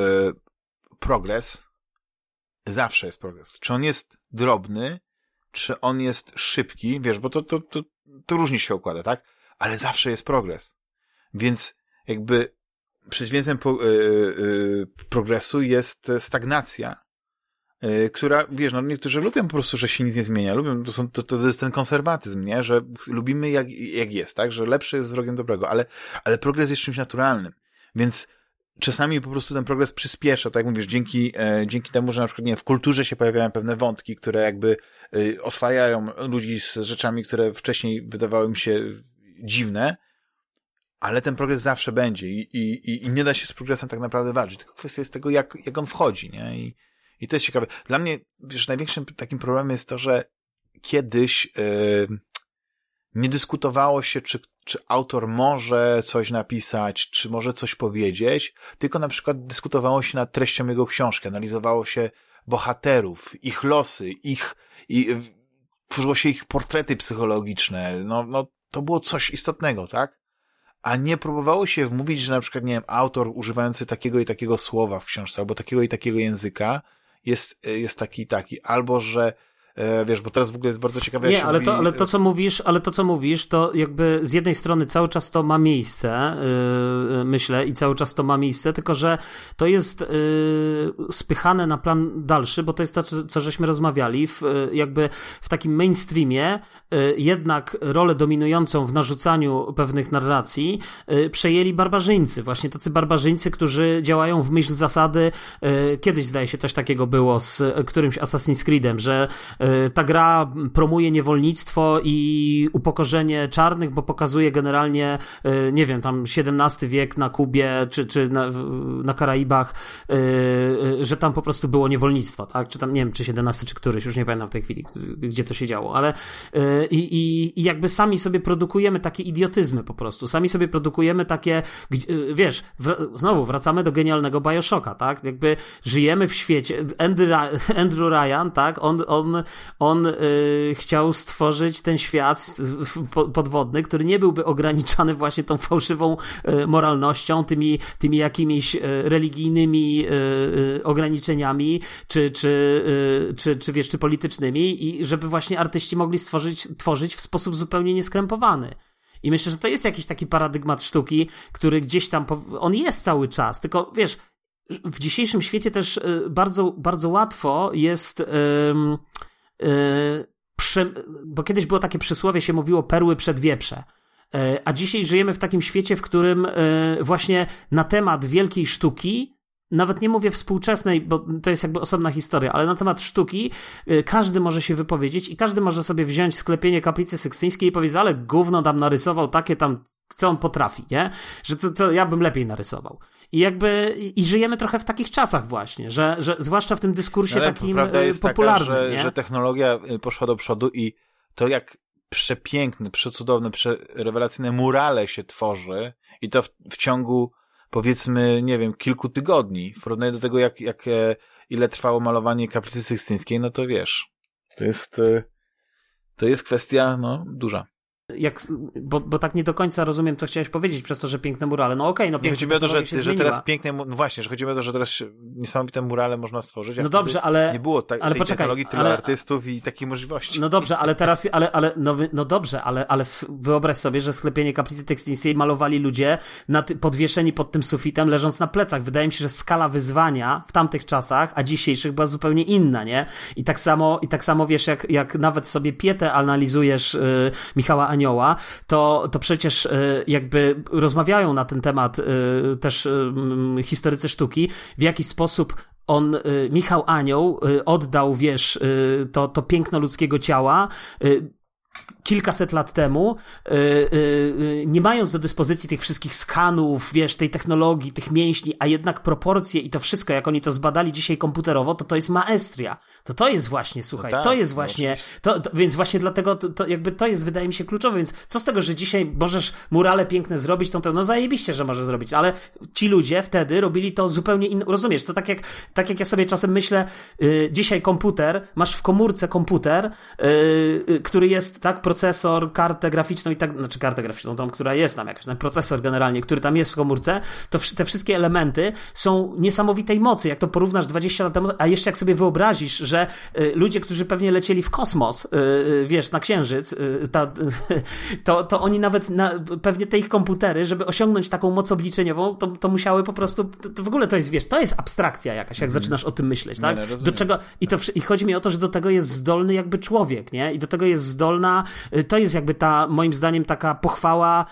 progres zawsze jest progres. Czy on jest drobny, czy on jest szybki, wiesz, bo to, to, to, to różnie się układa, tak? Ale zawsze jest progres. Więc jakby przeciwieństwem po, yy, yy, progresu jest stagnacja, yy, która, wiesz, no niektórzy lubią po prostu, że się nic nie zmienia. Lubią, to, są, to, to jest ten konserwatyzm, nie? Że lubimy jak, jak jest, tak? Że lepsze jest wrogiem dobrego, ale, ale progres jest czymś naturalnym. Więc czasami po prostu ten progres przyspiesza, tak jak mówisz, dzięki, e, dzięki temu, że na przykład nie, w kulturze się pojawiają pewne wątki, które jakby e, oswajają ludzi z rzeczami, które wcześniej wydawały mi się dziwne, ale ten progres zawsze będzie i, i, i nie da się z progresem tak naprawdę walczyć, tylko kwestia jest tego, jak, jak on wchodzi, nie? I, i to jest ciekawe. Dla mnie, wiesz, największym takim problemem jest to, że kiedyś yy, nie dyskutowało się, czy, czy autor może coś napisać, czy może coś powiedzieć, tylko na przykład dyskutowało się nad treścią jego książki, analizowało się bohaterów, ich losy, ich, i, tworzyło się ich portrety psychologiczne, no, no, to było coś istotnego, tak? A nie próbowało się wmówić, że na przykład, nie wiem, autor używający takiego i takiego słowa w książce, albo takiego i takiego języka jest, jest taki i taki, albo że wiesz, bo teraz w ogóle jest bardzo ciekawe. Nie, jak się ale, mówi... to, ale to, co mówisz, ale to, co mówisz, to jakby z jednej strony cały czas to ma miejsce, yy, myślę, i cały czas to ma miejsce, tylko że to jest yy, spychane na plan dalszy, bo to jest to, co żeśmy rozmawiali, w, yy, jakby w takim mainstreamie yy, jednak rolę dominującą w narzucaniu pewnych narracji yy, przejęli barbarzyńcy, właśnie tacy barbarzyńcy, którzy działają w myśl zasady, yy, kiedyś zdaje się coś takiego było z którymś Assassin's Creedem, że ta gra promuje niewolnictwo i upokorzenie czarnych, bo pokazuje generalnie, nie wiem, tam siedemnasty wiek na Kubie, czy, czy na, na Karaibach, że tam po prostu było niewolnictwo, tak? Czy tam, nie wiem, czy siedemnasty, czy któryś, już nie pamiętam w tej chwili, gdzie to się działo, ale i, i, i jakby sami sobie produkujemy takie idiotyzmy po prostu, sami sobie produkujemy takie, wiesz, w, znowu wracamy do genialnego BioShocka, tak? Jakby żyjemy w świecie, Andrew, Andrew Ryan, tak? On, on On y, chciał stworzyć ten świat podwodny, który nie byłby ograniczany właśnie tą fałszywą y, moralnością, tymi, tymi jakimiś y, religijnymi y, y, ograniczeniami, czy, czy, y, czy, czy wiesz, czy politycznymi, i żeby właśnie artyści mogli stworzyć, tworzyć w sposób zupełnie nieskrępowany. I myślę, że to jest jakiś taki paradygmat sztuki, który gdzieś tam, on jest cały czas, tylko wiesz, w dzisiejszym świecie też y, bardzo, bardzo łatwo jest... Y, Yy, przy, bo kiedyś było takie przysłowie, się mówiło perły przed wieprze. Yy, a dzisiaj żyjemy w takim świecie, w którym yy, właśnie na temat wielkiej sztuki, nawet nie mówię współczesnej, bo to jest jakby osobna historia, ale na temat sztuki yy, każdy może się wypowiedzieć i każdy może sobie wziąć sklepienie Kaplicy Sykstyńskiej i powiedzieć, ale gówno tam narysował takie tam, co on potrafi, nie? Że to, to ja bym lepiej narysował. I jakby, i żyjemy trochę w takich czasach właśnie, że, że zwłaszcza w tym dyskursie ale takim prawda jest popularnym, taka, że, nie? że technologia poszła do przodu i to jak przepiękne, przecudowne, rewelacyjne murale się tworzy i to w, w ciągu, powiedzmy, nie wiem, kilku tygodni, w porównaniu do tego, jak, jak ile trwało malowanie Kaplicy Sykstyńskiej, no to wiesz, to jest, to jest kwestia, no, duża. Jak, bo, bo tak nie do końca rozumiem, co chciałeś powiedzieć przez to, że piękne murale. No okej, okay, no nie chodzi mi o to, że, że teraz piękne, no właśnie, że chodzi mi o to, że teraz niesamowite murale można stworzyć. No dobrze, ale nie było ta, ale tej poczekaj, technologii, tyle ale, artystów i takiej możliwości. No dobrze, ale teraz, ale, ale no, no dobrze, ale, ale wyobraź sobie, że sklepienie Kaplicy Sykstyńskiej malowali ludzie na ty, podwieszeni pod tym sufitem, leżąc na plecach. Wydaje mi się, że skala wyzwania w tamtych czasach, a dzisiejszych była zupełnie inna, nie? I tak samo, i tak samo wiesz, jak, jak nawet sobie Pietę analizujesz yy, Michała Anioła, to To, to przecież jakby rozmawiają na ten temat też historycy sztuki, w jaki sposób on, Michał Anioł, oddał, wiesz, to, to piękno ludzkiego ciała kilkaset lat temu, yy, yy, nie mając do dyspozycji tych wszystkich skanów, wiesz, tej technologii, tych mięśni, a jednak proporcje i to wszystko, jak oni to zbadali dzisiaj komputerowo, to to jest maestria. To to jest właśnie, słuchaj, no tak, to jest właśnie, to, to, więc właśnie dlatego to, to jakby to jest, wydaje mi się, kluczowe, więc co z tego, że dzisiaj możesz murale piękne zrobić, to, to no zajebiście, że możesz zrobić, ale ci ludzie wtedy robili to zupełnie inno, rozumiesz, to tak jak, tak jak ja sobie czasem myślę, yy, dzisiaj komputer, masz w komórce komputer, yy, który jest, tak, procesor, kartę graficzną i tak, znaczy kartę graficzną, tą, która jest tam jakaś, ten procesor generalnie, który tam jest w komórce, to w, te wszystkie elementy są niesamowitej mocy, jak to porównasz dwadzieścia lat temu, a jeszcze jak sobie wyobrazisz, że y, ludzie, którzy pewnie lecieli w kosmos, y, wiesz, na Księżyc, y, ta, y, to, to oni nawet na, pewnie te ich komputery, żeby osiągnąć taką moc obliczeniową, to, to musiały po prostu, to, to w ogóle to jest, wiesz, to jest abstrakcja jakaś, jak mm. zaczynasz o tym myśleć, tak? Nie, no, do czego, i, to, i chodzi mi o to, że do tego jest zdolny jakby człowiek, nie? I do tego jest zdolna ona, to jest jakby ta, moim zdaniem, taka pochwała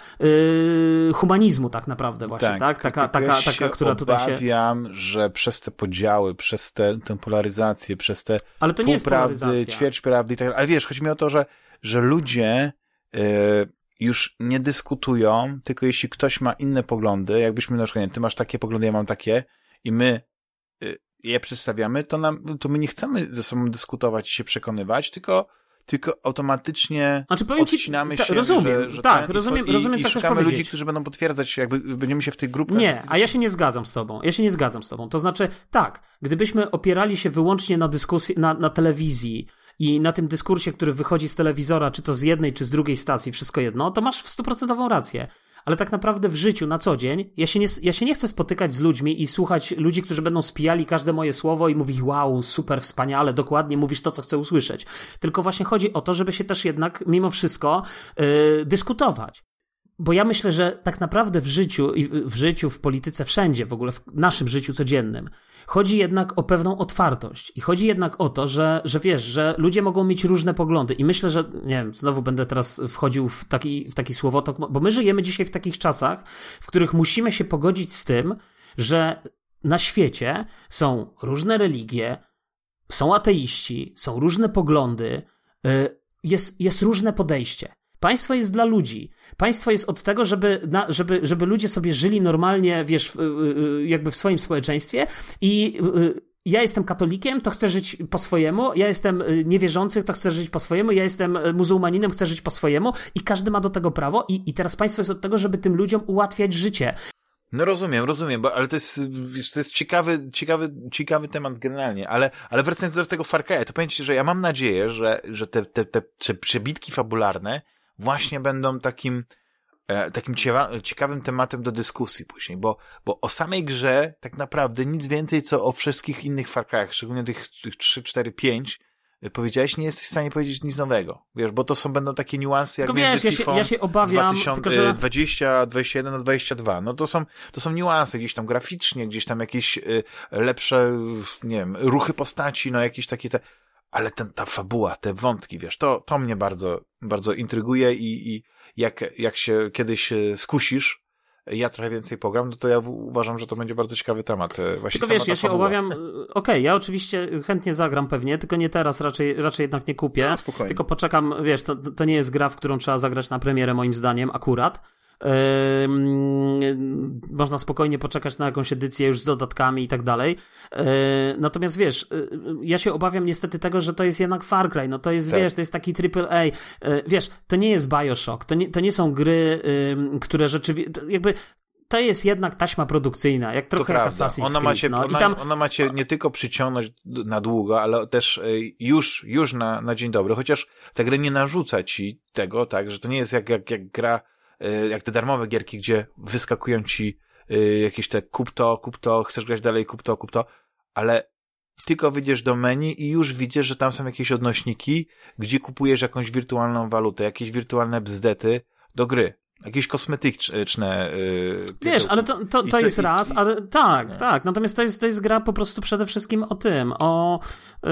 yy, humanizmu tak naprawdę właśnie, tak? tak? Taka, tak taka, ja taka, która tutaj się... obawiam, że przez te podziały, przez te, tę polaryzację, przez te ale to nie jest półprawdy, ćwierć prawdy i tak dalej. Ale wiesz, chodzi mi o to, że, że ludzie yy, już nie dyskutują, tylko jeśli ktoś ma inne poglądy, jakbyśmy na przykład, nie, ty masz takie poglądy, ja mam takie i my yy, je przedstawiamy, to nam, to my nie chcemy ze sobą dyskutować i się przekonywać, tylko tylko automatycznie znaczy, odcinamy ci, ta, się, rozumiem, że, że tak, ten, rozumiem, i, rozumiem, i co chcesz szukamy powiedzieć. ludzi, którzy będą potwierdzać, jakby będziemy się w tych grupach... Nie, a ja się nie zgadzam z tobą. Ja się nie zgadzam z tobą. To znaczy, tak, gdybyśmy opierali się wyłącznie na dyskusji, na, na telewizji i na tym dyskursie, który wychodzi z telewizora, czy to z jednej, czy z drugiej stacji, wszystko jedno, to masz stuprocentową rację. Ale tak naprawdę w życiu, na co dzień, ja się, nie, ja się nie chcę spotykać z ludźmi i słuchać ludzi, którzy będą spijali każde moje słowo i mówić, wow, super, wspaniale, dokładnie mówisz to, co chcę usłyszeć. Tylko właśnie chodzi o to, żeby się też jednak mimo wszystko yy, dyskutować. Bo ja myślę, że tak naprawdę w życiu, w życiu, w polityce, wszędzie, w ogóle w naszym życiu codziennym, chodzi jednak o pewną otwartość i chodzi jednak o to, że, że wiesz, że ludzie mogą mieć różne poglądy i myślę, że, nie wiem, znowu będę teraz wchodził w taki, w taki słowotok, bo my żyjemy dzisiaj w takich czasach, w których musimy się pogodzić z tym, że na świecie są różne religie, są ateiści, są różne poglądy, jest, jest różne podejście. Państwo jest dla ludzi. Państwo jest od tego, żeby, na, żeby, żeby ludzie sobie żyli normalnie, wiesz, jakby w swoim społeczeństwie i ja jestem katolikiem, to chcę żyć po swojemu, ja jestem niewierzący, to chcę żyć po swojemu, ja jestem muzułmaninem, chcę żyć po swojemu i każdy ma do tego prawo i, i teraz państwo jest od tego, żeby tym ludziom ułatwiać życie. No rozumiem, rozumiem, bo, ale to jest, wiesz, to jest ciekawy, ciekawy, ciekawy temat generalnie, ale, ale wracając do tego Far Cry'a, to powiem ci, że ja mam nadzieję, że, że te, te, te, te przebitki fabularne właśnie będą takim, e, takim ciekawa, ciekawym tematem do dyskusji później, bo, bo o samej grze tak naprawdę nic więcej, co o wszystkich innych Far Cry'ach, szczególnie tych, tych trzy, cztery, pięć, powiedziałeś, nie jesteś w stanie powiedzieć nic nowego. Wiesz, bo to są, będą takie niuanse, jak tylko wiesz, ja się, ja się obawiam, dwa tysiące dwadzieścia, tylko, że... dwadzieścia jeden na dwadzieścia dwa. No to są, to są niuanse gdzieś tam graficznie, gdzieś tam jakieś y, lepsze, nie wiem, ruchy postaci, no jakieś takie te, ale ten, ta fabuła, te wątki, wiesz, to, to mnie bardzo, bardzo intryguje i, i jak, jak się kiedyś skusisz, ja trochę więcej pogram, no to ja uważam, że to będzie bardzo ciekawy temat. Właśnie tylko wiesz, ja się obawiam, okej, okay, ja oczywiście chętnie zagram pewnie, tylko nie teraz, raczej, raczej jednak nie kupię, no, tylko poczekam, wiesz, to, to nie jest gra, w którą trzeba zagrać na premierę moim zdaniem akurat. Yy, można spokojnie poczekać na jakąś edycję już z dodatkami i tak dalej. Yy, natomiast wiesz, yy, ja się obawiam niestety tego, że to jest jednak Far Cry, no to jest, tak. wiesz, to jest taki triple A. Yy, wiesz, to nie jest BioShock, to nie, to nie są gry, yy, które rzeczywiście, jakby to jest jednak taśma produkcyjna, jak trochę jak Assassin's ona Creed. Macie, no. ona, I tam... ona macie nie tylko przyciągnąć na długo, ale też już, już na, na dzień dobry, chociaż ta gra nie narzuca ci tego, tak, że to nie jest jak, jak, jak gra, jak te darmowe gierki, gdzie wyskakują ci jakieś te kup to, kup to, chcesz grać dalej, kup to, kup to, ale tylko wyjdziesz do menu i już widzisz, że tam są jakieś odnośniki, gdzie kupujesz jakąś wirtualną walutę, jakieś wirtualne bzdety do gry. Jakieś kosmetyczne... Yy, Wiesz, ale to, to, to, to jest i, raz, i, ale tak, nie. tak. Natomiast to jest, to jest gra po prostu przede wszystkim o tym, o yy,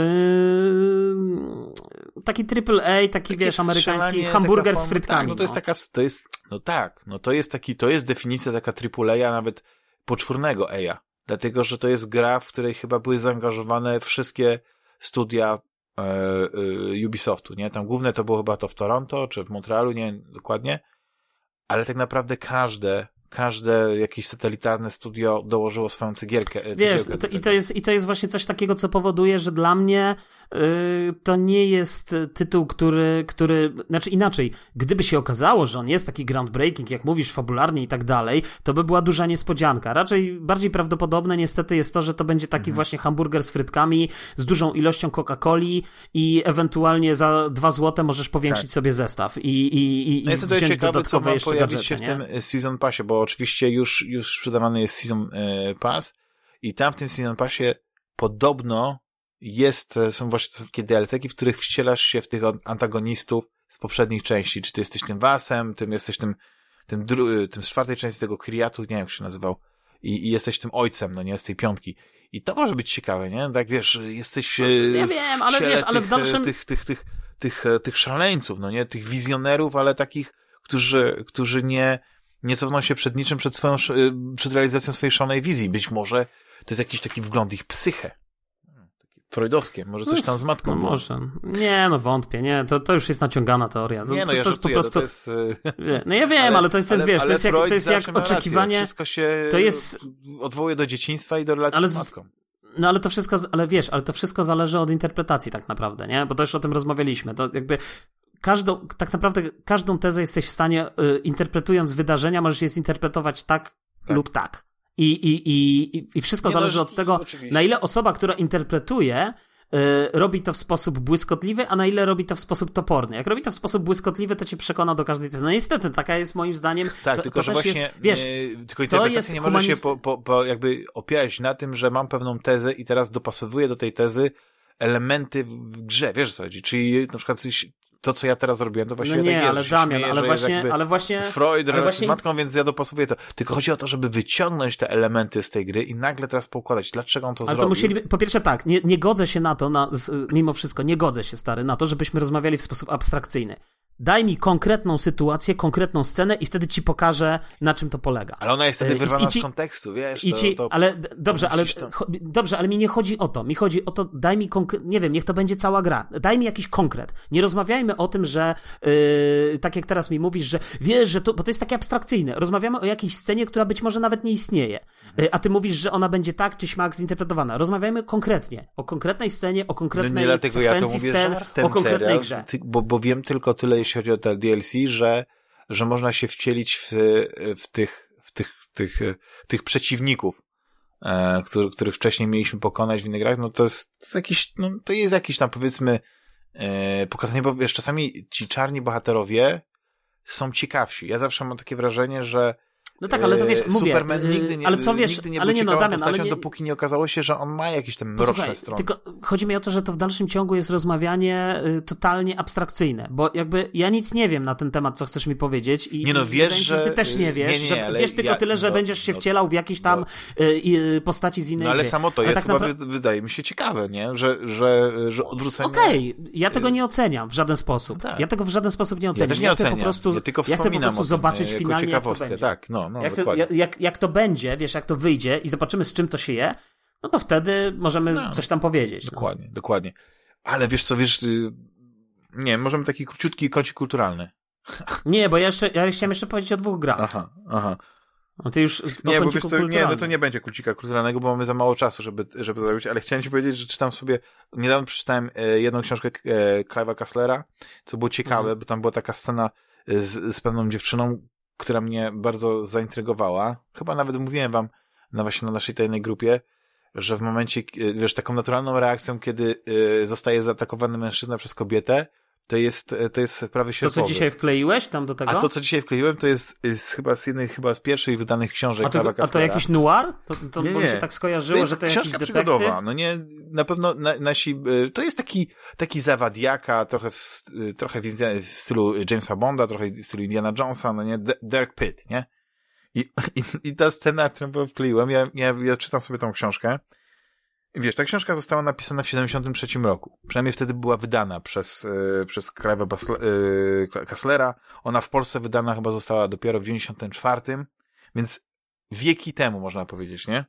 taki triple A, taki takie wiesz, amerykański hamburger forma, z frytkami. Tak, no to jest no. taka, to jest, no tak, no to jest taki, to jest definicja taka triple A, nawet poczwórnego A, dlatego, że to jest gra, w której chyba były zaangażowane wszystkie studia yy, yy, Ubisoftu, nie? Tam główne to było chyba to w Toronto, czy w Montrealu, nie wiem dokładnie, ale tak naprawdę każde, każde jakieś satelitarne studio dołożyło swoją cegierkę. Wiesz, to, i, to jest, i to jest właśnie coś takiego, co powoduje, że dla mnie yy, to nie jest tytuł, który, który, znaczy inaczej, gdyby się okazało, że on jest taki groundbreaking, jak mówisz, fabularnie i tak dalej, to by była duża niespodzianka. Raczej bardziej prawdopodobne niestety jest to, że to będzie taki mhm. właśnie hamburger z frytkami, z dużą ilością Coca-Coli i ewentualnie za dwa złote możesz powiększyć tak. sobie zestaw i, i, i, no jest i to wziąć ciekawe, dodatkowe jeszcze gadżety, się w nie? tym Season Passie, bo oczywiście już, już sprzedawany jest Season Pass i tam w tym Season Passie podobno jest, są właśnie takie D L C-ki, w których wcielasz się w tych antagonistów z poprzednich części. Czy ty jesteś tym Wasem, tym jesteś tym, tym, dru- tym z czwartej części tego Kiriatu, nie wiem jak się nazywał, i, i jesteś tym ojcem, no nie, z tej piątki. I to może być ciekawe, nie? Tak wiesz, jesteś no, ja wiem, ale wiesz, ale tych, w dalszym... tych, tych, tych, tych, tych szaleńców, no nie, tych wizjonerów, ale takich, którzy, którzy nie, nie cofną się przed niczym, przed swoją, przed realizacją swojej szalonej wizji. Być może to jest jakiś taki wgląd ich psychę. Freudowskie, może coś tam z matką. No może. Nie, no wątpię, nie, to, to już jest naciągana teoria. To, nie, no to, ja to jest po żartuję, prostu... to jest... No ja wiem, ale, ale to jest, to jest ale, wiesz, to jest jak, to jest jak oczekiwanie... Wszystko się to jest... odwołuje do dzieciństwa i do relacji ale z matką. No ale to wszystko, ale wiesz, ale to wszystko zależy od interpretacji tak naprawdę, nie? Bo to już o tym rozmawialiśmy. To jakby każdą, tak naprawdę każdą tezę jesteś w stanie, y, interpretując wydarzenia, możesz je zinterpretować tak, tak. lub tak. I, i, i, i wszystko nie zależy no, od tego, oczywiście. Na ile osoba, która interpretuje, y, robi to w sposób błyskotliwy, a na ile robi to w sposób toporny. Jak robi to w sposób błyskotliwy, to cię przekona do każdej tezy. No niestety, taka jest moim zdaniem... Tak, to, tylko to że właśnie, jest, wiesz, yy, tylko interpretacja nie może humanist... się po, po, po jakby opierać na tym, że mam pewną tezę i teraz dopasowuję do tej tezy elementy w grze, wiesz co chodzi? Czyli na przykład coś, to, co ja teraz robiłem, to właściwie no nie, tak jest, ale Damian, śmieję, ale, właśnie, ale właśnie... Freud, relacja właśnie... z matką, więc ja dopasowuję to. Tylko chodzi o to, żeby wyciągnąć te elementy z tej gry i nagle teraz poukładać. Dlaczego on to ale zrobił? Ale to musieli... Po pierwsze tak, nie, nie godzę się na to, na, mimo wszystko, nie godzę się, stary, na to, żebyśmy rozmawiali w sposób abstrakcyjny. Daj mi konkretną sytuację, konkretną scenę i wtedy ci pokażę, na czym to polega. Ale ona jest wtedy wyrwana ci, z kontekstu, wiesz? I to, ci, to, ale dobrze, ale to... cho, dobrze, ale mi nie chodzi o to. Mi chodzi o to, daj mi konkret, nie wiem, niech to będzie cała gra. Daj mi jakiś konkret. Nie rozmawiajmy o tym, że yy, tak jak teraz mi mówisz, że wiesz, że to, bo to jest takie abstrakcyjne. Rozmawiamy o jakiejś scenie, która być może nawet nie istnieje. Yy, a ty mówisz, że ona będzie tak czy śmak zinterpretowana. Rozmawiajmy konkretnie. O konkretnej scenie, o konkretnej no nie dlatego ja to mówię scen, żartem o konkretnej teraz, grze. Ty, bo, bo wiem tylko tyle, jeśli chodzi o te D L C, że, że można się wcielić w, w tych, w tych, tych, tych przeciwników, e, który, których wcześniej mieliśmy pokonać w innych grach, no to jest, to jest jakiś, no to jest jakiś tam powiedzmy e, pokazanie, bo wiesz, czasami ci czarni bohaterowie są ciekawsi. Ja zawsze mam takie wrażenie, że no tak, ale to wiesz, mówię, Superman nigdy nie, ale co wiesz, nigdy nie ale był nie, no, ciekawą Damian, postacią, nie... dopóki nie okazało się, że on ma jakieś tam mroczne Posłuchaj, strony. Tylko chodzi mi o to, że to w dalszym ciągu jest rozmawianie y, totalnie abstrakcyjne, bo jakby ja nic nie wiem na ten temat, co chcesz mi powiedzieć i, nie no, wiesz, i że... ty też nie wiesz, nie, nie, że ale wiesz tylko ja, tyle, że no, będziesz się no, wcielał w jakieś tam no, y, y, postaci z innej No ale gry. samo to ale jest tak chyba, napra- wydaje mi się, ciekawe, nie? Że, że, że odwrócenie... Okej, okay. Ja tego nie oceniam w żaden sposób. Tak. Ja tego w żaden sposób nie oceniam. Ja też nie ja oceniam. Po prostu, ja tylko ja chcę po prostu tym, zobaczyć nie, finalnie, jak to będzie. Tak, no, no, jak, chcę, jak, jak to będzie, wiesz, jak to wyjdzie i zobaczymy, z czym to się je, no to wtedy możemy no, coś tam powiedzieć. Dokładnie, no. dokładnie. Ale wiesz co, wiesz, nie, możemy taki króciutki kącik kulturalny. Nie, bo ja jeszcze, ja chciałem jeszcze powiedzieć o dwóch grach. Aha, aha. No ty już nie, bo wiesz co, nie, no to nie będzie krócika kulturalnego, bo mamy za mało czasu, żeby, żeby zrobić, ale chciałem ci powiedzieć, że czytam sobie, niedawno przeczytałem jedną książkę Clive'a Casslera, co było ciekawe, mhm. bo tam była taka scena z, z pewną dziewczyną, która mnie bardzo zaintrygowała. Chyba nawet mówiłem wam na właśnie na naszej tajnej grupie, że w momencie, wiesz, taką naturalną reakcją, kiedy zostaje zaatakowany mężczyzna przez kobietę, to jest, to jest prawy sierpowy. To, co dzisiaj wkleiłeś tam do tego? A to, co dzisiaj wkleiłem, to jest, jest chyba z jednej, chyba z pierwszej wydanych książek. A to, a to jakiś noir? To, to nie, bo nie. mi się tak skojarzyło, to jest że to książka jakiś przygodowa. detektyw? No nie, na pewno na, nasi, to jest taki, taki zawadiaka, trochę w, trochę w, w stylu Jamesa Bonda, trochę w stylu Indiana Jonesa, no nie, Dirk Pitt, nie? I, i, i ta scena, którą wkleiłem, ja, ja, ja czytam sobie tą książkę. Wiesz, ta książka została napisana w siedemdziesiątym trzecim roku. Przynajmniej wtedy była wydana przez, yy, przez Clive'a yy, Casslera. Ona w Polsce wydana chyba została dopiero w dziewięćdziesiątym czwartym, więc wieki temu można powiedzieć, nie?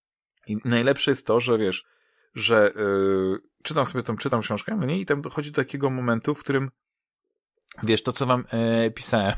I najlepsze jest to, że wiesz, że yy, czytam sobie tą, czytam książkę, no nie? I tam dochodzi do takiego momentu, w którym wiesz, to co wam yy, pisałem.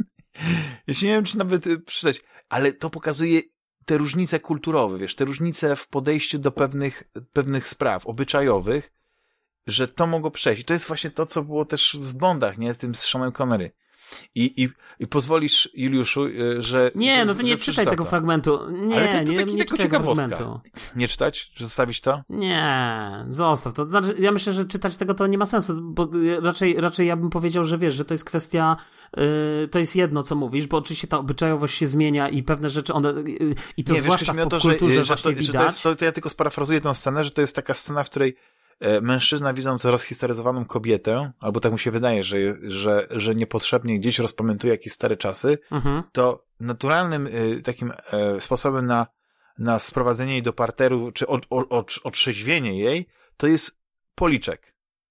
Jeśli nie wiem, czy nawet yy, przeczytać, ale to pokazuje te różnice kulturowe, wiesz, te różnice w podejściu do pewnych, pewnych spraw obyczajowych, że to mogło przejść. I to jest właśnie to, co było też w Bondach, nie? Tym z Seanem Connery. I, i, i pozwolisz, Juliuszu, że... Nie, że, no to nie czytaj tego to. fragmentu. Nie, ale to, to nie, taki, nie czytaj tego fragmentu. Nie czytać? Że zostawić to? Nie, zostaw to. Znaczy, ja myślę, że czytać tego to nie ma sensu, bo raczej, raczej ja bym powiedział, że wiesz, że to jest kwestia, yy, to jest jedno, co mówisz, bo oczywiście ta obyczajowość się zmienia i pewne rzeczy, one, yy, i to nie, zwłaszcza wiesz, w że, popkulturze że, właśnie to, widać. Że to, jest, to, to ja tylko sparafrazuję tę scenę, że to jest taka scena, w której mężczyzna, widząc rozhistoryzowaną kobietę, albo tak mu się wydaje, że, że, że niepotrzebnie gdzieś rozpamiętuje jakieś stare czasy, mhm. to naturalnym y, takim y, sposobem na, na sprowadzenie jej do parteru, czy od, od, od, otrzeźwienie jej, to jest policzek.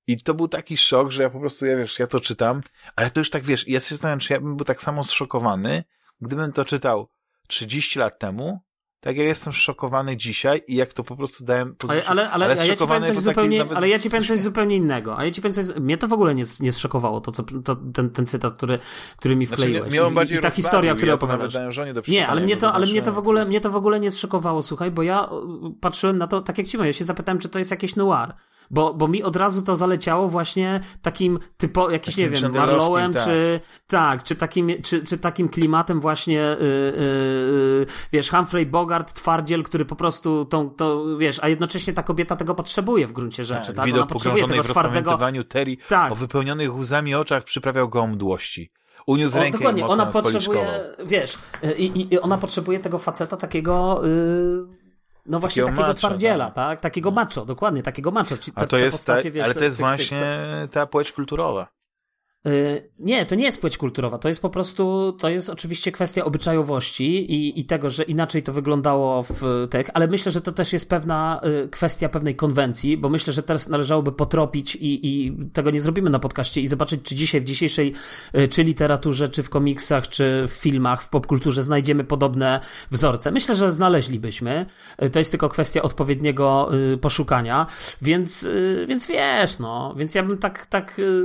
I to był taki szok, że ja po prostu, ja wiesz, ja to czytam, ale to już tak, wiesz, ja się zastanawiam, czy ja bym był tak samo zszokowany, gdybym to czytał trzydzieści lat temu, tak jak jestem szokowany dzisiaj i jak to po prostu dałem... Ale, ale, ale, ale, ja ci powiem coś zupełnie, ale ja ci powiem coś zupełnie innego. A ja ci powiem coś, mnie to w ogóle nie, nie zszokowało, to, co, to, ten, ten cytat, który, który mi wkleiłeś. Znaczy, I, i, i ta historia, którą ja opowiadasz. Nie, ale mnie to, ale mnie to w ogóle, mnie to w ogóle nie zszokowało, słuchaj, bo ja patrzyłem na to, tak jak ci mówię, ja się zapytałem, czy to jest jakieś noir. Bo, bo mi od razu to zaleciało właśnie takim typo, jakiś, takim nie wiem, Marlowem, tak. czy tak, czy takim, czy, czy takim klimatem właśnie yy, yy, wiesz, Humphrey Bogart, twardziel, który po prostu tą, to, wiesz, a jednocześnie ta kobieta tego potrzebuje w gruncie rzeczy, tak? tak? Widok Ona potrzebuje tego w twardego... rozpamiętywaniu Terry tak. o wypełnionych łzami oczach przyprawiał go o mdłości. Uniósł o, rękę dokładnie, i mocno ona potrzebuje, wiesz, i, i ona potrzebuje tego faceta takiego... Yy... No właśnie takiego, takiego macho, twardziela, tak? tak? Takiego macho, dokładnie, takiego macho. Ci, ta, A to jest, postacie, ta, wiesz, ale to, to jest właśnie to... ta płeć kulturowa. Yy, nie, to nie jest płeć kulturowa, to jest po prostu, to jest oczywiście kwestia obyczajowości i, i tego, że inaczej to wyglądało w tych, ale myślę, że to też jest pewna y, kwestia pewnej konwencji, bo myślę, że teraz należałoby potropić i, i tego nie zrobimy na podcaście i zobaczyć, czy dzisiaj w dzisiejszej y, czy literaturze, czy w komiksach, czy w filmach, w popkulturze znajdziemy podobne wzorce. Myślę, że znaleźlibyśmy. Y, to jest tylko kwestia odpowiedniego y, poszukania, więc, y, więc wiesz, no, więc ja bym tak, tak y,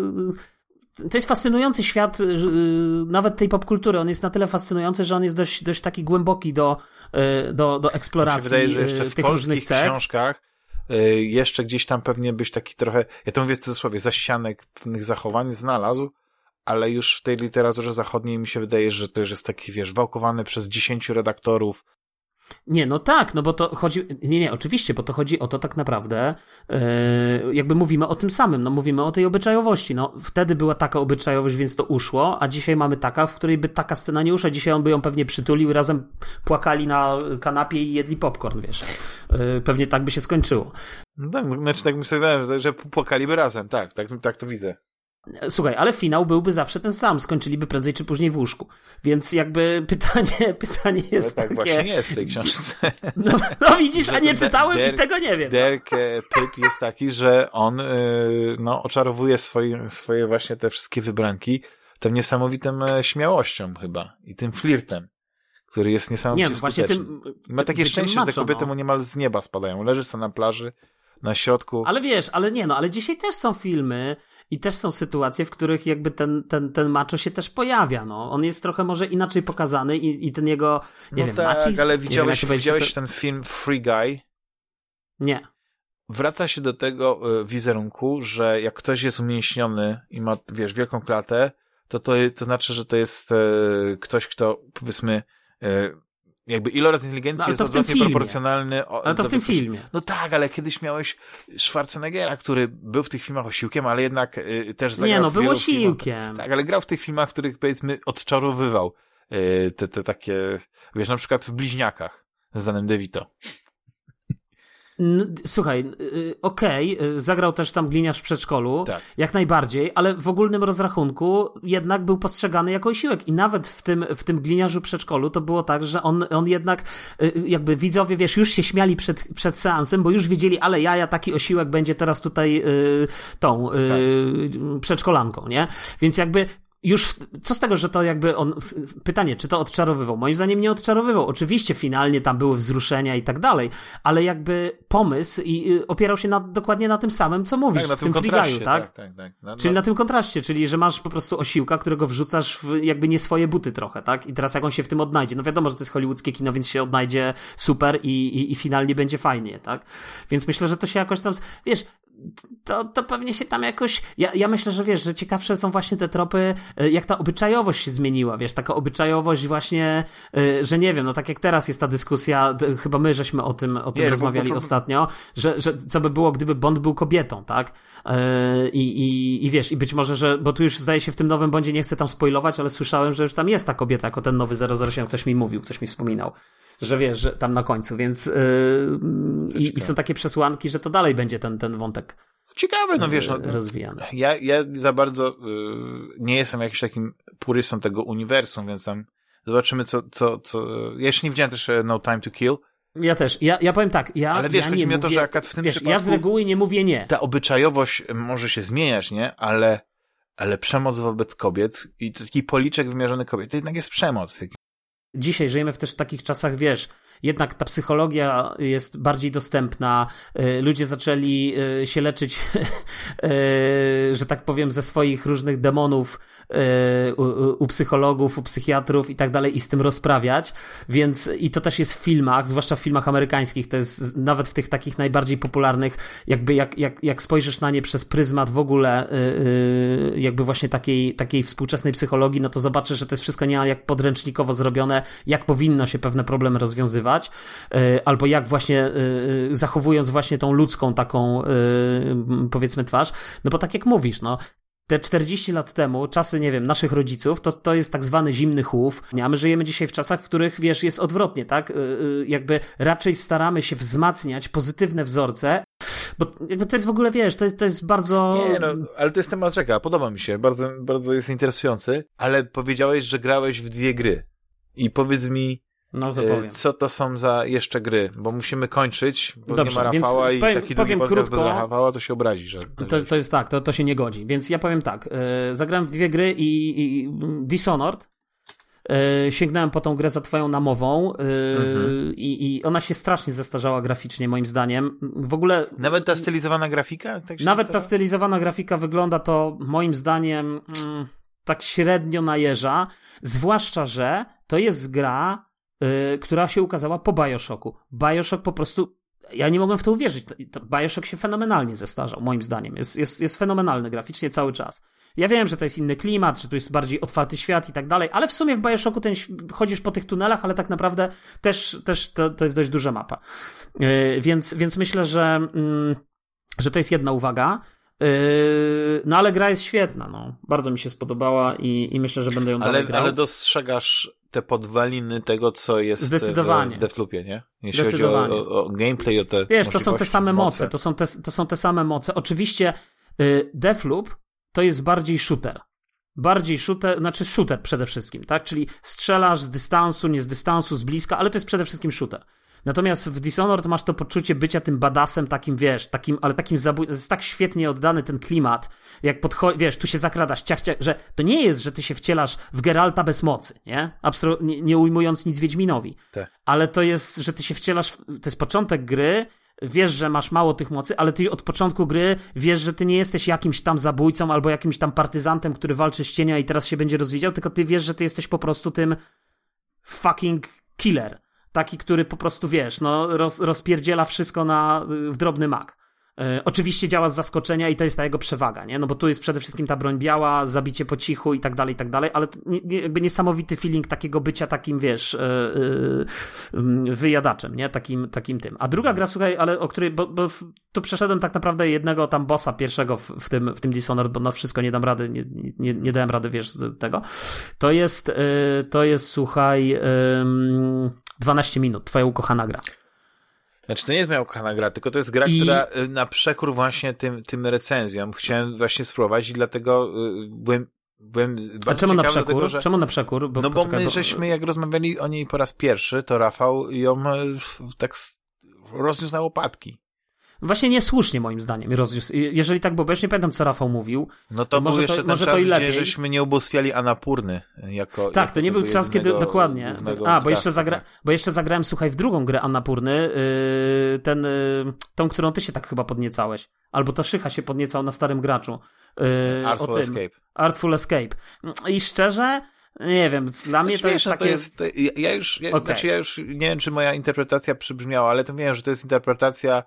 to jest fascynujący świat yy, nawet tej popkultury. On jest na tyle fascynujący, że on jest dość, dość taki głęboki do, yy, do, do eksploracji wydaje, że jeszcze w tych różnych cech. W książkach yy, jeszcze gdzieś tam pewnie byś taki trochę, ja to mówię w cudzysłowie, zaścianek pewnych zachowań znalazł, ale już w tej literaturze zachodniej mi się wydaje, że to już jest taki, wiesz, wałkowany przez dziesięciu redaktorów. Nie, no tak, no bo to chodzi, nie, nie, oczywiście, bo to chodzi o to tak naprawdę, yy, jakby mówimy o tym samym, no mówimy o tej obyczajowości, no wtedy była taka obyczajowość, więc to uszło, a dzisiaj mamy taka, w której by taka scena nie uszła, dzisiaj on by ją pewnie przytulił i razem płakali na kanapie i jedli popcorn, wiesz, yy, pewnie tak by się skończyło. No tak, znaczy tak myślałem, że, że płakaliby razem, tak, tak, tak to widzę. Słuchaj, ale finał byłby zawsze ten sam, skończyliby prędzej czy później w łóżku. Więc jakby pytanie, pytanie jest ale tak takie... właśnie nie jest w tej książce. No, no widzisz, a nie czytałem Derek, i tego nie wiem. Derek Pyt jest taki, że on yy, no, oczarowuje swoje, swoje właśnie te wszystkie wybranki tą niesamowitą śmiałością chyba i tym flirtem, który jest niesamowicie nie, skuteczny. Tym, ma takie szczęście, macho, że te kobiety no. mu niemal z nieba spadają. Leży sobie na plaży, na środku. Ale wiesz, ale nie no, ale dzisiaj też są filmy i też są sytuacje, w których jakby ten, ten, ten macho się też pojawia, no. On jest trochę może inaczej pokazany i, i ten jego, nie no wiem, tak, macizm, ale widziałeś, wiem, widziałeś to... ten film Free Guy? Nie. Wraca się do tego wizerunku, że jak ktoś jest umięśniony i ma, wiesz, wielką klatę, to to, to znaczy, że to jest e, ktoś, kto, powiedzmy, e, jakby iloraz inteligencji no, jest odwrotnie proporcjonalny. O, ale to w tym ktoś... filmie. No tak, ale kiedyś miałeś Schwarzeneggera, który był w tych filmach osiłkiem, ale jednak y, też zagrał Nie no, w był wielu osiłkiem. Filmach. Tak, ale grał w tych filmach, w których powiedzmy odczarowywał y, te, te takie, wiesz, na przykład w Bliźniakach z Danem DeVito. Słuchaj, okej, okay, zagrał też tam gliniarz w przedszkolu, tak. jak najbardziej, ale w ogólnym rozrachunku jednak był postrzegany jako osiłek i nawet w tym, w tym gliniarzu w przedszkolu to było tak, że on, on jednak jakby widzowie, wiesz, już się śmiali przed, przed seansem, bo już wiedzieli, ale jaja, taki osiłek będzie teraz tutaj y, tą y, tak. przedszkolanką, nie? Więc jakby już, co z tego, że to jakby on, pytanie, czy to odczarowywał? Moim zdaniem nie odczarowywał. Oczywiście finalnie tam były wzruszenia i tak dalej, ale jakby pomysł i opierał się na, dokładnie na tym samym, co mówisz, tak, w tym Free Guy'u, tak? tak, tak, tak. No, czyli no. na tym kontraście, czyli że masz po prostu osiłka, którego wrzucasz w jakby nie swoje buty trochę, tak? I teraz jak on się w tym odnajdzie, no wiadomo, że to jest hollywoodzkie kino, więc się odnajdzie super i, i, i finalnie będzie fajnie, tak? Więc myślę, że to się jakoś tam, wiesz, to, to pewnie się tam jakoś... Ja, ja myślę, że wiesz, że ciekawsze są właśnie te tropy, jak ta obyczajowość się zmieniła, wiesz, taka obyczajowość właśnie, że nie wiem, no tak jak teraz jest ta dyskusja, chyba my żeśmy o tym, o tym nie, rozmawiali bo, bo, bo... ostatnio, że, że co by było, gdyby Bond był kobietą, tak? I, i, i wiesz, i być może, że, bo tu już zdaje się w tym nowym Bondzie, nie chcę tam spoilować, ale słyszałem, że już tam jest ta kobieta, jako ten nowy zero zero siedem, ktoś mi mówił, ktoś mi wspominał. Że wiesz, że tam na końcu, więc yy, i, i są takie przesłanki, że to dalej będzie ten, ten wątek ciekawe, no wiesz, no, rozwijany. Ja, ja za bardzo yy, nie jestem jakimś takim purystą tego uniwersum, więc tam zobaczymy, co, co, co... Ja jeszcze nie widziałem też No Time to Kill, Ja też. Ja, ja powiem tak, ja Ale wiesz, ja chodzi nie mi o mówię, to, że akurat w tym wiesz, przypadku ja z reguły nie mówię nie. Ta obyczajowość może się zmieniać, nie? Ale, ale przemoc wobec kobiet i taki policzek wymierzony kobiet, to jednak jest przemoc. Dzisiaj żyjemy w też takich czasach, wiesz, jednak ta psychologia jest bardziej dostępna, ludzie zaczęli się leczyć, że tak powiem, ze swoich różnych demonów u, u psychologów, u psychiatrów i tak dalej i z tym rozprawiać, więc i to też jest w filmach, zwłaszcza w filmach amerykańskich, to jest nawet w tych takich najbardziej popularnych, jakby jak, jak, jak spojrzysz na nie przez pryzmat w ogóle jakby właśnie takiej, takiej współczesnej psychologii, no to zobaczysz, że to jest wszystko nie jak podręcznikowo zrobione, jak powinno się pewne problemy rozwiązywać, albo jak właśnie zachowując właśnie tą ludzką taką powiedzmy twarz, no bo tak jak mówisz, no te czterdzieści lat temu, czasy, nie wiem, naszych rodziców, to, to jest tak zwany zimny chów, a my żyjemy dzisiaj w czasach, w których, wiesz, jest odwrotnie, tak? Jakby raczej staramy się wzmacniać pozytywne wzorce, bo jakby to jest w ogóle, wiesz, to jest, to jest bardzo... Nie, no, ale to jest temat rzeka, podoba mi się, bardzo, bardzo jest interesujący, ale powiedziałeś, że grałeś w dwie gry i powiedz mi, no to powiem. co to są za jeszcze gry, bo musimy kończyć, bo Dobrze, nie ma Rafała więc i powiem, taki powiem drugi podcast krótko, bez Rafała, to się obrazi, że... To, to jest tak, to, to się nie godzi, więc ja powiem tak, yy, zagrałem w dwie gry i, i Dishonored, yy, sięgnąłem po tą grę za twoją namową yy, mhm. i, i ona się strasznie zestarzała graficznie moim zdaniem, w ogóle... Nawet ta stylizowana grafika? Tak się nawet zestarzała? ta stylizowana grafika wygląda to moim zdaniem mm, tak średnio najeża, zwłaszcza, że to jest gra, Yy, która się ukazała po Bioshocku. Bioshock po prostu, ja nie mogłem w to uwierzyć. Bioshock się fenomenalnie zestarzał, moim zdaniem. Jest, jest, jest fenomenalny graficznie cały czas. Ja wiem, że to jest inny klimat, że to jest bardziej otwarty świat i tak dalej, ale w sumie w Bioshocku ten, chodzisz po tych tunelach, ale tak naprawdę też, też to, to jest dość duża mapa. Yy, więc, więc myślę, że, yy, że to jest jedna uwaga. Yy, no ale gra jest świetna, no. Bardzo mi się spodobała i, i myślę, że będę ją ale, dalej grał. Ale dostrzegasz te podwaliny tego, co jest Zdecydowanie. w Deathloopie, nie? Jeśli chodzi o, o, o gameplay, o te Wiesz, to są te same moce, moce. To, są te, to są te same moce. Oczywiście yy, Deathloop to jest bardziej shooter. Bardziej shooter, znaczy shooter przede wszystkim, tak? Czyli strzelasz z dystansu, nie z dystansu, z bliska, ale to jest przede wszystkim shooter. Natomiast w Dishonored masz to poczucie bycia tym badassem takim, wiesz, takim, ale takim zabójcą, jest tak świetnie oddany ten klimat, jak podchodzi, wiesz, tu się zakradasz, ciach, ciach, że to nie jest, że ty się wcielasz w Geralta bez mocy, nie? Absolutnie, nie, nie ujmując nic Wiedźminowi. Te. Ale to jest, że ty się wcielasz, w, to jest początek gry, wiesz, że masz mało tych mocy, ale ty od początku gry wiesz, że ty nie jesteś jakimś tam zabójcą albo jakimś tam partyzantem, który walczy z cienia i teraz się będzie rozwijał, tylko ty wiesz, że ty jesteś po prostu tym fucking killer. Taki, który po prostu, wiesz, no, roz, rozpierdziela wszystko na, w drobny mak. E, oczywiście działa z zaskoczenia i to jest ta jego przewaga, nie? No bo tu jest przede wszystkim ta broń biała, zabicie po cichu i tak dalej, i tak dalej, ale nie, jakby niesamowity feeling takiego bycia takim, wiesz, e, e, wyjadaczem, nie? Takim, takim tym. A druga gra, słuchaj, ale o której, bo, bo w, tu przeszedłem tak naprawdę jednego tam bossa pierwszego w, w tym, w tym Dishonored, bo na wszystko nie dam rady, nie, nie, nie dałem rady, wiesz, z tego. To jest, e, to jest, słuchaj, e, dwanaście minut, twoja ukochana gra. Znaczy, to nie jest moja ukochana gra, tylko to jest gra, I... która na przekór właśnie tym, tym recenzjom chciałem właśnie spróbować i dlatego y, byłem, byłem bardzo A czemu na przekór? Tego, że... Czemu na przekór? Bo, no bo poczekaj, my bo... żeśmy, jak rozmawiali o niej po raz pierwszy, to Rafał ją tak rozniósł na łopatki. Właśnie niesłusznie moim zdaniem rozniósł. Jeżeli tak było, bo już nie pamiętam, co Rafał mówił. No to może był jeszcze to, ten może czas, to i lepiej. Gdzie żeśmy nie ubóstwiali Anapurny jako Tak, jako to nie był czas, kiedy dokładnie. A, bo jeszcze, zagra... bo jeszcze zagrałem, słuchaj, w drugą grę Annapurny, yy, ten, yy, tą, którą ty się tak chyba podniecałeś. Albo to Szycha się podniecał na starym graczu. Yy, Artful Escape. Artful Escape. I szczerze, nie wiem, dla mnie znaczy, to wiesz, jest no takie... To jest, to, ja, ja, już, ja, okay. znaczy ja już nie wiem, czy moja interpretacja przybrzmiała, ale to wiem, że to jest interpretacja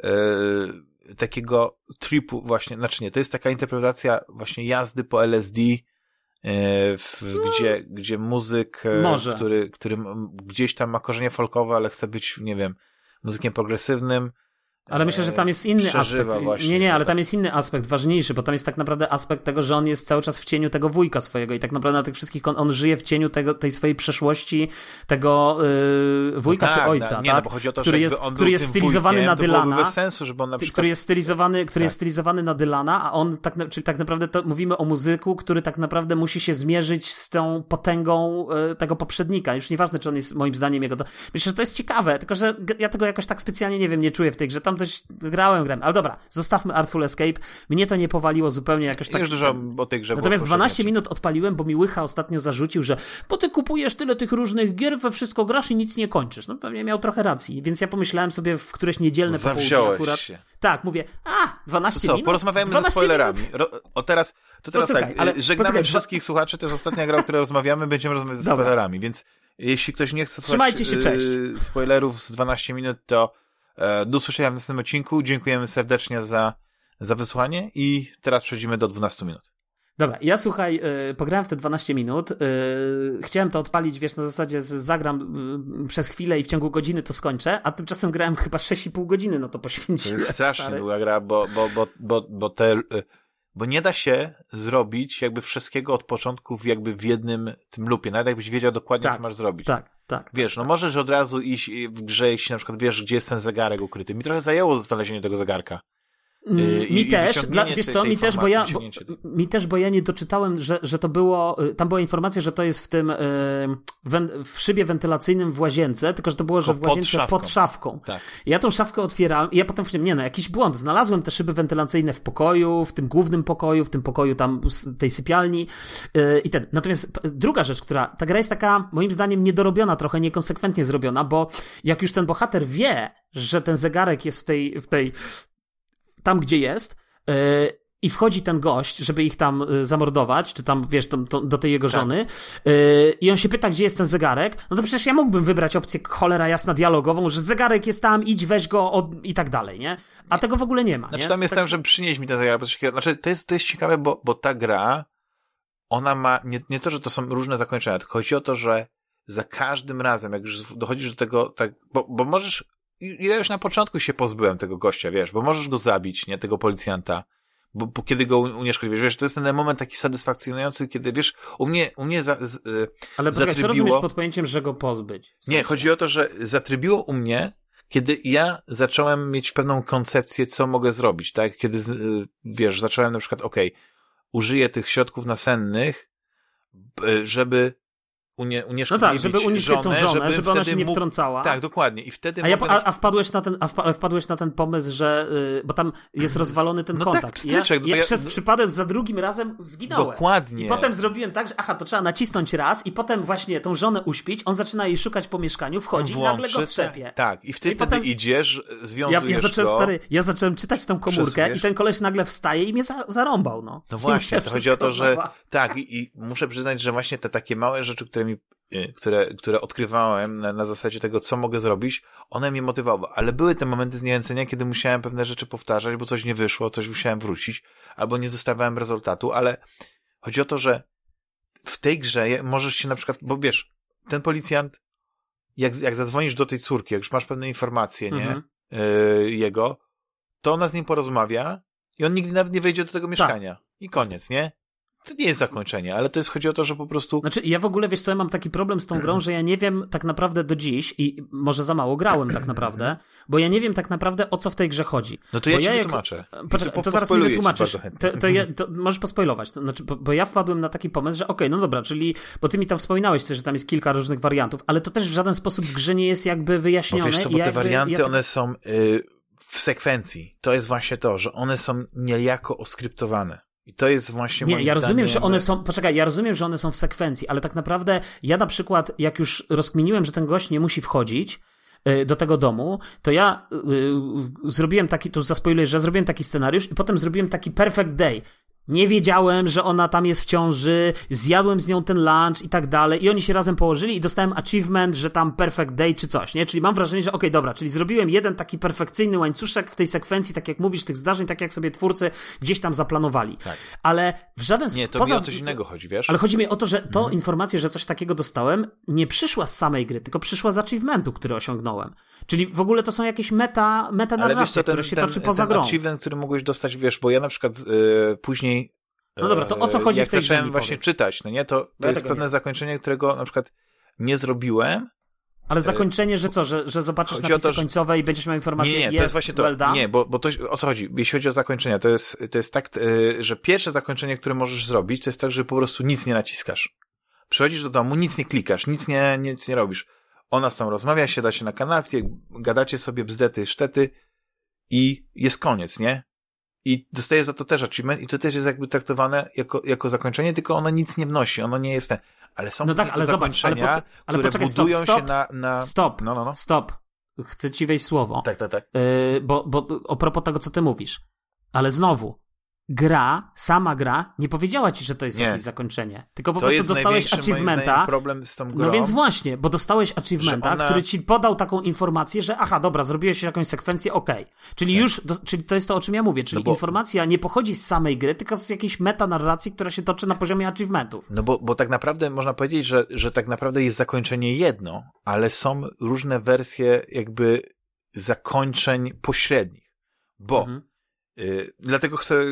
yy, takiego tripu właśnie, znaczy nie, to jest taka interpretacja właśnie jazdy po L S D, yy, w, no. gdzie, gdzie muzyk, yy, który, który gdzieś tam ma korzenie folkowe, ale chce być, nie wiem, muzykiem progresywnym, Ale myślę, że tam jest inny aspekt. Nie, nie, ale tam tak. jest inny aspekt, ważniejszy, bo tam jest tak naprawdę aspekt tego, że on jest cały czas w cieniu tego wujka swojego i tak naprawdę na tych wszystkich, on, on żyje w cieniu tego, tej swojej przeszłości, tego yy, wujka no czy tak, ojca, no, nie, tak? no, bo chodzi o to, który że jest, on który jest stylizowany wujkiem, na Dylana. To bez sensu, żeby on na przykład... Który jest stylizowany, który tak. jest stylizowany na Dylana, a on tak, czyli tak naprawdę to mówimy o muzyku, który tak naprawdę musi się zmierzyć z tą potęgą yy, tego poprzednika. Już nieważne, czy on jest moim zdaniem jego... Myślę, że to jest ciekawe, tylko że ja tego jakoś tak specjalnie, nie wiem, nie czuję w tej grze. Tam coś grałem, grałem. Ale dobra, zostawmy Artful Escape. Mnie to nie powaliło zupełnie jakoś tak. Już dużo o tej grze. Natomiast dwanaście minut odpaliłem, bo mi Łycha ostatnio zarzucił, że bo ty kupujesz tyle tych różnych gier, we wszystko grasz i nic nie kończysz. No pewnie miał trochę racji, więc ja pomyślałem sobie w któreś niedzielne popołudnie akurat. Się. Tak, mówię, a, dwanaście to co, minut? porozmawiajmy ze spoilerami. Ro, o teraz, to teraz posłuchaj, tak, ale, żegnamy posłuchaj, wszystkich dwa... słuchaczy, to jest ostatnia gra, o której rozmawiamy, będziemy rozmawiać ze Dobra. spoilerami, więc jeśli ktoś nie chce słuchać się, cześć. spoilerów z dwanaście minut, to do usłyszenia w następnym odcinku. Dziękujemy serdecznie za, za wysłanie i teraz przechodzimy do dwunastu minut. Dobra, ja słuchaj, yy, pograłem w te dwanaście minut, yy, chciałem to odpalić, wiesz, na zasadzie zagram yy, przez chwilę i w ciągu godziny to skończę, a tymczasem grałem chyba sześć i pół godziny, no to poświęciłem. To jest strasznie długa gra, bo, bo, bo, bo, bo te... Yy, bo nie da się zrobić jakby wszystkiego od początku w jakby w jednym tym loopie, nawet jakbyś wiedział dokładnie, tak, co masz zrobić. Tak, tak. Wiesz, no możesz od razu iść w grze, jeśli na przykład wiesz, gdzie jest ten zegarek ukryty. Mi trochę zajęło znalezienie tego zegarka. Yy, mi też, dla, wiesz co, mi też, bo ja, bo, mi też, bo ja nie doczytałem, że, że to było, tam była informacja, że to jest w tym, yy, w szybie wentylacyjnym w łazience, tylko że to było, że w łazience pod szafką. Pod szafką. Tak. Ja tą szafkę otwierałem i ja potem powiedziałem, nie no, jakiś błąd, znalazłem te szyby wentylacyjne w pokoju, w tym głównym pokoju, w tym pokoju tam tej sypialni yy, i ten. Natomiast druga rzecz, która, ta gra jest taka, moim zdaniem, niedorobiona, trochę niekonsekwentnie zrobiona, bo jak już ten bohater wie, że ten zegarek jest w tej, w tej tam, gdzie jest, yy, i wchodzi ten gość, żeby ich tam y, zamordować, czy tam, wiesz, to, to, do tej jego tak. żony, yy, i on się pyta, gdzie jest ten zegarek, no to przecież ja mógłbym wybrać opcję cholera jasna dialogową, że zegarek jest tam, idź, weź go od... i tak dalej, nie? A tego w ogóle nie ma, Znaczy nie? tam jest tak... tam, że przynieś mi ten zegarek, bo coś takiego. Znaczy to jest, to jest ciekawe, bo, bo ta gra, ona ma, nie, nie to, że to są różne zakończenia, tylko chodzi o to, że za każdym razem, jak już dochodzisz do tego, tak, bo, bo możesz, ja już na początku się pozbyłem tego gościa, wiesz, bo możesz go zabić, nie, tego policjanta, bo, bo kiedy go unieszkodliwisz, wiesz, to jest ten moment taki satysfakcjonujący, kiedy, wiesz, u mnie, u mnie za, z, Ale poczekaj, co rozumiesz pod pojęciem, że go pozbyć? W sensie. Nie, chodzi o to, że zatrybiło u mnie, kiedy ja zacząłem mieć pewną koncepcję, co mogę zrobić, tak, kiedy, wiesz, zacząłem na przykład, okej, okay, użyję tych środków nasennych, żeby unie, unieszkodliwić no tak, żeby uniszczyć żonę, tą żonę, żeby, żeby ona się nie mógł... wtrącała. Tak, dokładnie. I wtedy a, ja, mogę... a, a wpadłeś na ten, a wpadłeś na ten pomysł, że, yy, bo tam jest rozwalony ten no kontakt. Tak, pstryczek, ja, ja, ja przez przypadek za drugim razem zginąłem. Dokładnie. I potem zrobiłem tak, że aha, to trzeba nacisnąć raz i potem właśnie tą żonę uśpić, on zaczyna jej szukać po mieszkaniu, wchodzi włączy, i nagle go trzepie. Tak, tak. I wtedy I potem... idziesz, związujesz ja, ja zacząłem, go. Stary, ja zacząłem czytać tą komórkę przesuwiesz. I ten koleś nagle wstaje i mnie za, zarąbał, no. No właśnie, to chodzi o to, że tak, i, i muszę przyznać, że właśnie te takie małe rzeczy, które mi które, które odkrywałem na, na zasadzie tego, co mogę zrobić, one mnie motywowały. Ale były te momenty zniechęcenia, kiedy musiałem pewne rzeczy powtarzać, bo coś nie wyszło, coś musiałem wrócić, albo nie dostawałem rezultatu, ale chodzi o to, że w tej grze możesz się na przykład, bo wiesz, ten policjant, jak, jak zadzwonisz do tej córki, jak już masz pewne informacje, nie, mhm. yy, jego, to ona z nim porozmawia i on nigdy nawet nie wejdzie do tego mieszkania. Tak. I koniec, nie? To nie jest zakończenie, ale to jest, chodzi o to, że po prostu... Znaczy, ja w ogóle, wiesz co, ja mam taki problem z tą grą, że ja nie wiem tak naprawdę do dziś i może za mało grałem tak naprawdę, bo ja nie wiem tak naprawdę, o co w tej grze chodzi. No to ja bo ci ja wytłumaczę. Jak... Poczekaj, to zaraz mi wytłumaczysz. To, to, ja, to możesz pospoilować. To znaczy, bo, bo ja wpadłem na taki pomysł, że okej, okay, no dobra, czyli, bo ty mi tam wspominałeś coś, że tam jest kilka różnych wariantów, ale to też w żaden sposób w grze nie jest jakby wyjaśnione. Bo wiesz co, bo te jakby, warianty, ja... one są yy, w sekwencji. To jest właśnie to, że one są niejako oskryptowane. I to jest właśnie Nie, moim ja rozumiem, zdaniem... że one są, poczekaj, ja rozumiem, że one są w sekwencji, ale tak naprawdę ja na przykład, jak już rozkminiłem, że ten gość nie musi wchodzić y, do tego domu, to ja y, y, zrobiłem taki, to zaspoiluję, że zrobiłem taki scenariusz i potem zrobiłem taki perfect day. nie wiedziałem, że ona tam jest w ciąży, zjadłem z nią ten lunch i tak dalej i oni się razem położyli i dostałem achievement, że tam perfect day czy coś, nie? Czyli mam wrażenie, że okej, okay, dobra, czyli zrobiłem jeden taki perfekcyjny łańcuszek w tej sekwencji, tak jak mówisz, tych zdarzeń, tak jak sobie twórcy gdzieś tam zaplanowali. Tak. Ale w żaden sposób... Nie, to poza... mi o coś innego chodzi, wiesz? Ale chodzi mi o to, że to mhm. informacja, że coś takiego dostałem, nie przyszła z samej gry, tylko przyszła z achievementu, który osiągnąłem. Czyli w ogóle to są jakieś meta, meta narracje, które się ten, toczy poza ten grą. Ten achievement, który mogłeś dostać, wiesz, bo ja na przykład yy, później no dobra, to o co chodzi jak w tej zacząłem grze, właśnie powiedz. czytać, no nie, to, to ja jest pewne nie. zakończenie, którego na przykład nie zrobiłem. Ale zakończenie, że co, że, że zobaczysz chodzi napisy to, że... końcowe i będziesz miał informację, nie, nie, jest, to jest właśnie to, well done? nie, bo, bo to, o co chodzi, jeśli chodzi o zakończenia, to jest, to jest tak, yy, że pierwsze zakończenie, które możesz zrobić, to jest tak, że po prostu nic nie naciskasz. Przychodzisz do domu, nic nie klikasz, nic nie, nic nie robisz. Ona z tą rozmawia, siada się na kanapie, gadacie sobie bzdety, sztety i jest koniec, nie? I dostaje za to też achievement i to też jest jakby traktowane jako, jako zakończenie, tylko ono nic nie wnosi, ono nie jest ten. Ale są no tak, ale zakończenia, zobacz, ale pos- ale które poczekaj, budują stop, stop, się na, na... Stop, no, no, no. stop. Chcę ci wejść słowo. Tak, tak, tak. Yy, bo, bo a propos tego, co ty mówisz. Ale znowu, gra, sama gra, nie powiedziała ci, że to jest nie. jakieś zakończenie. Tylko po to prostu dostałeś achievementa. Problem z tą grą. No więc właśnie, bo dostałeś achievementa, ona... który ci podał taką informację, że aha, dobra, zrobiłeś jakąś sekwencję, okej. Okay. Czyli tak. już, do, czyli to jest to, o czym ja mówię. Czyli no bo... informacja nie pochodzi z samej gry, tylko z jakiejś metanarracji, która się toczy na poziomie achievementów. No bo, bo tak naprawdę można powiedzieć, że, że tak naprawdę jest zakończenie jedno, ale są różne wersje jakby zakończeń pośrednich. Bo mhm. y, dlatego chcę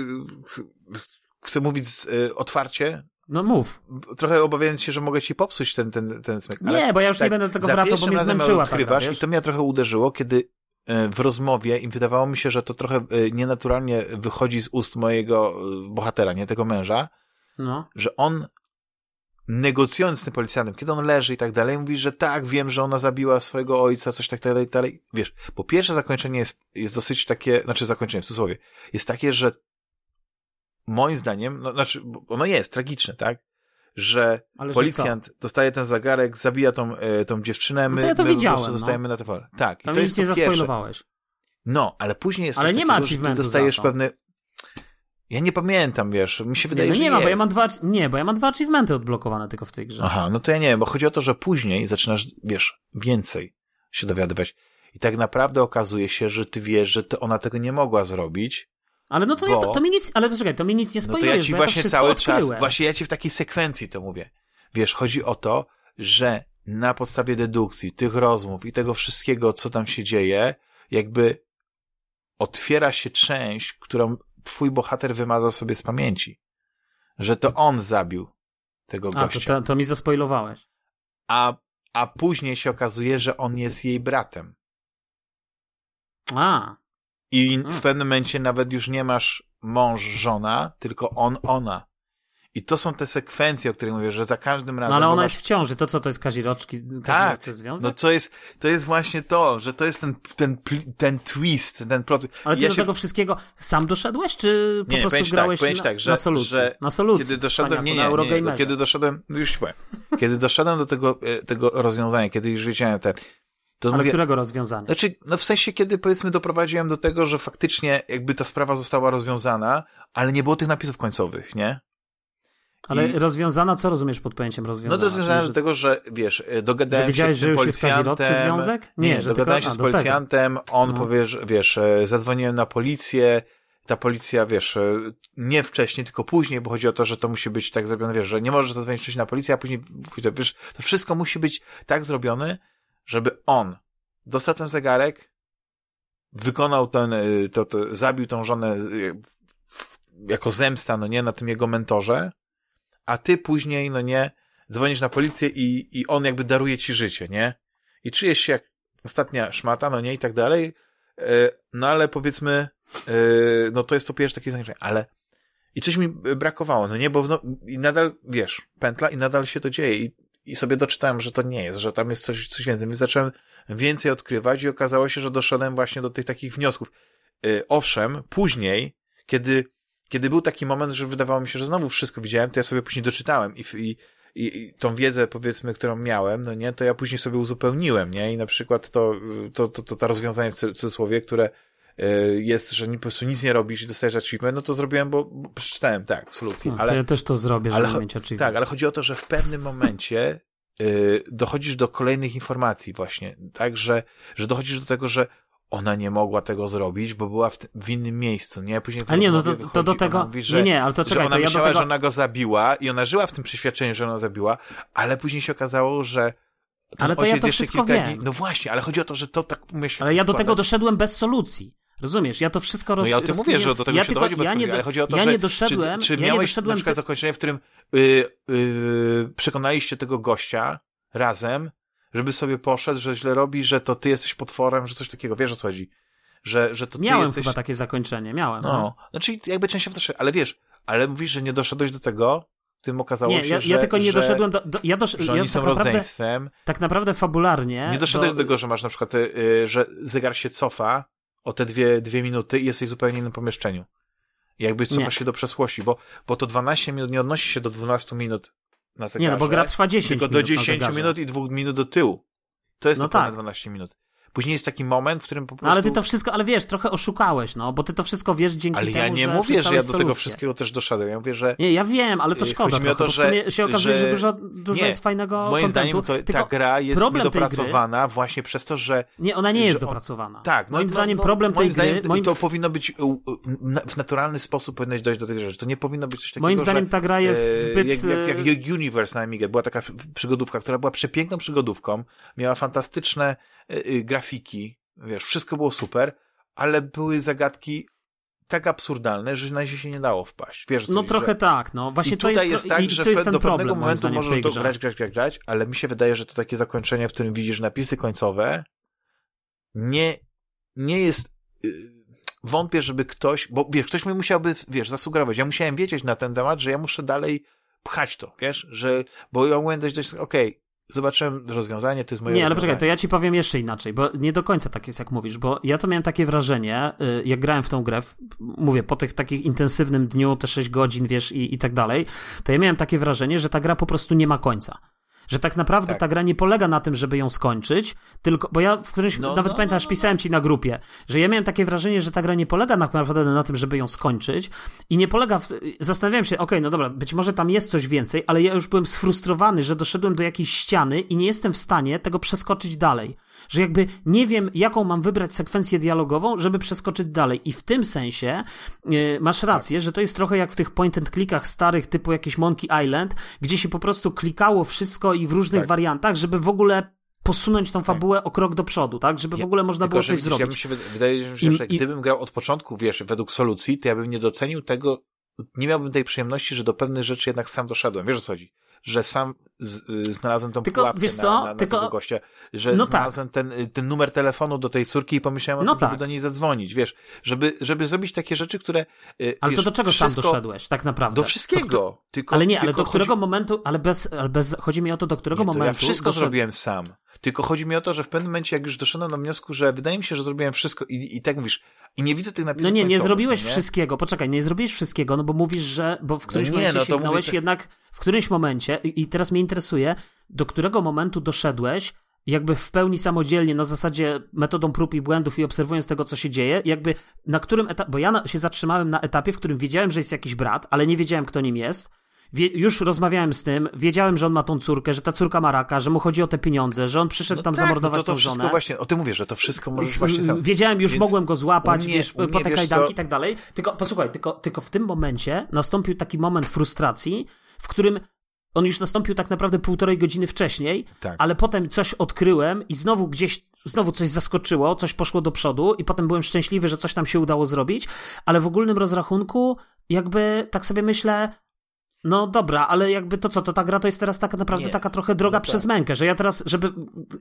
chcę mówić z, y, otwarcie. No mów. Trochę obawiając się, że mogę ci popsuć ten, ten, ten smyk. Nie, ale bo ja już tak, nie będę do tego wracał, bo mnie zmęczyła ta gra, i to mnie trochę uderzyło, kiedy w rozmowie i wydawało mi się, że to trochę nienaturalnie wychodzi z ust mojego bohatera, nie tego męża, no. że on negocjując z tym policjantem, kiedy on leży i tak dalej, mówi, że tak, wiem, że ona zabiła swojego ojca, coś tak dalej, dalej. Wiesz, po pierwsze zakończenie jest, jest dosyć takie, znaczy zakończenie w cudzysłowie, jest takie, że moim zdaniem, no, znaczy, ono jest tragiczne, tak? Że ale policjant że dostaje ten zegarek, zabija tą, e, tą dziewczynę, my, no to ja to my po prostu zostajemy no. na T V. Tak, i tam to jest nie to zaspoilowałeś. No, ale później jest ale coś nie takiego, ma że ty dostajesz pewne... Ja nie pamiętam, wiesz, mi się wydaje, nie, no że nie ma, jest. bo ja mam dwa, nie, bo ja mam dwa achievementy odblokowane tylko w tej grze. Aha, no to ja nie wiem, bo chodzi o to, że później zaczynasz, wiesz, więcej się dowiadywać. I tak naprawdę okazuje się, że ty wiesz, że to ona tego nie mogła zrobić. Ale no to, bo... ja, to, to mi nic, ale czekaj, to mi nic nie spoilujesz, no to ja ci właśnie ja cały odkryłem. czas, właśnie ja ci w takiej sekwencji to mówię. Wiesz, chodzi o to, że na podstawie dedukcji, tych rozmów i tego wszystkiego, co tam się dzieje, jakby otwiera się część, którą twój bohater wymazał sobie z pamięci. Że to on zabił tego a, gościa. To, to, to mi zaspoilowałeś. A, a później się okazuje, że on jest jej bratem. A. I hmm. w pewnym momencie nawet już nie masz mąż, żona, tylko on, ona. I to są te sekwencje, o których mówię, że za każdym razem... No ale ona masz... jest w ciąży, to co, to jest Kaziroczki? Tak, związek? no to jest, to jest właśnie to, że to jest ten, ten, ten twist, ten plot. Ale ty ja do się... tego wszystkiego sam doszedłeś, czy po nie, prostu grałeś tak, na, tak, że, na solucji? Że na solucji. Kiedy doszedłem, nie, nie, nie, nie, kiedy doszedłem, już ci powiem, kiedy doszedłem do tego, tego rozwiązania, kiedy już wiedziałem ten... To ale mówię, którego rozwiązania? Znaczy, no w sensie, kiedy powiedzmy doprowadziłem do tego, że faktycznie jakby ta sprawa została rozwiązana, ale nie było tych napisów końcowych, nie? Ale I... rozwiązana, co rozumiesz pod pojęciem rozwiązana? No to rozwiązana do że... tego, że wiesz, dogadałem że się z tym policjantem. Związek? Nie, nie że dogadałem tylko... się z policjantem, on no. powie, że wiesz, zadzwoniłem na policję, ta policja, wiesz, nie wcześniej, tylko później, bo chodzi o to, że to musi być tak zrobione, wiesz, że nie możesz zadzwonić wcześniej na policję, a później, wiesz, to wszystko musi być tak zrobione, żeby on dostał ten zegarek, wykonał ten, to, to, zabił tą żonę jako zemsta, no nie, na tym jego mentorze, a ty później, no nie, dzwonisz na policję i, i on jakby daruje ci życie, nie? I czujesz się jak ostatnia szmata, no nie, i tak dalej, no ale powiedzmy, no to jest to pierwsze takie zakończenie, ale i coś mi brakowało, no nie, bo no, i nadal, wiesz, pętla i nadal się to dzieje i, i sobie doczytałem, że to nie jest, że tam jest coś, coś więcej, więc zacząłem więcej odkrywać i okazało się, że doszedłem właśnie do tych takich wniosków. Yy, owszem, później, kiedy, kiedy był taki moment, że wydawało mi się, że znowu wszystko widziałem, to ja sobie później doczytałem i, i, i, i tą wiedzę, powiedzmy, którą miałem, no nie, to ja później sobie uzupełniłem, nie, i na przykład to, to, to, to, to rozwiązanie w cudzysłowie, które jest, że po prostu nic nie robisz i dostajesz achievement, no to zrobiłem, bo, bo przeczytałem, tak, w solucji. No, ale, to ja też to zrobię, żeby ale, mieć achievement. Tak, ale chodzi o to, że w pewnym momencie y, dochodzisz do kolejnych informacji właśnie, tak, że, że dochodzisz do tego, że ona nie mogła tego zrobić, bo była w, t- w innym miejscu, nie? Później ale nie, no to, wychodzi, to do tego, mówi, że, nie, nie, ale to czekaj, że ona to ja myślała, do tego... że ona go zabiła i ona żyła w tym przeświadczeniu, że ona zabiła, ale później się okazało, że ale to ja to wszystko wiem. Dni... No właśnie, ale chodzi o to, że to tak myślę. Ale ja do tego doszedłem bez solucji. Rozumiesz? Ja to wszystko roz... No ja o tym mówię, że do tego ja się tylko, dochodzi bez ja nie, ale chodzi o to, ja że nie doszedłem, czy, czy ja miałeś nie doszedłem na przykład ty... zakończenie, w którym yy, yy, przekonaliście tego gościa razem, żeby sobie poszedł, że źle robi, że to ty jesteś potworem, że coś takiego, wiesz o co chodzi? Że, że to ty miałem jesteś... chyba takie zakończenie, miałem. No, no. Znaczy jakby częściowo też, ale wiesz, ale mówisz, że nie doszedłeś do tego, tym okazało nie, się, ja, że... ja tylko nie że, doszedłem do... do ja dosz, że oni ja są tak naprawdę, rodzeństwem. Tak naprawdę fabularnie... Nie doszedłeś do... do tego, że masz na przykład, yy, że zegar się cofa o te dwie, dwie minuty i jesteś w zupełnie innym pomieszczeniu. I jakby cofasz nie. się do przeszłości, bo, bo to dwanaście minut nie odnosi się do dwunastu minut na zegarze. Nie, no bo gra trwa dziesięć tylko minut do dziesięciu minut i dwóch minut do tyłu. To jest no to ponad tak. dwanaście minut. Później jest taki moment, w którym po prostu... No ale ty to wszystko, ale wiesz, trochę oszukałeś, no, bo ty to wszystko wiesz dzięki ale temu, ja nie że mówię, że ja do solucję. tego wszystkiego też doszedłem. Ja mówię, że... Nie, ja wiem, ale to szkoda Chodzi mi o to, trochę, że... się okazuje, że, że dużo, dużo nie, jest fajnego moim kontentu. zdaniem to, tylko ta gra jest problem niedopracowana właśnie przez to, że... Nie, ona nie że jest on... dopracowana. Tak. Moim no, zdaniem no, problem moim tej zdaniem gry... Moim... To powinno być... W naturalny sposób powinnoś dojść do tych rzeczy. To nie powinno być coś takiego, Moim zdaniem że, ta gra jest zbyt... Jak, jak, jak Universe na Amigę. Była taka przygodówka, która była przepiękną przygodówką. Miała fantastyczne y, grafiki. Wiesz, wszystko było super, ale były zagadki tak absurdalne, że na nie się nie dało wpaść. Wiesz, no coś, trochę że... tak, no. Właśnie I tutaj to jest, jest tak, że jest do problem, pewnego momentu możesz to grze. grać, grać, grać, grać, ale mi się wydaje, że to takie zakończenie, w którym widzisz napisy końcowe, nie, nie jest... Yy, wątpię, żeby ktoś... Bo wiesz, ktoś mi musiałby, wiesz, zasugerować. Ja musiałem wiedzieć na ten temat, że ja muszę dalej pchać to, wiesz, że... Bo ja mówię dość, dość okej, okay, zobaczyłem rozwiązanie, to jest moje Nie, ale rozwiązanie. poczekaj, to ja ci powiem jeszcze inaczej, bo nie do końca tak jest, jak mówisz, bo ja to miałem takie wrażenie, jak grałem w tą grę, mówię, po tych takich intensywnym dniu, te sześć godzin, wiesz, i, i tak dalej, to ja miałem takie wrażenie, że ta gra po prostu nie ma końca. Że tak naprawdę tak. ta gra nie polega na tym, żeby ją skończyć, tylko, bo ja w którymś, no, nawet no, pamiętasz, no, no, pisałem ci na grupie, że ja miałem takie wrażenie, że ta gra nie polega na, naprawdę na tym, żeby ją skończyć i nie polega, w, zastanawiałem się, okej, okay, no dobra, być może tam jest coś więcej, ale ja już byłem sfrustrowany, że doszedłem do jakiejś ściany i nie jestem w stanie tego przeskoczyć dalej. Że jakby nie wiem, jaką mam wybrać sekwencję dialogową, żeby przeskoczyć dalej. I w tym sensie yy, masz rację, tak. że to jest trochę jak w tych point and clickach starych, typu jakiś Monkey Island, gdzie się po prostu klikało wszystko i w różnych tak. wariantach, żeby w ogóle posunąć tą fabułę tak. o krok do przodu, tak? Żeby ja, w ogóle można tylko, było coś że, zrobić. Ja bym się, wydaje mi się, I, że i... gdybym grał od początku, wiesz, według solucji, to ja bym nie docenił tego, nie miałbym tej przyjemności, że do pewnych rzeczy jednak sam doszedłem. Wiesz o co chodzi? Że sam z, y, znalazłem tą tylko, pułapkę wiesz co? na, na, na tylko... tego gościa, że no znalazłem tak. ten, ten numer telefonu do tej córki i pomyślałem no o tym, tak. żeby do niej zadzwonić, wiesz, żeby, żeby zrobić takie rzeczy, które... Y, ale wiesz, to do czego wszystko... sam doszedłeś, tak naprawdę? Do wszystkiego. To, tylko, ale nie, ale tylko do którego chodzi... momentu, ale bez, ale bez, chodzi mi o to, do którego nie, to momentu... ja wszystko doszedł... zrobiłem sam. Tylko chodzi mi o to, że w pewnym momencie, jak już doszedłem do wniosku, że wydaje mi się, że zrobiłem wszystko i, i tak mówisz, i nie widzę tych napisów No nie, nie zrobiłeś nie? wszystkiego, poczekaj, nie zrobiłeś wszystkiego, no bo mówisz, że, bo w którymś no nie, momencie no to sięgnąłeś mówię... jednak, w którymś momencie, i, i teraz mnie interesuje, do którego momentu doszedłeś, jakby w pełni samodzielnie, na zasadzie metodą prób i błędów i obserwując tego, co się dzieje, jakby na którym etapie, bo ja na, się zatrzymałem na etapie, w którym wiedziałem, że jest jakiś brat, ale nie wiedziałem, kto nim jest. Wie, już rozmawiałem z tym, wiedziałem, że on ma tą córkę, że ta córka ma raka, że mu chodzi o te pieniądze, że on przyszedł no tam tak, zamordować no to, to tą żonę. wszystko właśnie, o tym mówię, że to wszystko możesz właśnie sam. Wiedziałem, już Więc mogłem go złapać, mnie, wiesz, po te kajdanki i tak dalej. Tylko, posłuchaj, tylko, tylko w tym momencie nastąpił taki moment frustracji, w którym on już nastąpił tak naprawdę półtorej godziny wcześniej, tak. ale potem coś odkryłem i znowu gdzieś, znowu coś zaskoczyło, coś poszło do przodu i potem byłem szczęśliwy, że coś tam się udało zrobić, ale w ogólnym rozrachunku jakby tak sobie myślę, no dobra, ale jakby to co, to ta gra to jest teraz taka naprawdę nie. taka trochę droga no przez tak. mękę, że ja teraz, żeby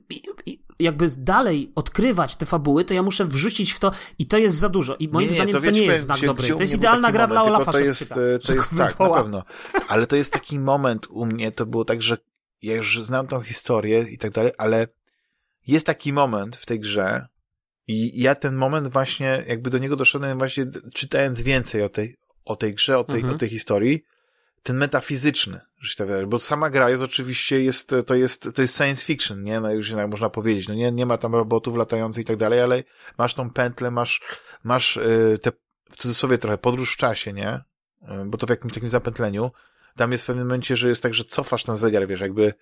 jakby dalej odkrywać te fabuły, to ja muszę wrzucić w to i to jest za dużo i moim nie, nie, zdaniem to, to nie jest znak dobry. To jest idealna gra dla Olafa to jest, to jest tak, na pewno. Ale to jest taki moment u mnie, to było tak, że ja już znam tą historię i tak dalej, ale jest taki moment w tej grze i ja ten moment właśnie, jakby do niego doszedłem właśnie czytając więcej o tej, o tej grze, o tej, mhm. o tej historii, ten metafizyczny, że tak powiem, bo sama gra jest oczywiście, jest, to jest, to jest science fiction, nie? No już jednak można powiedzieć, no nie, nie ma tam robotów latających i tak dalej, ale masz tą pętlę, masz, masz yy, te, w cudzysłowie trochę, podróż w czasie, nie? Yy, bo to w jakimś takim zapętleniu, tam jest w pewnym momencie, że jest tak, że cofasz ten zegar, wiesz, jakby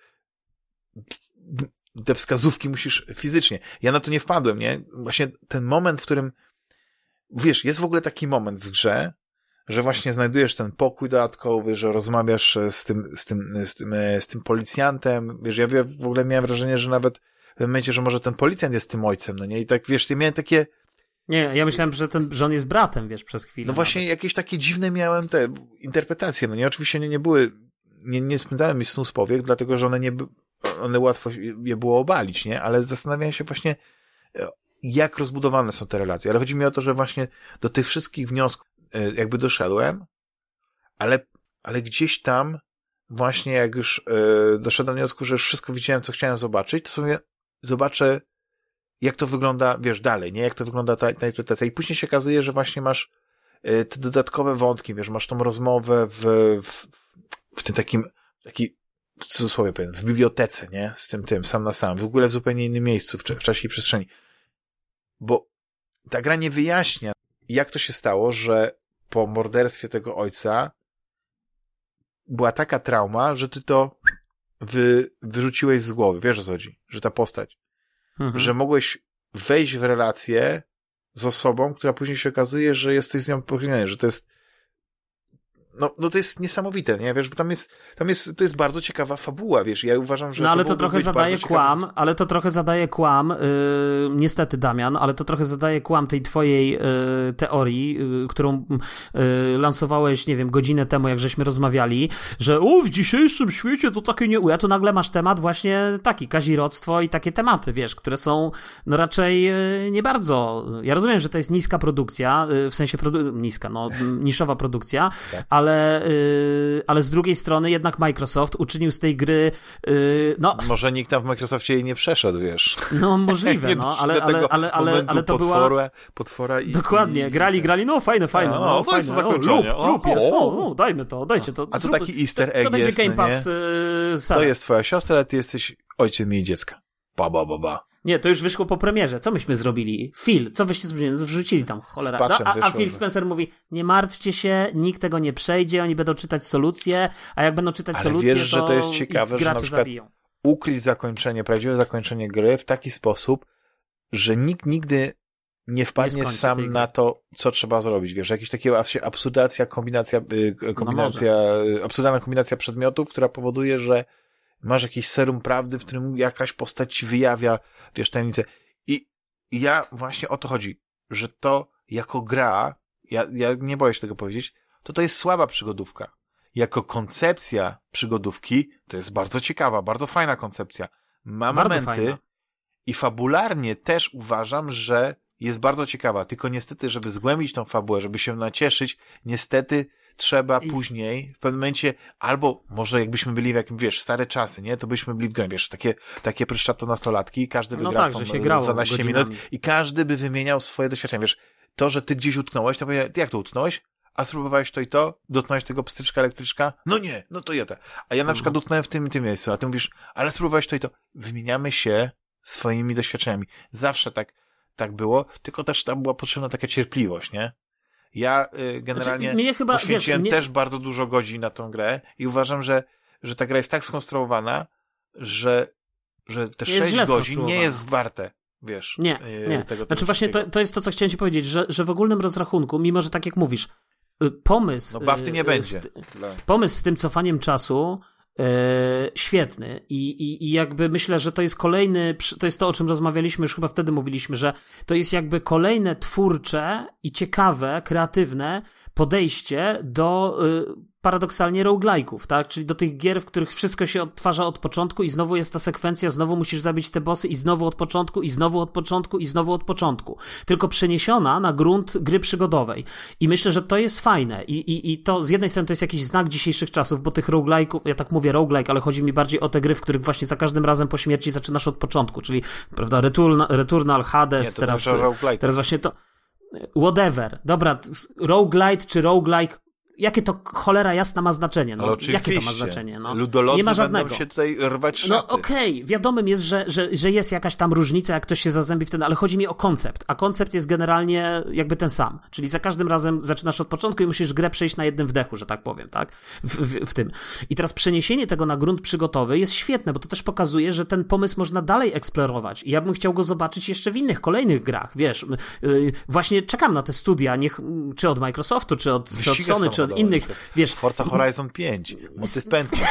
te wskazówki musisz fizycznie. Ja na to nie wpadłem, nie? Właśnie ten moment, w którym, wiesz, jest w ogóle taki moment w grze, że właśnie znajdujesz ten pokój dodatkowy, że rozmawiasz z tym, z tym, z tym, z tym policjantem, wiesz, ja w ogóle miałem wrażenie, że nawet w tym momencie, że może ten policjant jest tym ojcem, no nie? I tak, wiesz, ja miałem takie... Nie, ja myślałem, że, ten, że on jest bratem, wiesz, przez chwilę. No właśnie nawet. Jakieś takie dziwne miałem te interpretacje, no nie? Oczywiście nie, nie były, nie, nie spędzałem mi snu z powiek, dlatego, że one nie by, one łatwo je było obalić, nie? Ale zastanawiałem się właśnie, jak rozbudowane są te relacje. Ale chodzi mi o to, że właśnie do tych wszystkich wniosków jakby doszedłem, ale, ale gdzieś tam właśnie jak już yy, doszedłem do wniosku, że już wszystko widziałem, co chciałem zobaczyć, to sobie zobaczę, jak to wygląda, wiesz, dalej, nie? Jak to wygląda ta, ta interpretacja. I później się okazuje, że właśnie masz yy, te dodatkowe wątki, wiesz, masz tą rozmowę w, w, w tym takim, taki, w cudzysłowie powiem, w bibliotece, nie? Z tym, tym, sam na sam, w ogóle w zupełnie innym miejscu, w, w czasie i przestrzeni. Bo ta gra nie wyjaśnia, jak to się stało, że po morderstwie tego ojca była taka trauma, że ty to wy, wyrzuciłeś z głowy. Wiesz, o co chodzi? Że ta postać. Mhm. Że mogłeś wejść w relację z osobą, która później się okazuje, że jesteś z nią pokrewniony, że to jest no, no to jest niesamowite, nie? Wiesz, bo tam jest, tam jest, to jest bardzo ciekawa fabuła, wiesz, ja uważam, że no ale to, to trochę zadaje kłam, ciekawe... ale to trochę zadaje kłam, yy, niestety Damian, ale to trochę zadaje kłam tej twojej yy, teorii, yy, którą yy, lansowałeś, nie wiem, godzinę temu, jak żeśmy rozmawiali, że u, w dzisiejszym świecie to takie nie, u, ja tu nagle masz temat właśnie taki, kazirodztwo i takie tematy, wiesz, które są no raczej yy, nie bardzo, ja rozumiem, że to jest niska produkcja, yy, w sensie produ- niska, no, niszowa produkcja, tak. ale Ale, yy, ale z drugiej strony jednak Microsoft uczynił z tej gry yy, no... Może nikt tam w Microsoftie jej nie przeszedł, wiesz. No możliwe, no, ale, ale, ale, ale, ale to potwora, była... Potwora i... Dokładnie, i... grali, grali, no fajne, fajne. No, no, no fajne. to jest zakończenie. O, lub, lub jest, no, no, dajmy to, dajcie to. A to taki easter egg to, to jest, będzie Game Pass, no yy, to jest twoja siostra, ale ty jesteś ojcem jej dziecka. Ba, ba, ba, ba. Nie, to już wyszło po premierze. Co myśmy zrobili? Phil, co wyście wrzucili tam? Cholera. No, a, a Phil Spencer mówi, nie martwcie się, nikt tego nie przejdzie, oni będą czytać solucje, a jak będą czytać ale solucje, wiesz, to że to jest ciekawe, że na przykład zabiją. Ukryć zakończenie, prawdziwe zakończenie gry w taki sposób, że nikt nigdy nie wpadnie nie sam na to, co trzeba zrobić. Wiesz, jakaś taka absurdacja, kombinacja, kombinacja, no absurdalna kombinacja przedmiotów, która powoduje, że masz jakieś serum prawdy, w którym jakaś postać ci wyjawia, wiesz, tajemnicę. I, I ja właśnie o to chodzi, że to jako gra, ja, ja nie boję się tego powiedzieć, to to jest słaba przygodówka. Jako koncepcja przygodówki to jest bardzo ciekawa, bardzo fajna koncepcja. Ma bardzo momenty fajna. I fabularnie też uważam, że jest bardzo ciekawa. Tylko niestety, żeby zgłębić tą fabułę, żeby się nacieszyć, niestety trzeba I... później, w pewnym momencie, albo może jakbyśmy byli w jakimś, wiesz, stare czasy, nie? To byśmy byli w grę, wiesz, takie, takie pryszczato nastolatki, każdy by no grał tak, tą że się grało dwanaście minut i każdy by wymieniał swoje doświadczenia, wiesz, to, że ty gdzieś utknąłeś, to powie, jak to utknąłeś? A spróbowałeś to i to? Dotknąłeś tego pstryczka elektryczka? No nie, no to ja to. A ja na przykład dotknąłem w tym i tym miejscu, a ty mówisz, ale spróbowałeś to i to. Wymieniamy się swoimi doświadczeniami. Zawsze tak, tak było, tylko też tam była potrzebna taka cierpliwość, nie? Ja y, generalnie znaczy, mnie chyba, poświęciłem wiesz, mnie... też bardzo dużo godzin na tą grę i uważam, że, że ta gra jest tak skonstruowana, że, że te sześć godzin nie jest warte, wiesz. Nie, y, nie. Tego, znaczy właśnie to, to jest to, co chciałem ci powiedzieć, że, że w ogólnym rozrachunku, mimo że tak jak mówisz, pomysł... No bafty nie y, będzie. Z, pomysł z tym cofaniem czasu Yy, świetny I, i, i jakby myślę, że to jest kolejny, to jest to, o czym rozmawialiśmy, już chyba wtedy mówiliśmy, że to jest jakby kolejne twórcze i ciekawe, kreatywne podejście do yy, paradoksalnie roguelike'ów, tak? Czyli do tych gier, w których wszystko się odtwarza od początku i znowu jest ta sekwencja, znowu musisz zabić te bossy i znowu od początku, i znowu od początku, i znowu od początku. Tylko przeniesiona na grunt gry przygodowej. I myślę, że to jest fajne. I, i, i to z jednej strony to jest jakiś znak dzisiejszych czasów, bo tych roguelike'ów, ja tak mówię roguelike, ale chodzi mi bardziej o te gry, w których właśnie za każdym razem po śmierci zaczynasz od początku, czyli, prawda, Returnal, Returnal Hades, Nie, to teraz, teraz właśnie to whatever. Dobra, roguelite czy roguelike jakie to cholera jasna ma znaczenie? No, jakie to ma znaczenie? No, nie ma żadnego. Będą się tutaj rwać szaty. No okej, okay. Wiadomym jest, że, że, że jest jakaś tam różnica, jak ktoś się zazębi w ten, ale chodzi mi o koncept, a koncept jest generalnie jakby ten sam, czyli za każdym razem zaczynasz od początku i musisz grę przejść na jednym wdechu, że tak powiem, tak? W, w, w tym. I teraz przeniesienie tego na grunt przygotowy jest świetne, bo to też pokazuje, że ten pomysł można dalej eksplorować i ja bym chciał go zobaczyć jeszcze w innych, kolejnych grach, wiesz, yy, właśnie czekam na te studia, niech, czy od Microsoftu, czy od, czy od Sony, czy od innych, wiesz. Forza Horizon pięć, motyw pętli.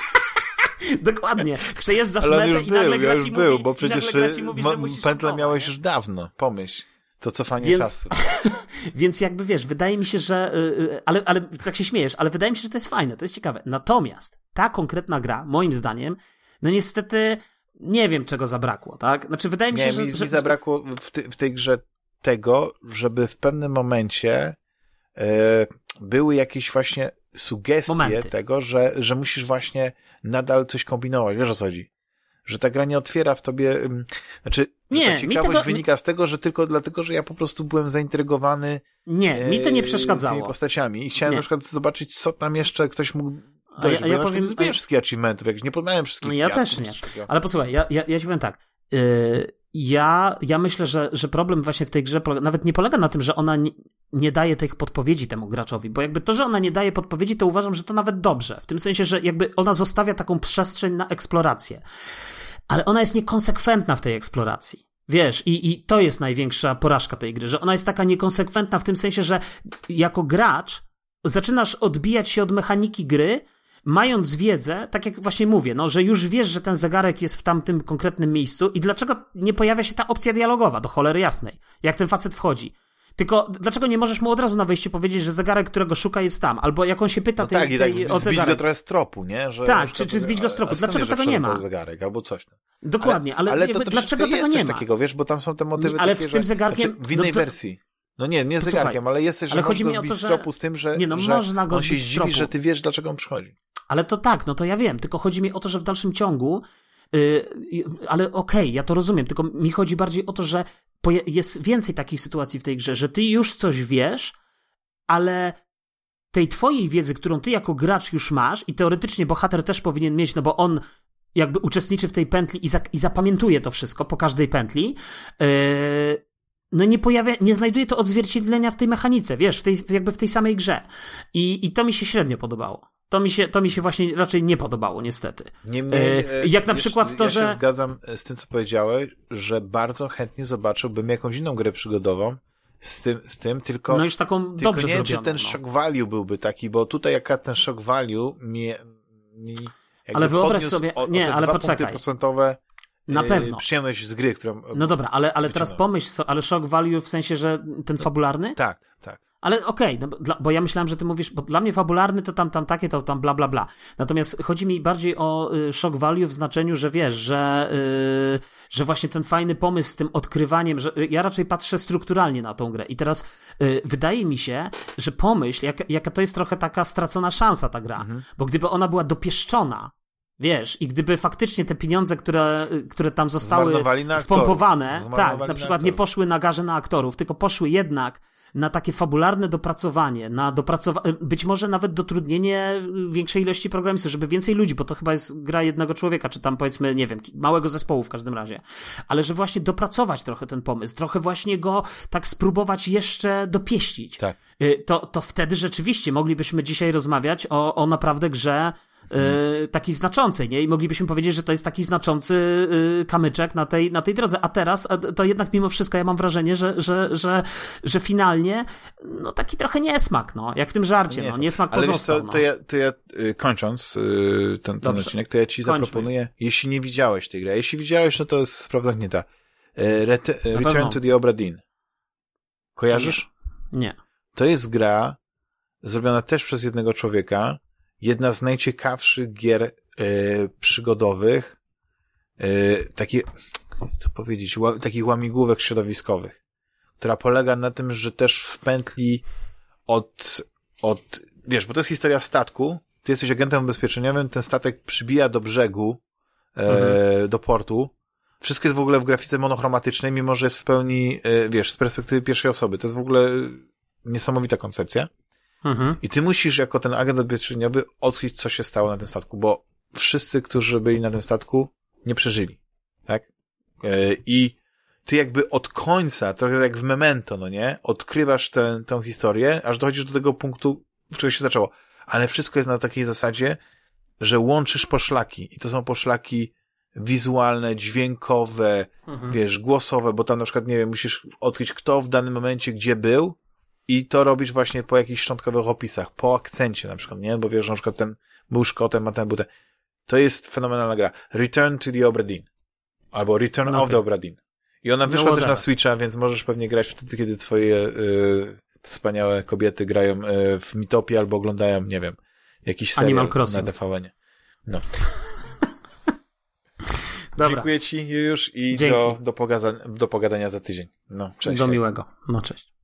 Dokładnie. Przejeżdżasz ale metę już i nagle był, gra już ci był, mówi, bo przecież mówi, pętlę miałeś już dawno, pomyśl. To cofanie więc, czasu. Więc jakby wiesz, wydaje mi się, że ale, ale tak się śmiejesz, ale wydaje mi się, że to jest fajne, to jest ciekawe. Natomiast ta konkretna gra, moim zdaniem, no niestety nie wiem, czego zabrakło, tak? Znaczy wydaje mi się, nie, że... Mi, że... mi zabrakło w, ty, w tej grze tego, żeby w pewnym momencie e, były jakieś właśnie sugestie Momenty. tego, że, że musisz właśnie nadal coś kombinować. Wiesz, o co chodzi? Że ta gra nie otwiera w tobie... Znaczy, nie, ta ciekawość tego, wynika mi... z tego, że tylko dlatego, że ja po prostu byłem zaintrygowany nie, mi to nie przeszkadzało. tymi postaciami i chciałem nie. na przykład zobaczyć, co tam jeszcze ktoś mógł dojść, a ja, bo ja, ja powiem, nie zrobiłem ja... wszystkich achievementów, jak nie poznałem wszystkich no ja też nie, ale posłuchaj, ja, ja, ja ci powiem tak, yy... Ja, ja myślę, że, że problem właśnie w tej grze polega, nawet nie polega na tym, że ona nie, nie daje tych podpowiedzi temu graczowi, bo jakby to, że ona nie daje podpowiedzi, to uważam, że to nawet dobrze. W tym sensie, że jakby ona zostawia taką przestrzeń na eksplorację. Ale ona jest niekonsekwentna w tej eksploracji. Wiesz, i, i to jest największa porażka tej gry, że ona jest taka niekonsekwentna w tym sensie, że jako gracz zaczynasz odbijać się od mechaniki gry, mając wiedzę, tak jak właśnie mówię, no, że już wiesz, że ten zegarek jest w tamtym konkretnym miejscu i dlaczego nie pojawia się ta opcja dialogowa, do cholery jasnej, jak ten facet wchodzi. Tylko dlaczego nie możesz mu od razu na wejściu powiedzieć, że zegarek, którego szuka, jest tam? Albo jak on się pyta no tej, tak, i tej, tak, o zbić zegarek. go trochę z tropu, nie? Że tak, czy, czy zbić go z tropu. Dlaczego tego nie ma? Zegarek, albo coś tam. Dokładnie, ale, ale, ale to dlaczego tego nie ma? Takiego, wiesz, bo tam są te motywy ale takie, z tym zegarkiem... Znaczy, w innej no to... wersji. No nie, nie z zegarkiem, słuchaj, ale jesteś, że ale możesz go zbić to, że... z tropu z tym, że, nie, no, że można go on się zdziwi, że ty wiesz, dlaczego on przychodzi. Ale to tak, no to ja wiem, tylko chodzi mi o to, że w dalszym ciągu, yy, ale okej, okay, ja to rozumiem, tylko mi chodzi bardziej o to, że jest więcej takich sytuacji w tej grze, że ty już coś wiesz, ale tej twojej wiedzy, którą ty jako gracz już masz i teoretycznie bohater też powinien mieć, no bo on jakby uczestniczy w tej pętli i, za, i zapamiętuje to wszystko po każdej pętli, yy, no nie pojawia, nie znajduje to odzwierciedlenia w tej mechanice, wiesz, w tej, jakby w tej samej grze. I, i to mi się średnio podobało. To mi się, to mi się właśnie raczej nie podobało, niestety. Niemniej, e, jak na wiesz, przykład to, ja że... Ja się zgadzam z tym, co powiedziałeś, że bardzo chętnie zobaczyłbym jakąś inną grę przygodową z tym, z tym tylko... No już taką tylko dobrze nie wiem, zrobioną, czy ten no. shock value byłby taki, bo tutaj jaka ten shock value mi... mi ale wyobraź sobie... O, nie, o te ale dwa poczekaj. punkty procentowe na pewno. Przyjemność z gry, którą... No dobra, ale, ale teraz pomyśl, ale shock value w sensie, że ten fabularny? Tak, tak. Ale okej, okay, no, bo ja myślałem, że ty mówisz, bo dla mnie fabularny to tam, tam takie, to tam bla, bla, bla. Natomiast chodzi mi bardziej o y, shock value w znaczeniu, że wiesz, że, y, że właśnie ten fajny pomysł z tym odkrywaniem, że y, ja raczej patrzę strukturalnie na tą grę i teraz y, wydaje mi się, że pomyśl, jak, jaka to jest trochę taka stracona szansa ta gra, mhm. bo gdyby ona była dopieszczona, wiesz, i gdyby faktycznie te pieniądze, które, które tam zostały wpompowane, tak, na przykład na nie poszły na garze na aktorów, tylko poszły jednak na takie fabularne dopracowanie, na dopracowanie, być może nawet dotrudnienie większej ilości programistów, żeby więcej ludzi, bo to chyba jest gra jednego człowieka, czy tam powiedzmy, nie wiem, małego zespołu w każdym razie, ale że właśnie dopracować trochę ten pomysł, trochę właśnie go tak spróbować jeszcze dopieścić. Tak. To, to wtedy rzeczywiście moglibyśmy dzisiaj rozmawiać o, o naprawdę grze Yy, takiej znaczącej, nie? I moglibyśmy powiedzieć, że to jest taki znaczący yy, kamyczek na tej, na tej drodze. A teraz, a to jednak mimo wszystko ja mam wrażenie, że, że, że, że finalnie no taki trochę niesmak, no. Jak w tym żarcie, no. Niesmak pozostał. Ale wiesz co, to ja, to ja yy, kończąc yy, ten, ten odcinek, to ja ci Kończmy. zaproponuję, jeśli nie widziałeś tej gry, jeśli widziałeś, no to jest sprawa nie ta. Yy, Ret- Return pewno. to the Obra Dinn. Kojarzysz? Nie. nie. To jest gra zrobiona też przez jednego człowieka, jedna z najciekawszych gier y, przygodowych, y, takie, jak to powiedzieć, ła, takich łamigłówek środowiskowych, która polega na tym, że też w pętli od, od, wiesz, bo to jest historia statku, ty jesteś agentem ubezpieczeniowym, ten statek przybija do brzegu, y, mhm. do portu, wszystko jest w ogóle w grafice monochromatycznej, mimo że jest w pełni, y, wiesz, z perspektywy pierwszej osoby. To jest w ogóle niesamowita koncepcja. Mhm. I ty musisz jako ten agent ubezpieczeniowy odkryć, co się stało na tym statku, bo wszyscy, którzy byli na tym statku, nie przeżyli. Tak? Yy, I ty jakby od końca, trochę jak w Memento, no nie? Odkrywasz tę, tę historię, aż dochodzisz do tego punktu, w czego się zaczęło. Ale wszystko jest na takiej zasadzie, że łączysz poszlaki. I to są poszlaki wizualne, dźwiękowe, mhm. wiesz, głosowe, bo tam na przykład, nie wiem, musisz odkryć, kto w danym momencie gdzie był i to robisz właśnie po jakichś szczątkowych opisach, po akcencie na przykład, nie? Bo wiesz, na przykład ten był Szkotem, a ten był ten. To jest fenomenalna gra. Return to the Obra Dinn. Albo Return no of okay. the Obra Dinn. I ona wyszła no, też tak. na Switcha, więc możesz pewnie grać wtedy, kiedy twoje y, wspaniałe kobiety grają y, w Mitopie albo oglądają, nie wiem, jakiś serial na T V N-ie. No. Dobra. Dziękuję ci już i do, do, pogadania, do pogadania za tydzień. No, cześć. Do miłego. No, cześć.